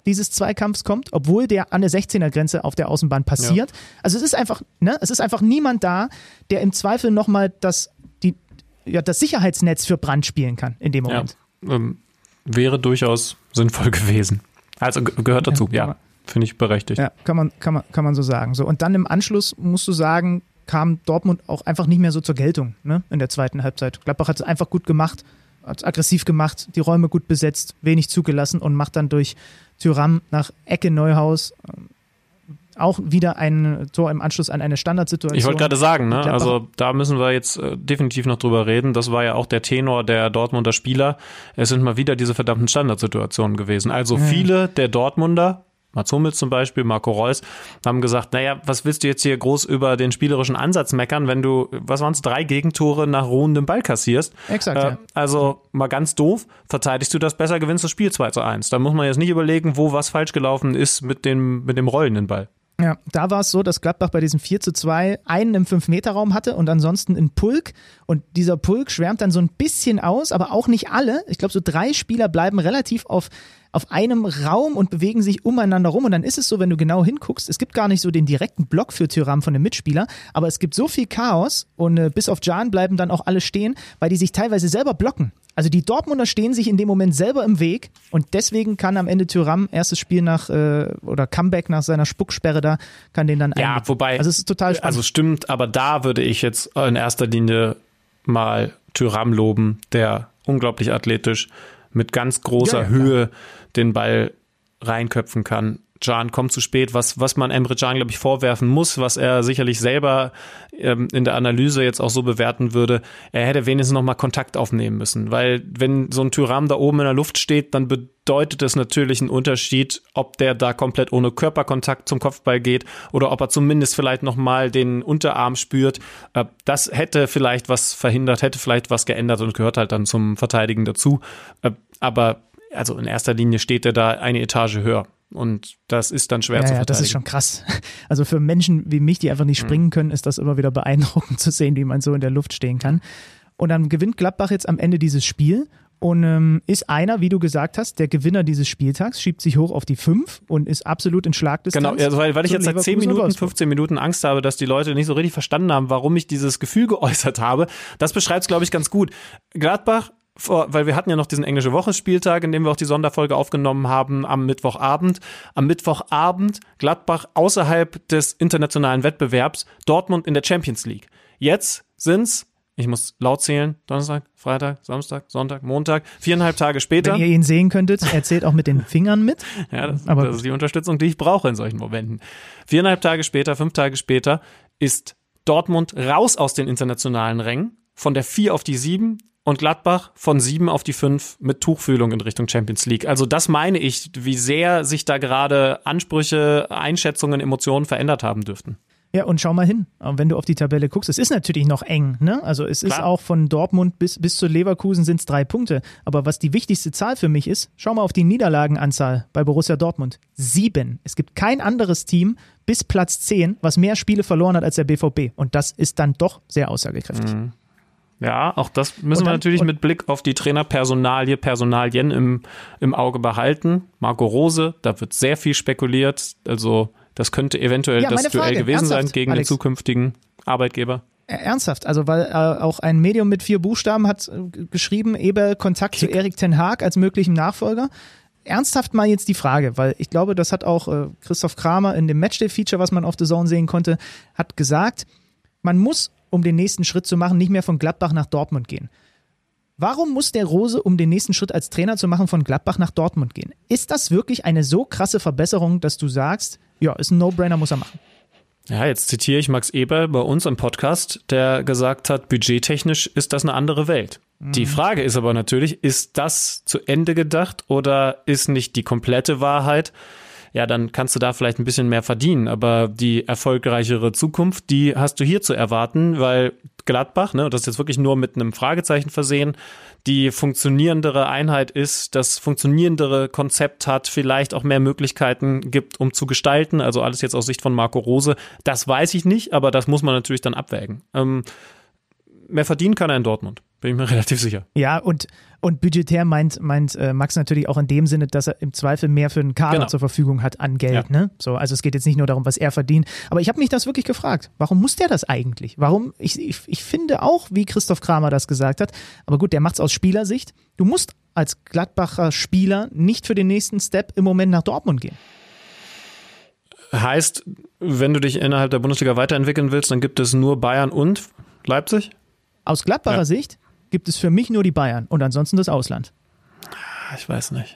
dieses Zweikampfs kommt, obwohl der an der sechzehner-Grenze auf der Außenbahn passiert. Ja. Also es ist einfach, ne, es ist einfach niemand da, der im Zweifel nochmal das, die, ja, das Sicherheitsnetz für Brandt spielen kann in dem Moment. Ja, ähm, wäre durchaus sinnvoll gewesen. Also g- gehört dazu, ja. ja. Finde ich berechtigt. Ja, kann man, kann man, kann man so sagen. So, und dann im Anschluss musst du sagen, kam Dortmund auch einfach nicht mehr so zur Geltung, ne, in der zweiten Halbzeit. Gladbach hat es einfach gut gemacht, hat es aggressiv gemacht, die Räume gut besetzt, wenig zugelassen und macht dann durch Thuram nach Ecke Neuhaus auch wieder ein Tor im Anschluss an eine Standardsituation. Ich wollte gerade sagen, ne? Also da müssen wir jetzt äh, definitiv noch drüber reden. Das war ja auch der Tenor der Dortmunder Spieler. Es sind mal wieder diese verdammten Standardsituationen gewesen. Also ja. viele der Dortmunder, Mats Hummels zum Beispiel, Marco Reus, haben gesagt, naja, was willst du jetzt hier groß über den spielerischen Ansatz meckern, wenn du, was waren es, drei Gegentore nach ruhendem Ball kassierst? Exakt, äh, ja. Also mal ganz doof, verteidigst du das besser, gewinnst das Spiel zwei zu eins. Da muss man jetzt nicht überlegen, wo was falsch gelaufen ist mit dem, mit dem rollenden Ball. Ja, da war es so, dass Gladbach bei diesem vier zu zwei einen im fünf Meter Raum hatte und ansonsten einen Pulk. Und dieser Pulk schwärmt dann so ein bisschen aus, aber auch nicht alle. Ich glaube, so drei Spieler bleiben relativ auf, auf einem Raum und bewegen sich umeinander rum. Und dann ist es so, wenn du genau hinguckst, es gibt gar nicht so den direkten Block für Thuram von dem Mitspieler, aber es gibt so viel Chaos und äh, bis auf Can bleiben dann auch alle stehen, weil die sich teilweise selber blocken. Also die Dortmunder stehen sich in dem Moment selber im Weg und deswegen kann am Ende Thuram erstes Spiel nach äh, oder Comeback nach seiner Spucksperre da, kann den dann Ja, einbinden. wobei, also es ist total spannend. Also stimmt, aber da würde ich jetzt in erster Linie mal Thuram loben, der unglaublich athletisch mit ganz großer ja, ja, Höhe den Ball reinköpfen kann. Can kommt zu spät, was, was man Emre Can, glaube ich, vorwerfen muss, was er sicherlich selber ähm, in der Analyse jetzt auch so bewerten würde, er hätte wenigstens noch mal Kontakt aufnehmen müssen, weil wenn so ein Thuram da oben in der Luft steht, dann bedeutet das natürlich einen Unterschied, ob der da komplett ohne Körperkontakt zum Kopfball geht oder ob er zumindest vielleicht noch mal den Unterarm spürt. Äh, das hätte vielleicht was verhindert, hätte vielleicht was geändert und gehört halt dann zum Verteidigen dazu. Äh, aber also in erster Linie steht er da eine Etage höher. Und das ist dann schwer ja, zu ja, verteidigen. Das ist schon krass. Also für Menschen wie mich, die einfach nicht springen können, ist das immer wieder beeindruckend zu sehen, wie man so in der Luft stehen kann. Und dann gewinnt Gladbach jetzt am Ende dieses Spiel und ähm, ist einer, wie du gesagt hast, der Gewinner dieses Spieltags, schiebt sich hoch auf die fünf und ist absolut in Schlagdistanz. Genau, also weil, weil ich jetzt seit zehn Minuten, fünfzehn Minuten Angst habe, dass die Leute nicht so richtig verstanden haben, warum ich dieses Gefühl geäußert habe. Das beschreibt es, glaube ich, ganz gut. Gladbach, Vor, weil wir hatten ja noch diesen englische Wochenspieltag, in dem wir auch die Sonderfolge aufgenommen haben am Mittwochabend. Am Mittwochabend Gladbach außerhalb des internationalen Wettbewerbs, Dortmund in der Champions League. Jetzt sind's, ich muss laut zählen, Donnerstag, Freitag, Samstag, Sonntag, Montag, viereinhalb Tage später. Wenn ihr ihn sehen könntet, er zählt auch mit den Fingern mit. Ja, das, Aber das ist die Unterstützung, die ich brauche in solchen Momenten. Viereinhalb Tage später, fünf Tage später ist Dortmund raus aus den internationalen Rängen, von der vier auf die sieben. Und Gladbach von sieben auf die fünf mit Tuchfühlung in Richtung Champions League. Also das meine ich, wie sehr sich da gerade Ansprüche, Einschätzungen, Emotionen verändert haben dürften. Ja, und schau mal hin, wenn du auf die Tabelle guckst, es ist natürlich noch eng, ne? Also es Klar. ist auch von Dortmund bis, bis zu Leverkusen sind es drei Punkte. Aber was die wichtigste Zahl für mich ist, schau mal auf die Niederlagenanzahl bei Borussia Dortmund. Sieben. Es gibt kein anderes Team bis Platz zehn, was mehr Spiele verloren hat als der B V B. Und das ist dann doch sehr aussagekräftig. Mhm. Ja, auch das müssen dann, wir natürlich mit Blick auf die Trainerpersonalie, Personalien im, im Auge behalten. Marco Rose, da wird sehr viel spekuliert. Also das könnte eventuell ja, das Frage, Duell gewesen ernsthaft, sein gegen Alex? den zukünftigen Arbeitgeber. Ernsthaft, also weil äh, auch ein Medium mit vier Buchstaben hat äh, geschrieben, Eberl Kontakt Kick. zu Erik ten Hag als möglichen Nachfolger. Ernsthaft mal jetzt die Frage, weil ich glaube, das hat auch äh, Christoph Kramer in dem Matchday-Feature, was man auf The Zone sehen konnte, hat gesagt, man muss, um den nächsten Schritt zu machen, nicht mehr von Gladbach nach Dortmund gehen. Warum muss der Rose, um den nächsten Schritt als Trainer zu machen, von Gladbach nach Dortmund gehen? Ist das wirklich eine so krasse Verbesserung, dass du sagst, ja, ist ein No-Brainer, muss er machen? Ja, jetzt zitiere ich Max Eberl bei uns im Podcast, der gesagt hat, budgettechnisch ist das eine andere Welt. Mhm. Die Frage ist aber natürlich, ist das zu Ende gedacht oder ist nicht die komplette Wahrheit? Ja, dann kannst du da vielleicht ein bisschen mehr verdienen, aber die erfolgreichere Zukunft, die hast du hier zu erwarten, weil Gladbach, ne, das ist jetzt wirklich nur mit einem Fragezeichen versehen, die funktionierendere Einheit ist, das funktionierendere Konzept hat, vielleicht auch mehr Möglichkeiten gibt, um zu gestalten, also alles jetzt aus Sicht von Marco Rose, das weiß ich nicht, aber das muss man natürlich dann abwägen. Ähm, mehr verdienen kann er in Dortmund. Bin ich mir relativ sicher. Ja, und, und budgetär meint, meint äh, Max natürlich auch in dem Sinne, dass er im Zweifel mehr für den Kader genau. zur Verfügung hat an Geld. Ja. Ne? So, also es geht jetzt nicht nur darum, was er verdient. Aber ich habe mich das wirklich gefragt. Warum muss der das eigentlich? Warum? Ich, ich, ich finde auch, wie Christoph Kramer das gesagt hat, aber gut, der macht es aus Spielersicht. Du musst als Gladbacher Spieler nicht für den nächsten Step im Moment nach Dortmund gehen. Heißt, wenn du dich innerhalb der Bundesliga weiterentwickeln willst, dann gibt es nur Bayern und Leipzig? Aus Gladbacher Ja. Sicht gibt es für mich nur die Bayern und ansonsten das Ausland. Ich weiß nicht.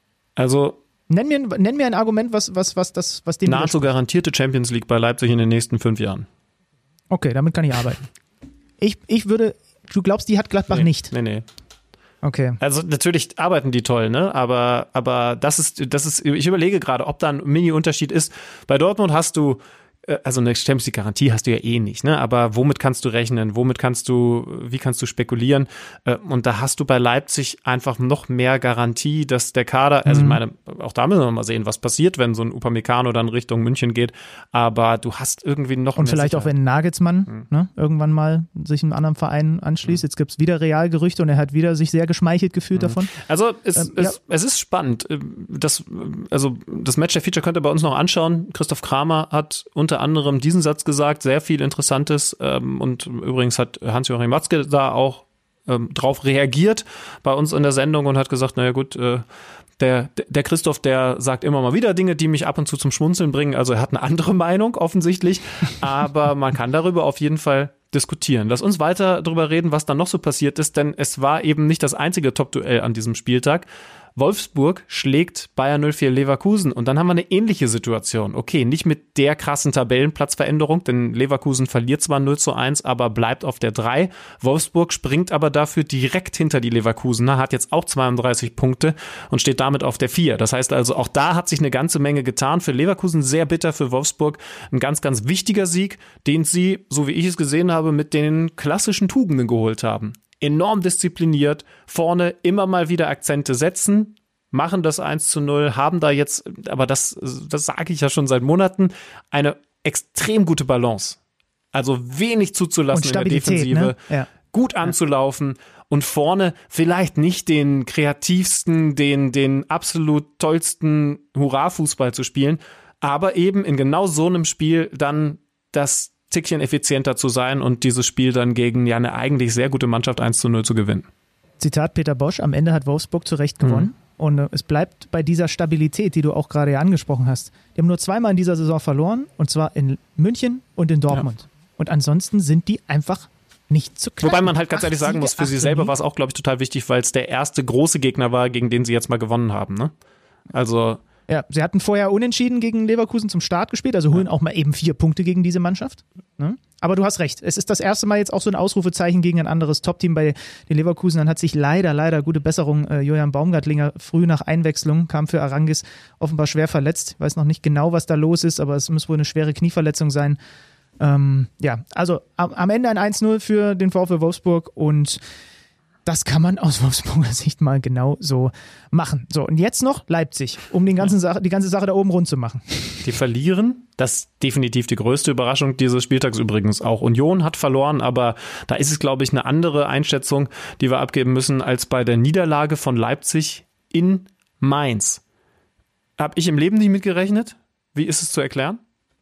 Also Nenn mir, nenn mir ein Argument, was, was, was, das, was dem nahezu garantierte Champions League bei Leipzig in den nächsten fünf Jahren. Okay, damit kann ich arbeiten. Ich, ich würde, du glaubst, die hat Gladbach nee, nicht? Nee, nee. Okay. Also natürlich arbeiten die toll, ne? Aber, aber das ist, das ist, ich überlege gerade, ob da ein Mini-Unterschied ist. Bei Dortmund hast du, also eine Champions League-Garantie hast du ja eh nicht, ne? Aber womit kannst du rechnen? Womit kannst du, wie kannst du spekulieren? Und da hast du bei Leipzig einfach noch mehr Garantie, dass der Kader, also ich meine, auch da müssen wir mal sehen, was passiert, wenn so ein Upamecano dann Richtung München geht. Aber du hast irgendwie noch Und mehr vielleicht auch, Sicherheit. wenn Nagelsmann Mhm. ne, irgendwann mal sich einem anderen Verein anschließt. Jetzt gibt es wieder Realgerüchte und er hat wieder sich sehr geschmeichelt gefühlt Mhm. davon. Also es, Ähm, es, ja. es ist spannend. Das, also das Match der Feature könnt ihr bei uns noch anschauen. Christoph Kramer hat unter anderem diesen Satz gesagt, sehr viel Interessantes. Ähm, und übrigens hat Hans-Joachim Watzke da auch ähm, drauf reagiert bei uns in der Sendung und hat gesagt, naja gut, äh, der, der Christoph, der sagt immer mal wieder Dinge, die mich ab und zu zum Schmunzeln bringen. Also er hat eine andere Meinung offensichtlich, aber man kann darüber auf jeden Fall diskutieren. Lass uns weiter darüber reden, was dann noch so passiert ist, denn es war eben nicht das einzige Top-Duell an diesem Spieltag. Wolfsburg schlägt Bayer null vier Leverkusen und dann haben wir eine ähnliche Situation. Okay, nicht mit der krassen Tabellenplatzveränderung, denn Leverkusen verliert zwar null zu eins, aber bleibt auf der drei. Wolfsburg springt aber dafür direkt hinter die Leverkusener, hat jetzt auch zweiunddreißig Punkte und steht damit auf der vier. Das heißt also, auch da hat sich eine ganze Menge getan. Für Leverkusen sehr bitter, für Wolfsburg ein ganz, ganz wichtiger Sieg, den sie, so wie ich es gesehen habe, mit den klassischen Tugenden geholt haben. Enorm diszipliniert, vorne immer mal wieder Akzente setzen, machen das eins zu null, haben da jetzt, aber das, das sage ich ja schon seit Monaten, eine extrem gute Balance. Also wenig zuzulassen in der Defensive, ne? Ja. gut anzulaufen und vorne vielleicht nicht den kreativsten, den, den absolut tollsten Hurra-Fußball zu spielen, aber eben in genau so einem Spiel dann das Tickchen effizienter zu sein und dieses Spiel dann gegen ja eine eigentlich sehr gute Mannschaft eins zu null zu gewinnen. Zitat Peter Bosch, am Ende hat Wolfsburg zu Recht gewonnen. Mhm. Und äh, es bleibt bei dieser Stabilität, die du auch gerade ja angesprochen hast. Die haben nur zweimal in dieser Saison verloren, und zwar in München und in Dortmund. Ja. Und ansonsten sind die einfach nicht zu knacken. Wobei man halt ganz Acht ehrlich sagen Siege, muss, für acht sie selber Siege. war es auch, glaube ich, total wichtig, weil es der erste große Gegner war, gegen den sie jetzt mal gewonnen haben. Ne? Also Ja, sie hatten vorher unentschieden gegen Leverkusen zum Start gespielt, also holen ja. auch mal eben vier Punkte gegen diese Mannschaft. Ne? Aber du hast recht, es ist das erste Mal jetzt auch so ein Ausrufezeichen gegen ein anderes Top-Team bei den Leverkusen. Dann hat sich leider, leider, gute Besserung, äh, Julian Baumgartlinger früh nach Einwechslung, kam für Arangis offenbar schwer verletzt. Ich weiß noch nicht genau, was da los ist, aber es muss wohl eine schwere Knieverletzung sein. Ähm, ja, also am, am Ende ein eins null für den VfL Wolfsburg und das kann man aus Wolfsburger Sicht mal genau so machen. So, und jetzt noch Leipzig, um den ganzen Sache, die ganze Sache da oben rund zu machen. Die verlieren, das ist definitiv die größte Überraschung dieses Spieltags übrigens. Auch Union hat verloren, aber da ist es, glaube ich, eine andere Einschätzung, die wir abgeben müssen, als bei der Niederlage von Leipzig in Mainz. Habe ich im Leben nicht mitgerechnet? Wie ist es zu erklären?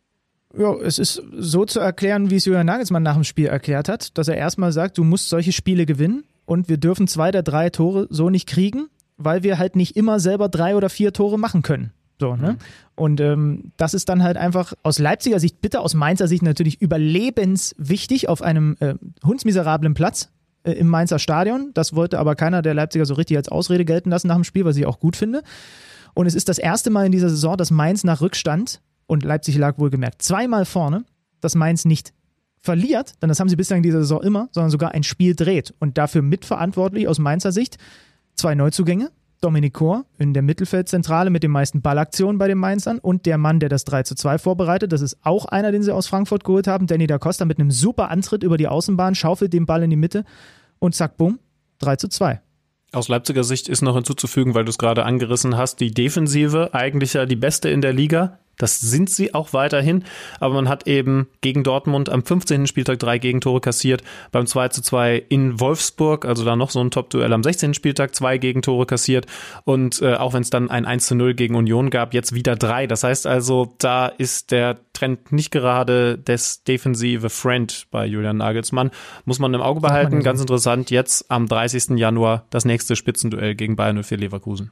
Ja, es ist so zu erklären, wie es Julian Nagelsmann nach dem Spiel erklärt hat, dass er erstmal sagt, du musst solche Spiele gewinnen. Und wir dürfen zwei der drei Tore so nicht kriegen, weil wir halt nicht immer selber drei oder vier Tore machen können. So, ne? Mhm. Und ähm, das ist dann halt einfach aus Leipziger Sicht bitter, aus Mainzer Sicht natürlich überlebenswichtig auf einem äh, hundsmiserablen Platz äh, im Mainzer Stadion. Das wollte aber keiner der Leipziger so richtig als Ausrede gelten lassen nach dem Spiel, was ich auch gut finde. Und es ist das erste Mal in dieser Saison, dass Mainz nach Rückstand, und Leipzig lag wohlgemerkt zweimal vorne, dass Mainz nicht verliert, denn das haben sie bislang in dieser Saison immer, sondern sogar ein Spiel dreht. Und dafür mitverantwortlich aus Mainzer Sicht zwei Neuzugänge, Dominik Kor in der Mittelfeldzentrale mit den meisten Ballaktionen bei den Mainzern und der Mann, der das drei zu zwei vorbereitet, das ist auch einer, den sie aus Frankfurt geholt haben, Danny da Costa mit einem super Antritt über die Außenbahn, schaufelt den Ball in die Mitte und zack, bumm, drei zu zwei. Aus Leipziger Sicht ist noch hinzuzufügen, weil du es gerade angerissen hast, die Defensive eigentlich ja die beste in der Liga, Das sind sie auch weiterhin, aber man hat eben gegen Dortmund am fünfzehnten Spieltag drei Gegentore kassiert, beim zwei zu zwei in Wolfsburg, also da noch so ein Top-Duell am sechzehnten Spieltag, zwei Gegentore kassiert und äh, auch wenn es dann ein eins zu null gegen Union gab, jetzt wieder drei. Das heißt also, da ist der Trend nicht gerade des defensive Friend bei Julian Nagelsmann. Muss man im Auge behalten. Ganz interessant, jetzt am dreißigsten Januar das nächste Spitzenduell gegen Bayern null vier Leverkusen.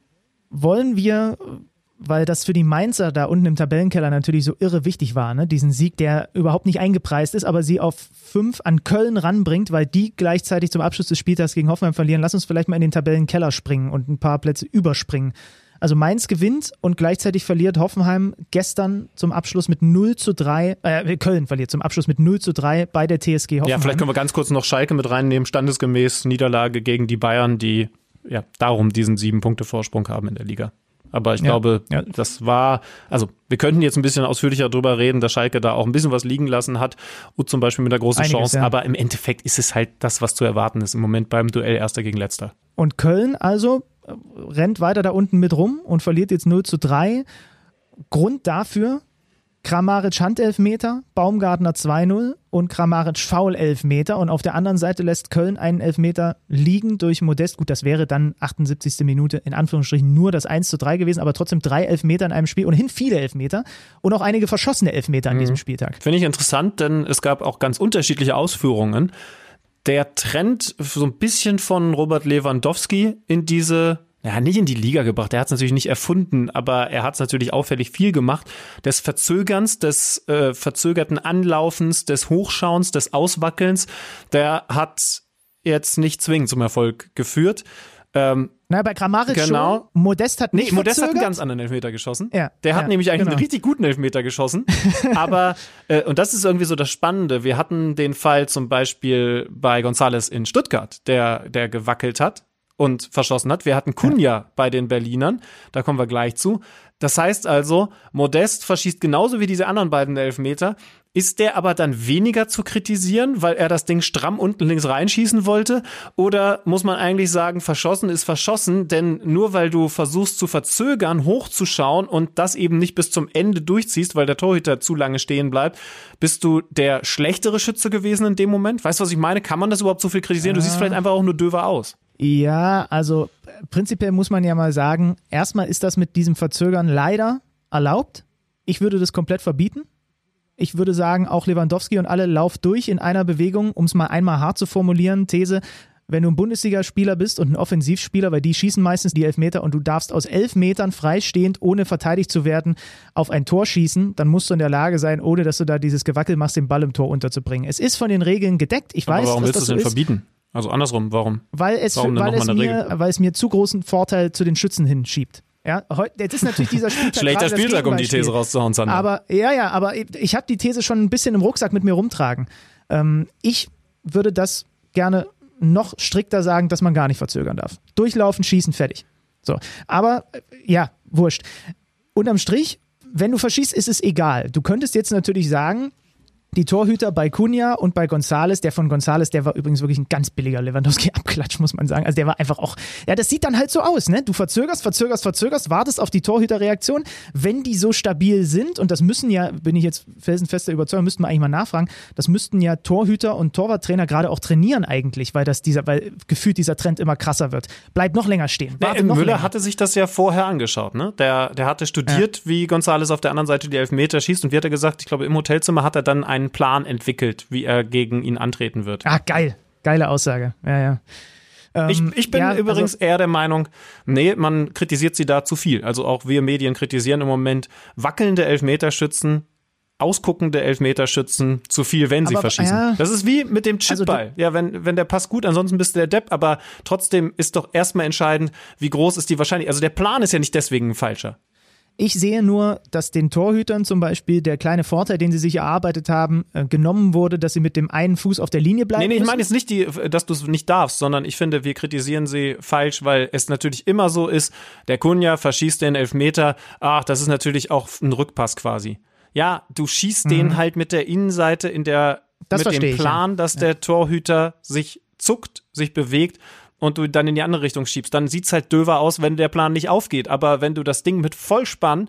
Wollen wir... weil das für die Mainzer da unten im Tabellenkeller natürlich so irre wichtig war, ne? Diesen Sieg, der überhaupt nicht eingepreist ist, aber sie auf fünf an Köln ranbringt, weil die gleichzeitig zum Abschluss des Spieltags gegen Hoffenheim verlieren. Lass uns vielleicht mal in den Tabellenkeller springen und ein paar Plätze überspringen. Also Mainz gewinnt und gleichzeitig verliert Hoffenheim gestern zum Abschluss mit null zu drei, äh, Köln verliert zum Abschluss mit null zu drei bei der T S G Hoffenheim. Ja, vielleicht können wir ganz kurz noch Schalke mit reinnehmen, standesgemäß Niederlage gegen die Bayern, die ja darum diesen sieben Punkte Vorsprung haben in der Liga. Aber ich ja, glaube, ja. das war, also wir könnten jetzt ein bisschen ausführlicher drüber reden, dass Schalke da auch ein bisschen was liegen lassen hat und zum Beispiel mit einer großen Einiges, Chance, ja. aber im Endeffekt ist es halt das, was zu erwarten ist im Moment beim Duell Erster gegen Letzter. Und Köln also rennt weiter da unten mit rum und verliert jetzt null zu drei. Grund dafür, Kramaric Handelfmeter, Baumgartner zwei null und Kramaric Foul-Elfmeter und auf der anderen Seite lässt Köln einen Elfmeter liegen durch Modest. Gut, das wäre dann achtundsiebzigste Minute in Anführungsstrichen nur das eins zu drei gewesen, aber trotzdem drei Elfmeter in einem Spiel, ohnehin viele Elfmeter und auch einige verschossene Elfmeter an mhm. diesem Spieltag. Finde ich interessant, denn es gab auch ganz unterschiedliche Ausführungen. Der Trend so ein bisschen von Robert Lewandowski in diese Ja, nicht in die Liga gebracht, er hat es natürlich nicht erfunden, aber er hat es natürlich auffällig viel gemacht, des Verzögerns, des äh, verzögerten Anlaufens, des Hochschauens, des Auswackelns, der hat jetzt nicht zwingend zum Erfolg geführt. Ähm, Na, bei Kramaric genau. schon. Modest hat nicht Nee, Modest verzögert. hat einen ganz anderen Elfmeter geschossen. Ja, der hat ja, nämlich eigentlich genau. einen richtig guten Elfmeter geschossen. Aber, äh, und das ist irgendwie so das Spannende, wir hatten den Fall zum Beispiel bei González in Stuttgart, der, der gewackelt hat und verschossen hat. Wir hatten Cunha ja. bei den Berlinern, da kommen wir gleich zu. Das heißt also, Modest verschießt genauso wie diese anderen beiden Elfmeter. Ist der aber dann weniger zu kritisieren, weil er das Ding stramm unten links reinschießen wollte? Oder muss man eigentlich sagen, verschossen ist verschossen, denn nur weil du versuchst zu verzögern, hochzuschauen und das eben nicht bis zum Ende durchziehst, weil der Torhüter zu lange stehen bleibt, bist du der schlechtere Schütze gewesen in dem Moment? Weißt du, was ich meine? Kann man das überhaupt so viel kritisieren? Du siehst vielleicht einfach auch nur döver aus. Ja, also prinzipiell muss man ja mal sagen, erstmal ist das mit diesem Verzögern leider erlaubt. Ich würde das komplett verbieten. Ich würde sagen, auch Lewandowski und alle lauf durch in einer Bewegung, um es mal einmal hart zu formulieren. These, wenn du ein Bundesligaspieler bist und ein Offensivspieler, weil die schießen meistens die Elfmeter und du darfst aus elf Metern freistehend, ohne verteidigt zu werden, auf ein Tor schießen, dann musst du in der Lage sein, ohne dass du da dieses Gewackel machst, den Ball im Tor unterzubringen. Es ist von den Regeln gedeckt. Ich Aber weiß, warum dass willst du das es denn so ist. verbieten? Also andersrum, warum? Weil es, warum weil, es mir, Regel? weil es mir zu großen Vorteil zu den Schützen hinschiebt. Ja, heute, jetzt ist natürlich dieser Spieltag schlechter Spieltag, um die These rauszuhauen, Sander. Aber ja, ja, aber ich habe die These schon ein bisschen im Rucksack mit mir rumtragen. Ähm, ich würde das gerne noch strikter sagen, dass man gar nicht verzögern darf. Durchlaufen, schießen, fertig. So, aber ja, wurscht. Unterm Strich, wenn du verschießt, ist es egal. Du könntest jetzt natürlich sagen, die Torhüter bei Cunha und bei González, der von González, der war übrigens wirklich ein ganz billiger Lewandowski-Abklatsch, muss man sagen. Also der war einfach auch, ja, das sieht dann halt so aus, ne? Du verzögerst, verzögerst, verzögerst, wartest auf die Torhüterreaktion. Wenn die so stabil sind, und das müssen ja, bin ich jetzt felsenfester Überzeugung, müssten wir eigentlich mal nachfragen, das müssten ja Torhüter und Torwarttrainer gerade auch trainieren eigentlich, weil das dieser, weil gefühlt dieser Trend immer krasser wird. Bleib noch länger stehen. Warte nee, noch Müller länger. hatte sich das ja vorher angeschaut, ne? Der, der hatte studiert, ja. wie González auf der anderen Seite die Elfmeter schießt und wie hat er gesagt, ich glaube im Hotelzimmer hat er dann einen Plan entwickelt, wie er gegen ihn antreten wird. Ah, geil. Geile Aussage. Ja, ja. Ähm, ich, ich bin ja, übrigens also, eher der Meinung, nee, man kritisiert sie da zu viel. Also auch wir Medien kritisieren im Moment wackelnde Elfmeterschützen, ausguckende Elfmeterschützen zu viel, wenn sie aber, verschießen. Ja, das ist wie mit dem Chipball. Also, ja, wenn, wenn der passt gut, ansonsten bist du der Depp, aber trotzdem ist doch erstmal entscheidend, wie groß ist die Wahrscheinlichkeit. Also der Plan ist ja nicht deswegen ein falscher. Ich sehe nur, dass den Torhütern zum Beispiel der kleine Vorteil, den sie sich erarbeitet haben, äh, genommen wurde, dass sie mit dem einen Fuß auf der Linie bleiben Nee, nee, ich müssen. meine jetzt nicht, die, dass du es nicht darfst, sondern ich finde, wir kritisieren sie falsch, weil es natürlich immer so ist, der Cunha verschießt den Elfmeter, ach, das ist natürlich auch ein Rückpass quasi. Ja, du schießt mhm. den halt mit der Innenseite in der, das mit dem Plan, ich, ja. dass ja. der Torhüter sich zuckt, sich bewegt und du dann in die andere Richtung schiebst. Dann sieht's halt döver aus, wenn der Plan nicht aufgeht. Aber wenn du das Ding mit Vollspann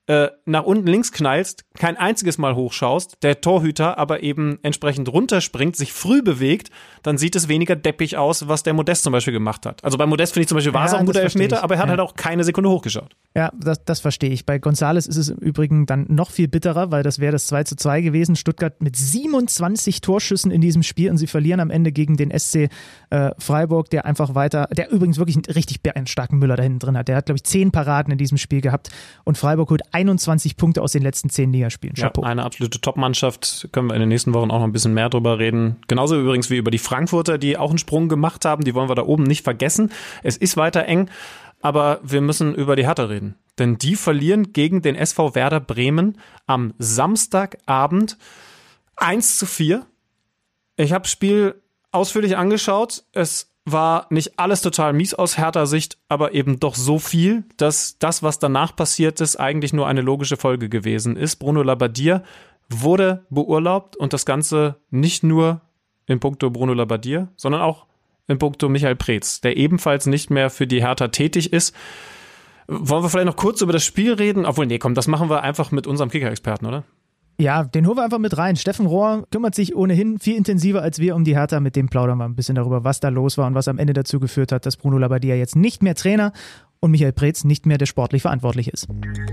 äh, nach unten links knallst, kein einziges Mal hochschaust, der Torhüter aber eben entsprechend runterspringt, sich früh bewegt, dann sieht es weniger deppig aus, was der Modest zum Beispiel gemacht hat. Also bei Modest finde ich zum Beispiel, war es Ja, auch ein guter das verstehe Elfmeter, ich. aber er hat Ja. halt auch keine Sekunde hochgeschaut. Ja, das, das verstehe ich. Bei González ist es im Übrigen dann noch viel bitterer, weil das wäre das zwei zu zwei gewesen. Stuttgart mit siebenundzwanzig Torschüssen in diesem Spiel und sie verlieren am Ende gegen den S C äh, Freiburg, der einfach weiter, der übrigens wirklich einen richtig einen starken Müller da hinten drin hat. Der hat, glaube ich, zehn Paraden in diesem Spiel gehabt und Freiburg holt einundzwanzig Punkte aus den letzten zehn Ligaspielen. Ja, Chapeau. eine absolute Top-Mannschaft, können wir in den nächsten Wochen auch noch ein bisschen mehr drüber reden. Genauso übrigens wie über die Frankfurter, die auch einen Sprung gemacht haben, die wollen wir da oben nicht vergessen. Es ist weiter eng, aber wir müssen über die Hertha reden. Denn die verlieren gegen den S V Werder Bremen am Samstagabend eins zu vier. Ich habe das Spiel ausführlich angeschaut. Es war nicht alles total mies aus Hertha-Sicht, aber eben doch so viel, dass das, was danach passiert ist, eigentlich nur eine logische Folge gewesen ist. Bruno Labbadia wurde beurlaubt und das Ganze nicht nur in puncto Bruno Labbadia, sondern auch in puncto Michael Preetz, der ebenfalls nicht mehr für die Hertha tätig ist. Wollen wir vielleicht noch kurz über das Spiel reden? Obwohl, nee, komm, das machen wir einfach mit unserem Kicker-Experten, oder? Ja, den holen wir einfach mit rein. Steffen Rohr kümmert sich ohnehin viel intensiver als wir um die Hertha. Mit dem plaudern wir ein bisschen darüber, was da los war und was am Ende dazu geführt hat, dass Bruno Labbadia jetzt nicht mehr Trainer und Michael Preetz nicht mehr der sportlich Verantwortliche ist.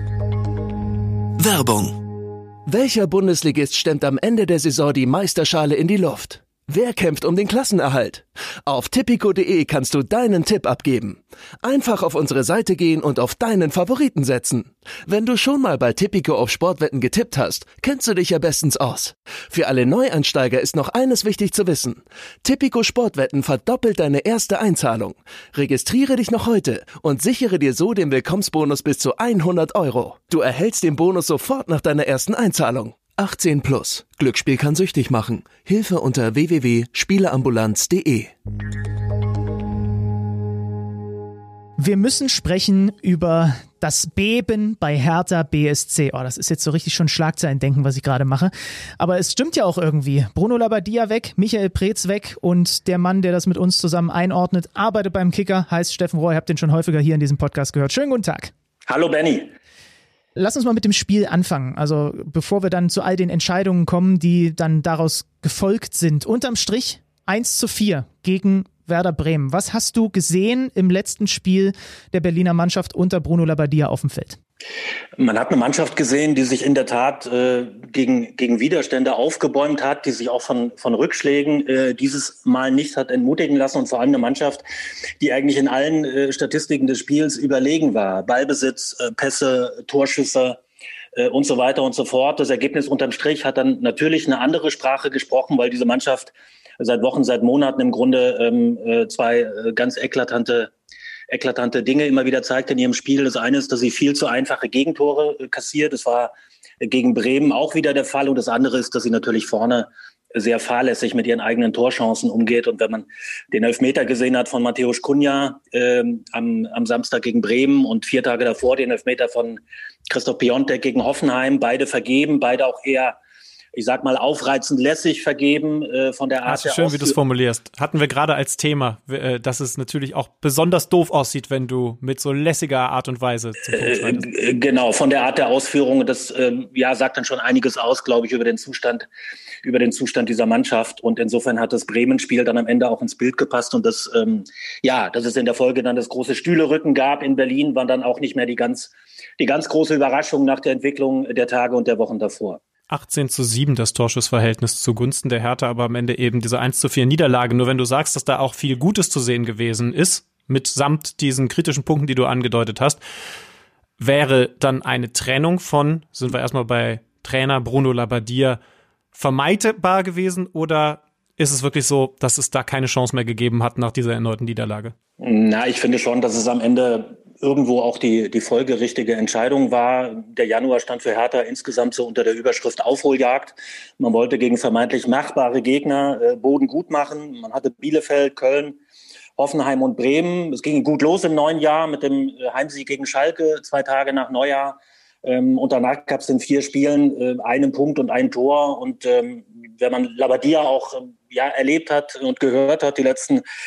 Werbung. Welcher Bundesligist stemmt am Ende der Saison die Meisterschale in die Luft? Wer kämpft um den Klassenerhalt? Auf tipico punkt de kannst du deinen Tipp abgeben. Einfach auf unsere Seite gehen und auf deinen Favoriten setzen. Wenn du schon mal bei Tipico auf Sportwetten getippt hast, kennst du dich ja bestens aus. Für alle Neueinsteiger ist noch eines wichtig zu wissen. Tipico Sportwetten verdoppelt deine erste Einzahlung. Registriere dich noch heute und sichere dir so den Willkommensbonus bis zu hundert Euro. Du erhältst den Bonus sofort nach deiner ersten Einzahlung. achtzehn plus. Glücksspiel kann süchtig machen. Hilfe unter w w w punkt spieleambulanz punkt de. Wir müssen sprechen über das Beben bei Hertha B S C. Oh, das ist jetzt so richtig schon Schlagzeilendenken, was ich gerade mache. Aber es stimmt ja auch irgendwie. Bruno Labbadia weg, Michael Preetz weg und der Mann, der das mit uns zusammen einordnet, arbeitet beim Kicker, heißt Steffen Rohr. Ihr habt den schon häufiger hier in diesem Podcast gehört. Schönen guten Tag. Hallo Benny. Lass uns mal mit dem Spiel anfangen. Also bevor wir dann zu all den Entscheidungen kommen, die dann daraus gefolgt sind. Unterm Strich eins zu vier gegen Werder Bremen. Was hast du gesehen im letzten Spiel der Berliner Mannschaft unter Bruno Labbadia auf dem Feld? Man hat eine Mannschaft gesehen, die sich in der Tat äh, gegen, gegen Widerstände aufgebäumt hat, die sich auch von, von Rückschlägen äh, dieses Mal nicht hat entmutigen lassen und vor allem eine Mannschaft, die eigentlich in allen äh, Statistiken des Spiels überlegen war. Ballbesitz, äh, Pässe, Torschüsse äh, und so weiter und so fort. Das Ergebnis unterm Strich hat dann natürlich eine andere Sprache gesprochen, weil diese Mannschaft seit Wochen, seit Monaten im Grunde ähm, äh, zwei äh, ganz eklatante eklatante Dinge immer wieder zeigt in ihrem Spiel. Das eine ist, dass sie viel zu einfache Gegentore äh, kassiert. Das war äh, gegen Bremen auch wieder der Fall. Und das andere ist, dass sie natürlich vorne sehr fahrlässig mit ihren eigenen Torchancen umgeht. Und wenn man den Elfmeter gesehen hat von Mateusz Cunha äh, am, am Samstag gegen Bremen und vier Tage davor den Elfmeter von Christoph Piontek gegen Hoffenheim, beide vergeben, beide auch eher, ich sag mal, aufreizend lässig vergeben äh, von der Art das ist der schön, wie du es Ausführung. formulierst. Hatten wir gerade als Thema, äh, dass es natürlich auch besonders doof aussieht, wenn du mit so lässiger Art und Weise zum Punkt schreitest. Äh, genau, von der Art der Ausführung. Das ähm, ja, sagt dann schon einiges aus, glaube ich, über den Zustand, über den Zustand dieser Mannschaft. Und insofern hat das Bremen-Spiel dann am Ende auch ins Bild gepasst. Und das, ähm, ja, dass es in der Folge dann das große Stühlerücken gab in Berlin, war dann auch nicht mehr die ganz, die ganz große Überraschung nach der Entwicklung der Tage und der Wochen davor. achtzehn zu sieben das Torschussverhältnis zugunsten der Hertha, aber am Ende eben diese eins zu vier Niederlage. Nur wenn du sagst, dass da auch viel Gutes zu sehen gewesen ist, mitsamt diesen kritischen Punkten, die du angedeutet hast, wäre dann eine Trennung von, sind wir erstmal bei Trainer Bruno Labbadia, vermeidbar gewesen oder ist es wirklich so, dass es da keine Chance mehr gegeben hat nach dieser erneuten Niederlage? Na, ich finde schon, dass es am Ende irgendwo auch die, die folgerichtige Entscheidung war. Der Januar stand für Hertha insgesamt so unter der Überschrift Aufholjagd. Man wollte gegen vermeintlich machbare Gegner äh, Boden gut machen. Man hatte Bielefeld, Köln, Hoffenheim und Bremen. Es ging gut los im neuen Jahr mit dem Heimsieg gegen Schalke, zwei Tage nach Neujahr. Ähm, und danach gab es in vier Spielen äh, einen Punkt und ein Tor. Und ähm, wenn man Labbadia auch äh, ja, erlebt hat und gehört hat, die letzten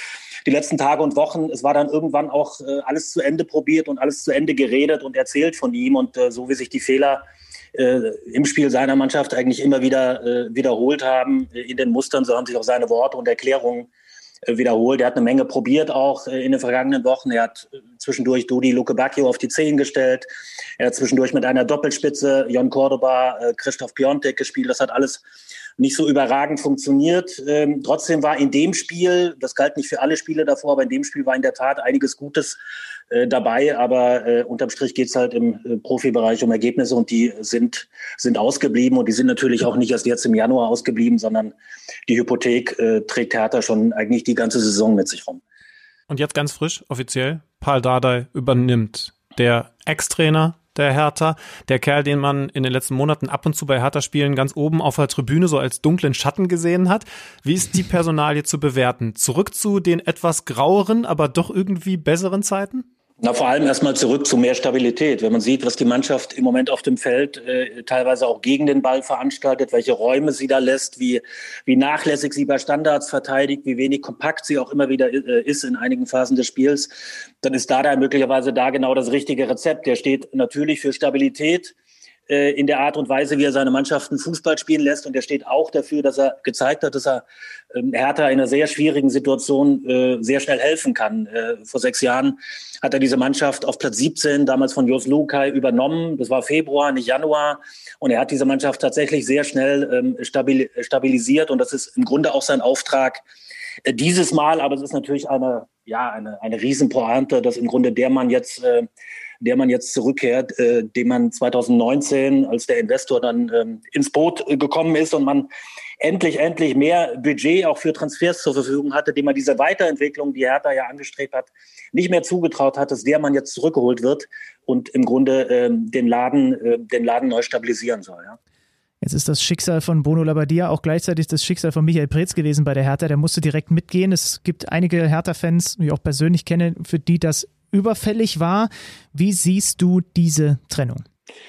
die letzten Tage und Wochen. Es war dann irgendwann auch äh, alles zu Ende probiert und alles zu Ende geredet und erzählt von ihm. Und äh, so wie sich die Fehler äh, im Spiel seiner Mannschaft eigentlich immer wieder äh, wiederholt haben, äh, in den Mustern, so haben sich auch seine Worte und Erklärungen äh, wiederholt. Er hat eine Menge probiert auch äh, in den vergangenen Wochen. Er hat äh, zwischendurch Dodi Lukebakio auf die Zehen gestellt. Er hat zwischendurch mit einer Doppelspitze Jon Cordoba, äh, Christoph Piontek gespielt. Das hat alles nicht so überragend funktioniert. Ähm, trotzdem war in dem Spiel, das galt nicht für alle Spiele davor, aber in dem Spiel war in der Tat einiges Gutes äh, dabei. Aber äh, unterm Strich geht es halt im äh, Profibereich um Ergebnisse und die sind, sind ausgeblieben. Und die sind natürlich auch nicht erst jetzt im Januar ausgeblieben, sondern die Hypothek äh, trägt Hertha schon eigentlich die ganze Saison mit sich rum. Und jetzt ganz frisch, offiziell, Pal Dardai übernimmt. Der Ex-Trainer der Hertha, der Kerl, den man in den letzten Monaten ab und zu bei Hertha-Spielen ganz oben auf der Tribüne so als dunklen Schatten gesehen hat. Wie ist die Personalie zu bewerten? Zurück zu den etwas graueren, aber doch irgendwie besseren Zeiten? Na, vor allem erstmal zurück zu mehr Stabilität. Wenn man sieht, was die Mannschaft im Moment auf dem Feld äh, teilweise auch gegen den Ball veranstaltet, welche Räume sie da lässt, wie, wie nachlässig sie bei Standards verteidigt, wie wenig kompakt sie auch immer wieder äh, ist in einigen Phasen des Spiels, dann ist Dardai möglicherweise da genau das richtige Rezept. Der steht natürlich für Stabilität äh, in der Art und Weise, wie er seine Mannschaften Fußball spielen lässt. Und er steht auch dafür, dass er gezeigt hat, dass er ähm, Hertha in einer sehr schwierigen Situation äh, sehr schnell helfen kann. Äh, vor sechs Jahren hat er diese Mannschaft auf Platz siebzehn, damals von Jos Luhukay, übernommen. Das war Februar, nicht Januar. Und er hat diese Mannschaft tatsächlich sehr schnell ähm, stabil, stabilisiert. Und das ist im Grunde auch sein Auftrag äh, dieses Mal. Aber es ist natürlich eine, ja, eine, eine Riesenpointe, dass im Grunde der Mann jetzt, äh, der man jetzt zurückkehrt, äh, dem man zwanzig neunzehn, als der Investor dann ähm, ins Boot äh, gekommen ist und man endlich, endlich mehr Budget auch für Transfers zur Verfügung hatte, dem man diese Weiterentwicklung, die Hertha ja angestrebt hat, nicht mehr zugetraut hat, dass der Mann jetzt zurückgeholt wird und im Grunde ähm, den Laden, äh, den Laden neu stabilisieren soll. Ja. Jetzt ist das Schicksal von Bruno Labbadia auch gleichzeitig das Schicksal von Michael Preetz gewesen bei der Hertha. Der musste direkt mitgehen. Es gibt einige Hertha-Fans, die ich auch persönlich kenne, für die das überfällig war. Wie siehst du diese Trennung?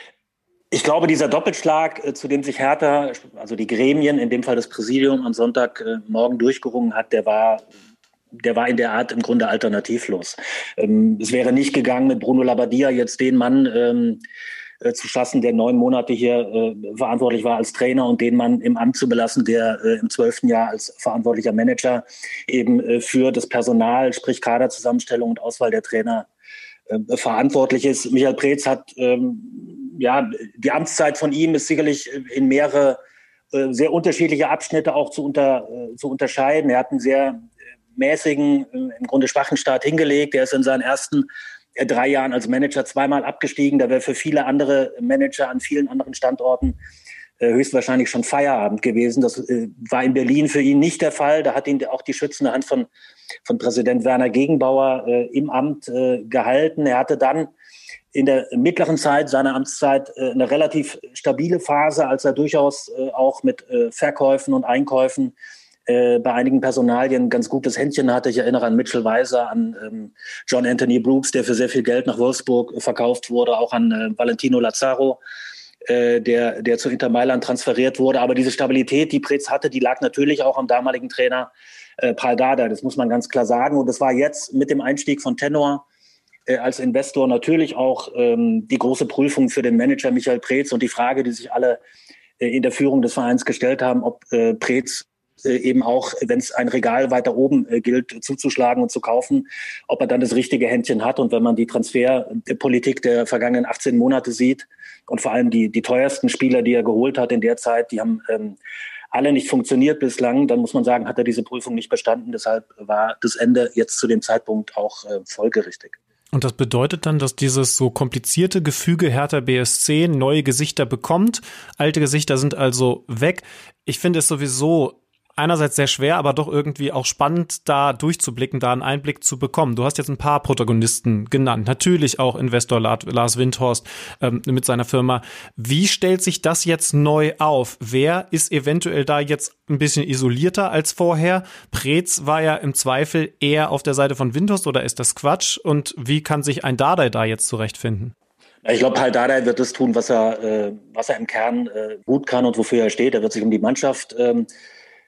Ich glaube, dieser Doppelschlag, äh, zu dem sich Hertha, also die Gremien, in dem Fall das Präsidium, am Sonntagmorgen äh, durchgerungen hat, der war, der war in der Art im Grunde alternativlos. Ähm, es wäre nicht gegangen, mit Bruno Labbadia jetzt den Mann ähm, äh, zu schaffen, der neun Monate hier äh, verantwortlich war als Trainer und den Mann im Amt zu belassen, der äh, im zwölften Jahr als verantwortlicher Manager eben äh, für das Personal, sprich Kaderzusammenstellung und Auswahl der Trainer äh, verantwortlich ist. Michael Preetz hat ähm, ja, die Amtszeit von ihm ist sicherlich in mehrere äh, sehr unterschiedliche Abschnitte auch zu, unter, äh, zu unterscheiden. Er hat einen sehr mäßigen, äh, im Grunde schwachen Start hingelegt. Er ist in seinen ersten äh, drei Jahren als Manager zweimal abgestiegen. Da wäre für viele andere Manager an vielen anderen Standorten äh, höchstwahrscheinlich schon Feierabend gewesen. Das äh, war in Berlin für ihn nicht der Fall. Da hat ihn auch die schützende Hand von, von Präsident Werner Gegenbauer äh, im Amt äh, gehalten. Er hatte dann in der mittleren Zeit seiner Amtszeit äh, eine relativ stabile Phase, als er durchaus äh, auch mit äh, Verkäufen und Einkäufen äh, bei einigen Personalien ein ganz gutes Händchen hatte. Ich erinnere an Mitchell Weiser, an ähm, John Anthony Brooks, der für sehr viel Geld nach Wolfsburg äh, verkauft wurde, auch an äh, Valentino Lazaro, äh, der, der zu Inter Mailand transferiert wurde. Aber diese Stabilität, die Preetz hatte, die lag natürlich auch am damaligen Trainer äh, Pal Dardai. Das muss man ganz klar sagen. Und das war jetzt mit dem Einstieg von Tenor als Investor natürlich auch ähm, die große Prüfung für den Manager Michael Preetz und die Frage, die sich alle äh, in der Führung des Vereins gestellt haben, ob äh, Preetz äh, eben auch, wenn es ein Regal weiter oben äh, gilt, zuzuschlagen und zu kaufen, ob er dann das richtige Händchen hat. Und wenn man die Transferpolitik der vergangenen achtzehn Monate sieht und vor allem die, die teuersten Spieler, die er geholt hat in der Zeit, die haben ähm, alle nicht funktioniert bislang, dann muss man sagen, hat er diese Prüfung nicht bestanden. Deshalb war das Ende jetzt zu dem Zeitpunkt auch äh, folgerichtig. Und das bedeutet dann, dass dieses so komplizierte Gefüge Hertha B S C neue Gesichter bekommt. Alte Gesichter sind also weg. Ich finde es sowieso einerseits sehr schwer, aber doch irgendwie auch spannend, da durchzublicken, da einen Einblick zu bekommen. Du hast jetzt ein paar Protagonisten genannt. Natürlich auch Investor Lars Windhorst ähm, mit seiner Firma. Wie stellt sich das jetzt neu auf? Wer ist eventuell da jetzt ein bisschen isolierter als vorher? Preetz war ja im Zweifel eher auf der Seite von Windhorst, oder ist das Quatsch? Und wie kann sich ein Dardai da jetzt zurechtfinden? Ich glaube, Pal Dardai wird das tun, was er, äh, was er im Kern äh, gut kann und wofür er steht. Er wird sich um die Mannschaft ähm,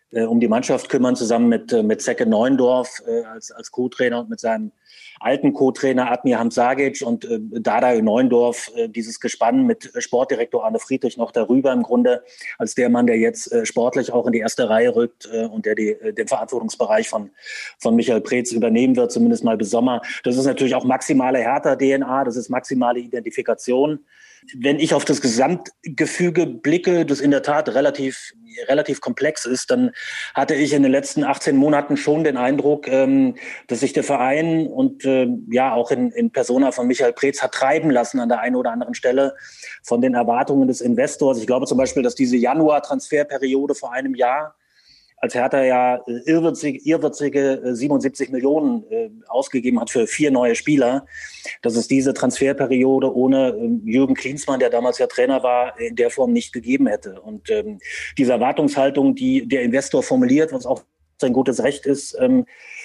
äh, um die Mannschaft kümmern, zusammen mit, äh, mit Zecke Neuendorf äh, als, als Co-Trainer und mit seinem alten Co-Trainer Admir Hamzagic und äh, Dardai Neuendorf, äh, dieses Gespann mit Sportdirektor Arne Friedrich noch darüber im Grunde, als der Mann, der jetzt äh, sportlich auch in die erste Reihe rückt äh, und der die, äh, den Verantwortungsbereich von, von Michael Preetz übernehmen wird, zumindest mal bis Sommer. Das ist natürlich auch maximale Hertha-D N A, das ist maximale Identifikation. Wenn ich auf das Gesamtgefüge blicke, das in der Tat relativ, relativ komplex ist, dann hatte ich in den letzten achtzehn Monaten schon den Eindruck, ähm, dass sich der Verein und äh, ja auch in, in Persona von Michael Preetz hat treiben lassen an der einen oder anderen Stelle von den Erwartungen des Investors. Ich glaube zum Beispiel, dass diese Januar-Transferperiode vor einem Jahr, als Hertha ja irrwitzige, irrwitzige siebenundsiebzig Millionen äh, ausgegeben hat für vier neue Spieler, dass es diese Transferperiode ohne äh, Jürgen Klinsmann, der damals ja Trainer war, in der Form nicht gegeben hätte. Und ähm, diese Erwartungshaltung, die der Investor formuliert, was auch sein gutes Recht ist, ähm,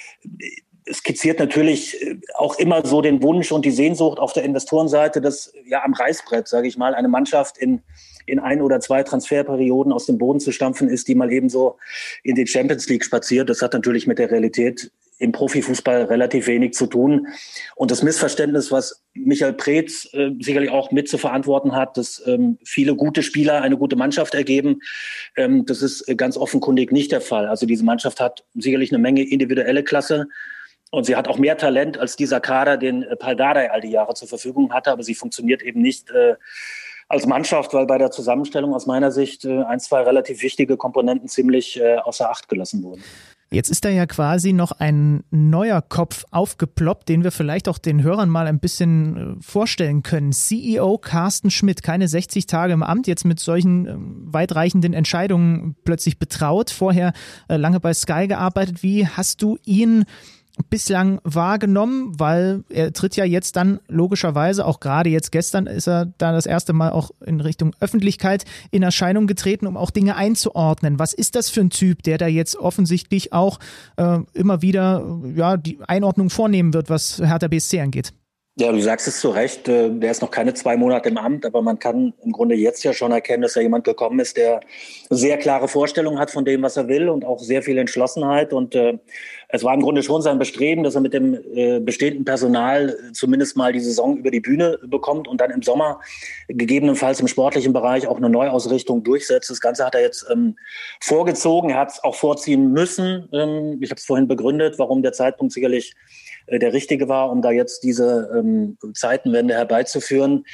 skizziert natürlich auch immer so den Wunsch und die Sehnsucht auf der Investorenseite, dass ja am Reißbrett, sage ich mal, eine Mannschaft in in ein oder zwei Transferperioden aus dem Boden zu stampfen ist, die mal eben so in die Champions League spaziert. Das hat natürlich mit der Realität im Profifußball relativ wenig zu tun. Und das Missverständnis, was Michael Preetz äh, sicherlich auch mit zu verantworten hat, dass ähm, viele gute Spieler eine gute Mannschaft ergeben, ähm, das ist ganz offenkundig nicht der Fall. Also diese Mannschaft hat sicherlich eine Menge individuelle Klasse. Und sie hat auch mehr Talent als dieser Kader, den äh, Pal Dardai all die Jahre zur Verfügung hatte. Aber sie funktioniert eben nicht äh, als Mannschaft, weil bei der Zusammenstellung aus meiner Sicht äh, ein, zwei relativ wichtige Komponenten ziemlich äh, außer Acht gelassen wurden. Jetzt ist da ja quasi noch ein neuer Kopf aufgeploppt, den wir vielleicht auch den Hörern mal ein bisschen vorstellen können. C E O Carsten Schmidt, keine sechzig Tage im Amt, jetzt mit solchen weitreichenden Entscheidungen plötzlich betraut, vorher äh, lange bei Sky gearbeitet. Wie hast du ihn bislang wahrgenommen, weil er tritt ja jetzt dann logischerweise, auch gerade jetzt gestern ist er da das erste Mal auch in Richtung Öffentlichkeit in Erscheinung getreten, um auch Dinge einzuordnen. Was ist das für ein Typ, der da jetzt offensichtlich auch äh, immer wieder ja die Einordnung vornehmen wird, was Hertha B S C angeht? Ja, du sagst es zu Recht, der ist noch keine zwei Monate im Amt, aber man kann im Grunde jetzt ja schon erkennen, dass da jemand gekommen ist, der sehr klare Vorstellungen hat von dem, was er will und auch sehr viel Entschlossenheit. Und äh, es war im Grunde schon sein Bestreben, dass er mit dem äh, bestehenden Personal zumindest mal die Saison über die Bühne bekommt und dann im Sommer gegebenenfalls im sportlichen Bereich auch eine Neuausrichtung durchsetzt. Das Ganze hat er jetzt ähm, vorgezogen, er hat es auch vorziehen müssen. Ähm, ich habe es vorhin begründet, warum der Zeitpunkt sicherlich der richtige war, um da jetzt diese ähm, Zeitenwende herbeizuführen.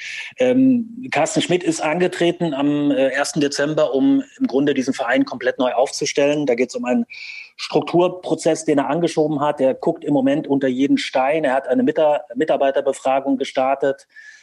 Ähm, Carsten Schmidt ist angetreten am äh, ersten Dezember, um im Grunde diesen Verein komplett neu aufzustellen. Da geht es um einen Strukturprozess, den er angeschoben hat. Er guckt im Moment unter jeden Stein. Er hat eine Mita- Mitarbeiterbefragung gestartet.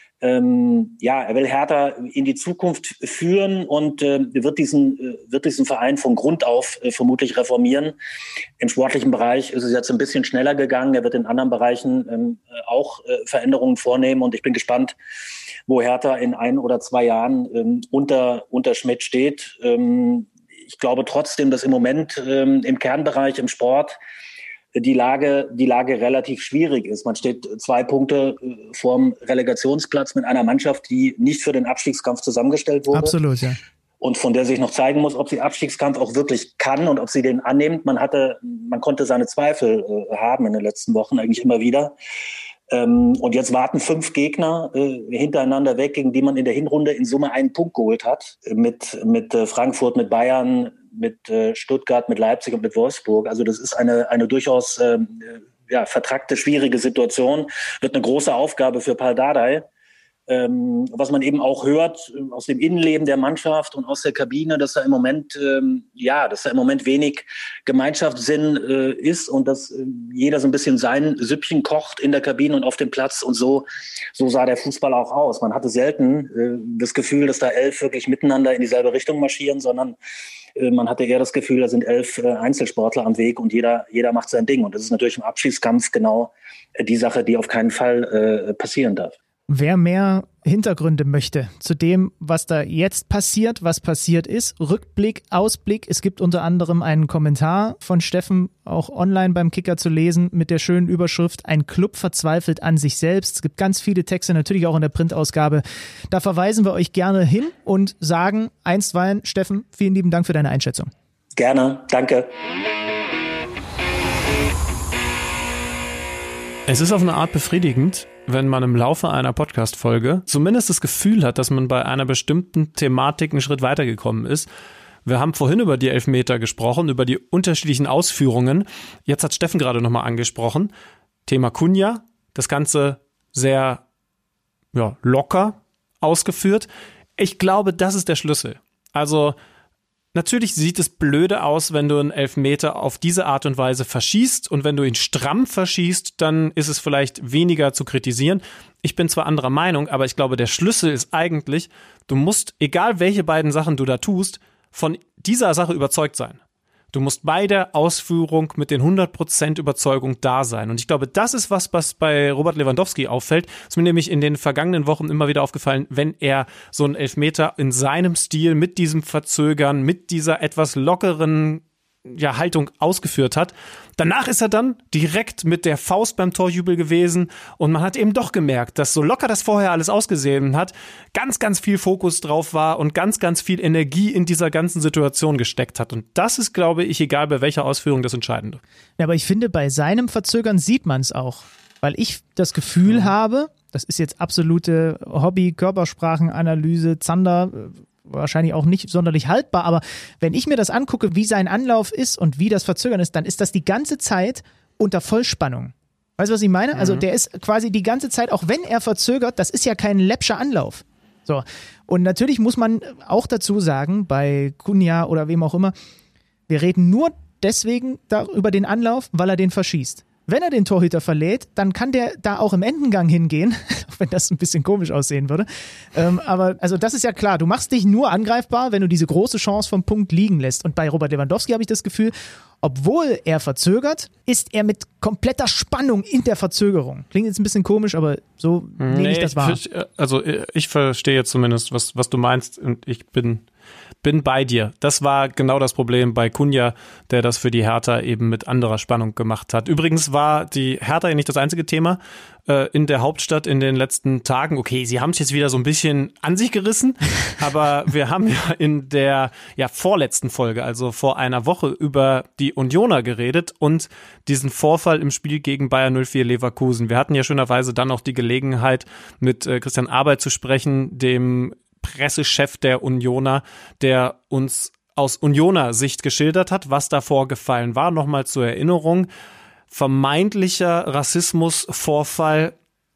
Ähm, ja, er will Hertha in die Zukunft führen und äh, wird diesen äh, wird diesen Verein von Grund auf äh, vermutlich reformieren. Im sportlichen Bereich ist es jetzt ein bisschen schneller gegangen. Er wird in anderen Bereichen ähm, auch äh, Veränderungen vornehmen und ich bin gespannt, wo Hertha in ein oder zwei Jahren ähm, unter unter Schmidt steht. Ähm, ich glaube trotzdem, dass im Moment ähm, im Kernbereich im Sport die Lage, die Lage relativ schwierig ist. Man steht zwei Punkte vorm Relegationsplatz mit einer Mannschaft, die nicht für den Abstiegskampf zusammengestellt wurde. Absolut, ja. Und von der sich noch zeigen muss, ob sie Abstiegskampf auch wirklich kann und ob sie den annimmt. Man hatte, man konnte seine Zweifel äh, haben in den letzten Wochen eigentlich immer wieder. Ähm, und jetzt warten fünf Gegner äh, hintereinander weg, gegen die man in der Hinrunde in Summe einen Punkt geholt hat. Mit, mit äh, Frankfurt, mit Bayern, mit äh, Stuttgart, mit Leipzig und mit Wolfsburg. Also das ist eine, eine durchaus ähm, ja, vertrackte, schwierige Situation. Wird eine große Aufgabe für Pal Dardai. Ähm, was man eben auch hört äh, aus dem Innenleben der Mannschaft und aus der Kabine, dass da im Moment ähm, ja, dass da im Moment wenig Gemeinschaftssinn äh, ist und dass äh, jeder so ein bisschen sein Süppchen kocht in der Kabine und auf dem Platz und so so sah der Fußball auch aus. Man hatte selten äh, das Gefühl, dass da elf wirklich miteinander in dieselbe Richtung marschieren, sondern äh, man hatte eher das Gefühl, da sind elf äh, Einzelsportler am Weg und jeder jeder macht sein Ding und das ist natürlich im Abschiedskampf genau äh, die Sache, die auf keinen Fall äh, passieren darf. Wer mehr Hintergründe möchte zu dem, was da jetzt passiert, was passiert ist, Rückblick, Ausblick. Es gibt unter anderem einen Kommentar von Steffen, auch online beim Kicker zu lesen, mit der schönen Überschrift "Ein Club verzweifelt an sich selbst". Es gibt ganz viele Texte, natürlich auch in der Printausgabe. Da verweisen wir euch gerne hin und sagen einstweilen, Steffen, vielen lieben Dank für deine Einschätzung. Gerne, danke. Es ist auf eine Art befriedigend, wenn man im Laufe einer Podcast-Folge zumindest das Gefühl hat, dass man bei einer bestimmten Thematik einen Schritt weitergekommen ist. Wir haben vorhin über die Elfmeter gesprochen, über die unterschiedlichen Ausführungen. Jetzt hat Steffen gerade nochmal angesprochen. Thema Cunha, das Ganze sehr ja, locker ausgeführt. Ich glaube, das ist der Schlüssel. Also natürlich sieht es blöde aus, wenn du einen Elfmeter auf diese Art und Weise verschießt, und wenn du ihn stramm verschießt, dann ist es vielleicht weniger zu kritisieren. Ich bin zwar anderer Meinung, aber ich glaube, der Schlüssel ist eigentlich, du musst, egal welche beiden Sachen du da tust, von dieser Sache überzeugt sein. Du musst bei der Ausführung mit den hundert Prozent Überzeugung da sein. Und ich glaube, das ist was, was bei Robert Lewandowski auffällt. Es ist mir nämlich in den vergangenen Wochen immer wieder aufgefallen, wenn er so einen Elfmeter in seinem Stil mit diesem Verzögern, mit dieser etwas lockeren ja, Haltung ausgeführt hat. Danach ist er dann direkt mit der Faust beim Torjubel gewesen, und man hat eben doch gemerkt, dass so locker das vorher alles ausgesehen hat, ganz, ganz viel Fokus drauf war und ganz, ganz viel Energie in dieser ganzen Situation gesteckt hat. Und das ist, glaube ich, egal bei welcher Ausführung, das Entscheidende. Ja, aber ich finde, bei seinem Verzögern sieht man es auch, weil ich das Gefühl ja. habe, das ist jetzt absolute Hobby-Körpersprachenanalyse, Zander, wahrscheinlich auch nicht sonderlich haltbar, aber wenn ich mir das angucke, wie sein Anlauf ist und wie das Verzögern ist, dann ist das die ganze Zeit unter Vollspannung. Weißt du, was ich meine? Mhm. Also der ist quasi die ganze Zeit, auch wenn er verzögert, das ist ja kein läppscher Anlauf. So. Und natürlich muss man auch dazu sagen, bei Cunha oder wem auch immer, wir reden nur deswegen da über den Anlauf, weil er den verschießt. Wenn er den Torhüter verlädt, dann kann der da auch im Endengang hingehen, auch wenn das ein bisschen komisch aussehen würde. Ähm, aber also das ist ja klar, du machst dich nur angreifbar, wenn du diese große Chance vom Punkt liegen lässt. Und bei Robert Lewandowski habe ich das Gefühl, obwohl er verzögert, ist er mit kompletter Spannung in der Verzögerung. Klingt jetzt ein bisschen komisch, aber so nehme nee, ich das wahr. Ich, also ich verstehe zumindest, was, was du meinst, und ich bin... Bin bei dir. Das war genau das Problem bei Cunha, der das für die Hertha eben mit anderer Spannung gemacht hat. Übrigens war die Hertha ja nicht das einzige Thema äh, in der Hauptstadt in den letzten Tagen. Okay, sie haben es jetzt wieder so ein bisschen an sich gerissen, aber wir haben ja in der ja, vorletzten Folge, also vor einer Woche, über die Unioner geredet und diesen Vorfall im Spiel gegen Bayer null vier Leverkusen. Wir hatten ja schönerweise dann auch die Gelegenheit, mit äh, Christian Arbeit zu sprechen, dem Pressechef der Unioner, der uns aus Unioner Sicht geschildert hat, was da vorgefallen war. Nochmal zur Erinnerung, vermeintlicher Rassismusvorfall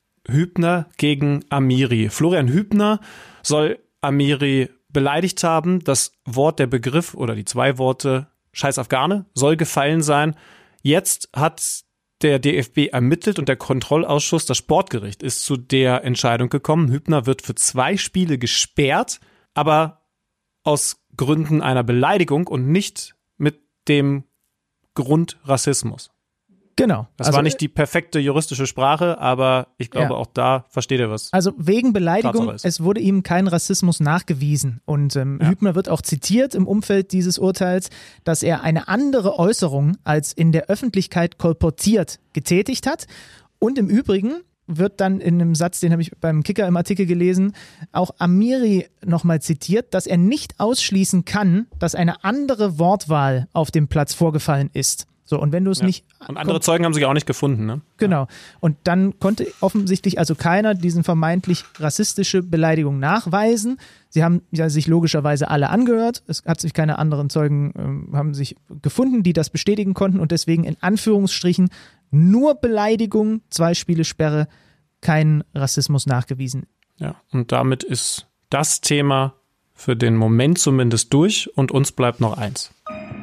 Hübner gegen Amiri. Florian Hübner soll Amiri beleidigt haben. Das Wort, der Begriff oder die zwei Worte Scheiß Afghane soll gefallen sein. Jetzt hat der D F B ermittelt und der Kontrollausschuss, das Sportgericht, ist zu der Entscheidung gekommen. Hübner wird für zwei Spiele gesperrt, aber aus Gründen einer Beleidigung und nicht mit dem Grund Rassismus. Genau. Das also, war nicht die perfekte juristische Sprache, aber ich glaube, ja. auch da versteht er was. Also wegen Beleidigung, es wurde ihm kein Rassismus nachgewiesen. Und ähm, ja. Hübner wird auch zitiert im Umfeld dieses Urteils, dass er eine andere Äußerung als in der Öffentlichkeit kolportiert getätigt hat. Und im Übrigen wird dann in einem Satz, den habe ich beim Kicker im Artikel gelesen, auch Amiri nochmal zitiert, dass er nicht ausschließen kann, dass eine andere Wortwahl auf dem Platz vorgefallen ist. So, und wenn du es ja. nicht. Und andere Zeugen haben sich auch nicht gefunden, ne? Genau. Und dann konnte offensichtlich also keiner diesen vermeintlich rassistische Beleidigung nachweisen. Sie haben ja sich logischerweise alle angehört. Es hat sich keine anderen Zeugen ähm, haben sich gefunden, die das bestätigen konnten, und deswegen in Anführungsstrichen nur Beleidigung, zwei Spiele Sperre, kein Rassismus nachgewiesen. Ja, und damit ist das Thema für den Moment zumindest durch, und uns bleibt noch eins.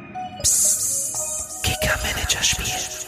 Psst. Kicker-Manager-Spiel.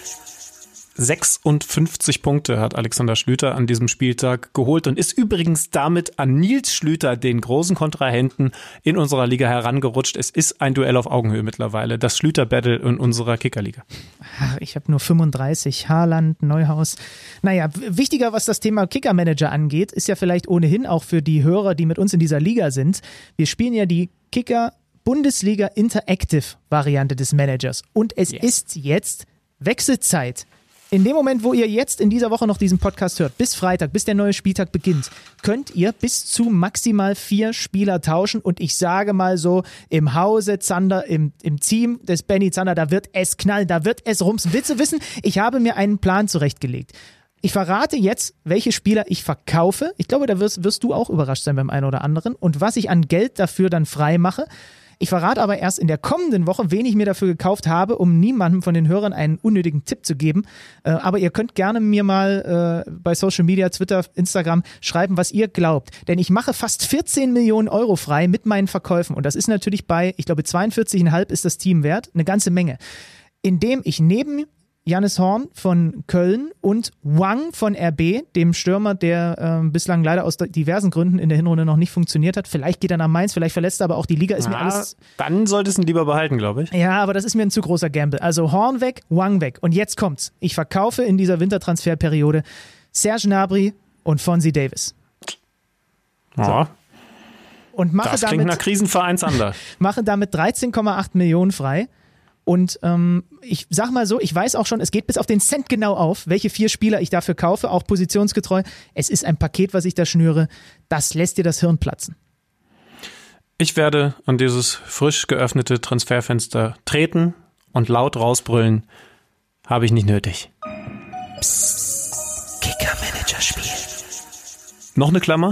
sechsundfünfzig Punkte hat Alexander Schlüter an diesem Spieltag geholt und ist übrigens damit an Nils Schlüter, den großen Kontrahenten in unserer Liga, herangerutscht. Es ist ein Duell auf Augenhöhe mittlerweile, das Schlüter-Battle in unserer Kickerliga. Ich habe nur fünfunddreißig, Haaland, Neuhaus. Naja, wichtiger, was das Thema Kicker-Manager angeht, ist ja vielleicht ohnehin auch für die Hörer, die mit uns in dieser Liga sind. Wir spielen ja die Kicker Bundesliga Interactive Variante des Managers. Und es yes. ist jetzt Wechselzeit. In dem Moment, wo ihr jetzt in dieser Woche noch diesen Podcast hört, bis Freitag, bis der neue Spieltag beginnt, könnt ihr bis zu maximal vier Spieler tauschen und ich sage mal so, im Hause Zander, im, im Team des Benny Zander, da wird es knallen, da wird es rumsen. Willst du wissen, ich habe mir einen Plan zurechtgelegt. Ich verrate jetzt, welche Spieler ich verkaufe. Ich glaube, da wirst, wirst du auch überrascht sein beim einen oder anderen und was ich an Geld dafür dann frei mache. Ich verrate aber erst in der kommenden Woche, wen ich mir dafür gekauft habe, um niemandem von den Hörern einen unnötigen Tipp zu geben. Äh, aber ihr könnt gerne mir mal äh, bei Social Media, Twitter, Instagram schreiben, was ihr glaubt. Denn ich mache fast vierzehn Millionen Euro frei mit meinen Verkäufen. Und das ist natürlich bei, ich glaube, zweiundvierzig Komma fünf ist das Team wert. Eine ganze Menge. Indem ich neben Jannis Horn von Köln und Wang von R B, dem Stürmer, der äh, bislang leider aus diversen Gründen in der Hinrunde noch nicht funktioniert hat. Vielleicht geht er nach Mainz, vielleicht verlässt er aber auch die Liga. Ist ja, mir alles. Dann solltest du ihn lieber behalten, glaube ich. Ja, aber das ist mir ein zu großer Gamble. Also Horn weg, Wang weg. Und jetzt kommt's. Ich verkaufe in dieser Wintertransferperiode Serge Gnabry und Fonzie Davis. So. Ja. Und mache das damit, klingt nach Krisenverein Zander. mache damit dreizehn Komma acht Millionen frei. Und ähm, ich sag mal so, ich weiß auch schon, es geht bis auf den Cent genau auf, welche vier Spieler ich dafür kaufe, auch positionsgetreu. Es ist ein Paket, was ich da schnüre. Das lässt dir das Hirn platzen. Ich werde an dieses frisch geöffnete Transferfenster treten und laut rausbrüllen, habe ich nicht nötig. Psst. Kicker-Manager-Spiel. Noch eine Klammer.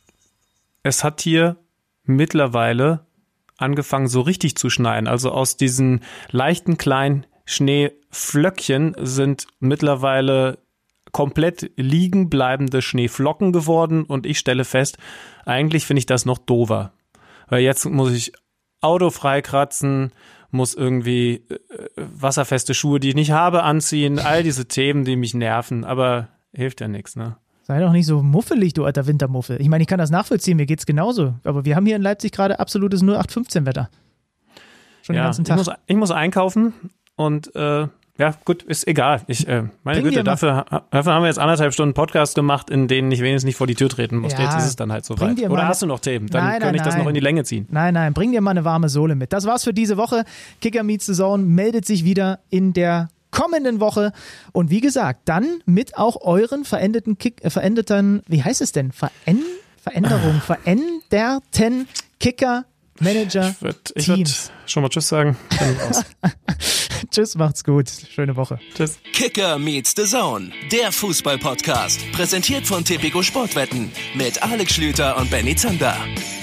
Es hat hier mittlerweile angefangen so richtig zu schneien. Also aus diesen leichten kleinen Schneeflöckchen sind mittlerweile komplett liegen bleibende Schneeflocken geworden und ich stelle fest, eigentlich finde ich das noch doofer. Weil jetzt muss ich Auto freikratzen, muss irgendwie äh, wasserfeste Schuhe, die ich nicht habe, anziehen. All diese Themen, die mich nerven, aber hilft ja nichts, ne? Sei doch nicht so muffelig, du alter Wintermuffel. Ich meine, ich kann das nachvollziehen, mir geht's genauso. Aber wir haben hier in Leipzig gerade absolutes null acht fünfzehn Wetter. Schon ja, den ganzen Tag. Ich muss, ich muss einkaufen und äh, ja, gut, ist egal. Ich, äh, meine Bring Güte, dafür, dafür haben wir jetzt anderthalb Stunden Podcast gemacht, in denen ich wenigstens nicht vor die Tür treten musste. Ja, jetzt ist es dann halt so bring weit. dir Oder mal- hast du noch Themen? Dann Nein, kann nein, ich das nein. noch in die Länge ziehen. Nein, nein, bring dir mal eine warme Sohle mit. Das war's für diese Woche. Kicker Meets the Zone meldet sich wieder in der kommenden Woche. Und wie gesagt, dann mit auch euren veränderten, Kick, äh, veränderten, wie heißt es denn? Veränd Veränderung, veränderten Kicker Manager Ich würde ich würd Teams. schon mal Tschüss sagen. Dann aus. Tschüss, macht's gut. Schöne Woche. Tschüss. Kicker meets the Zone, der Fußball-Podcast. Präsentiert von Tipico Sportwetten mit Alex Schlüter und Benny Zander.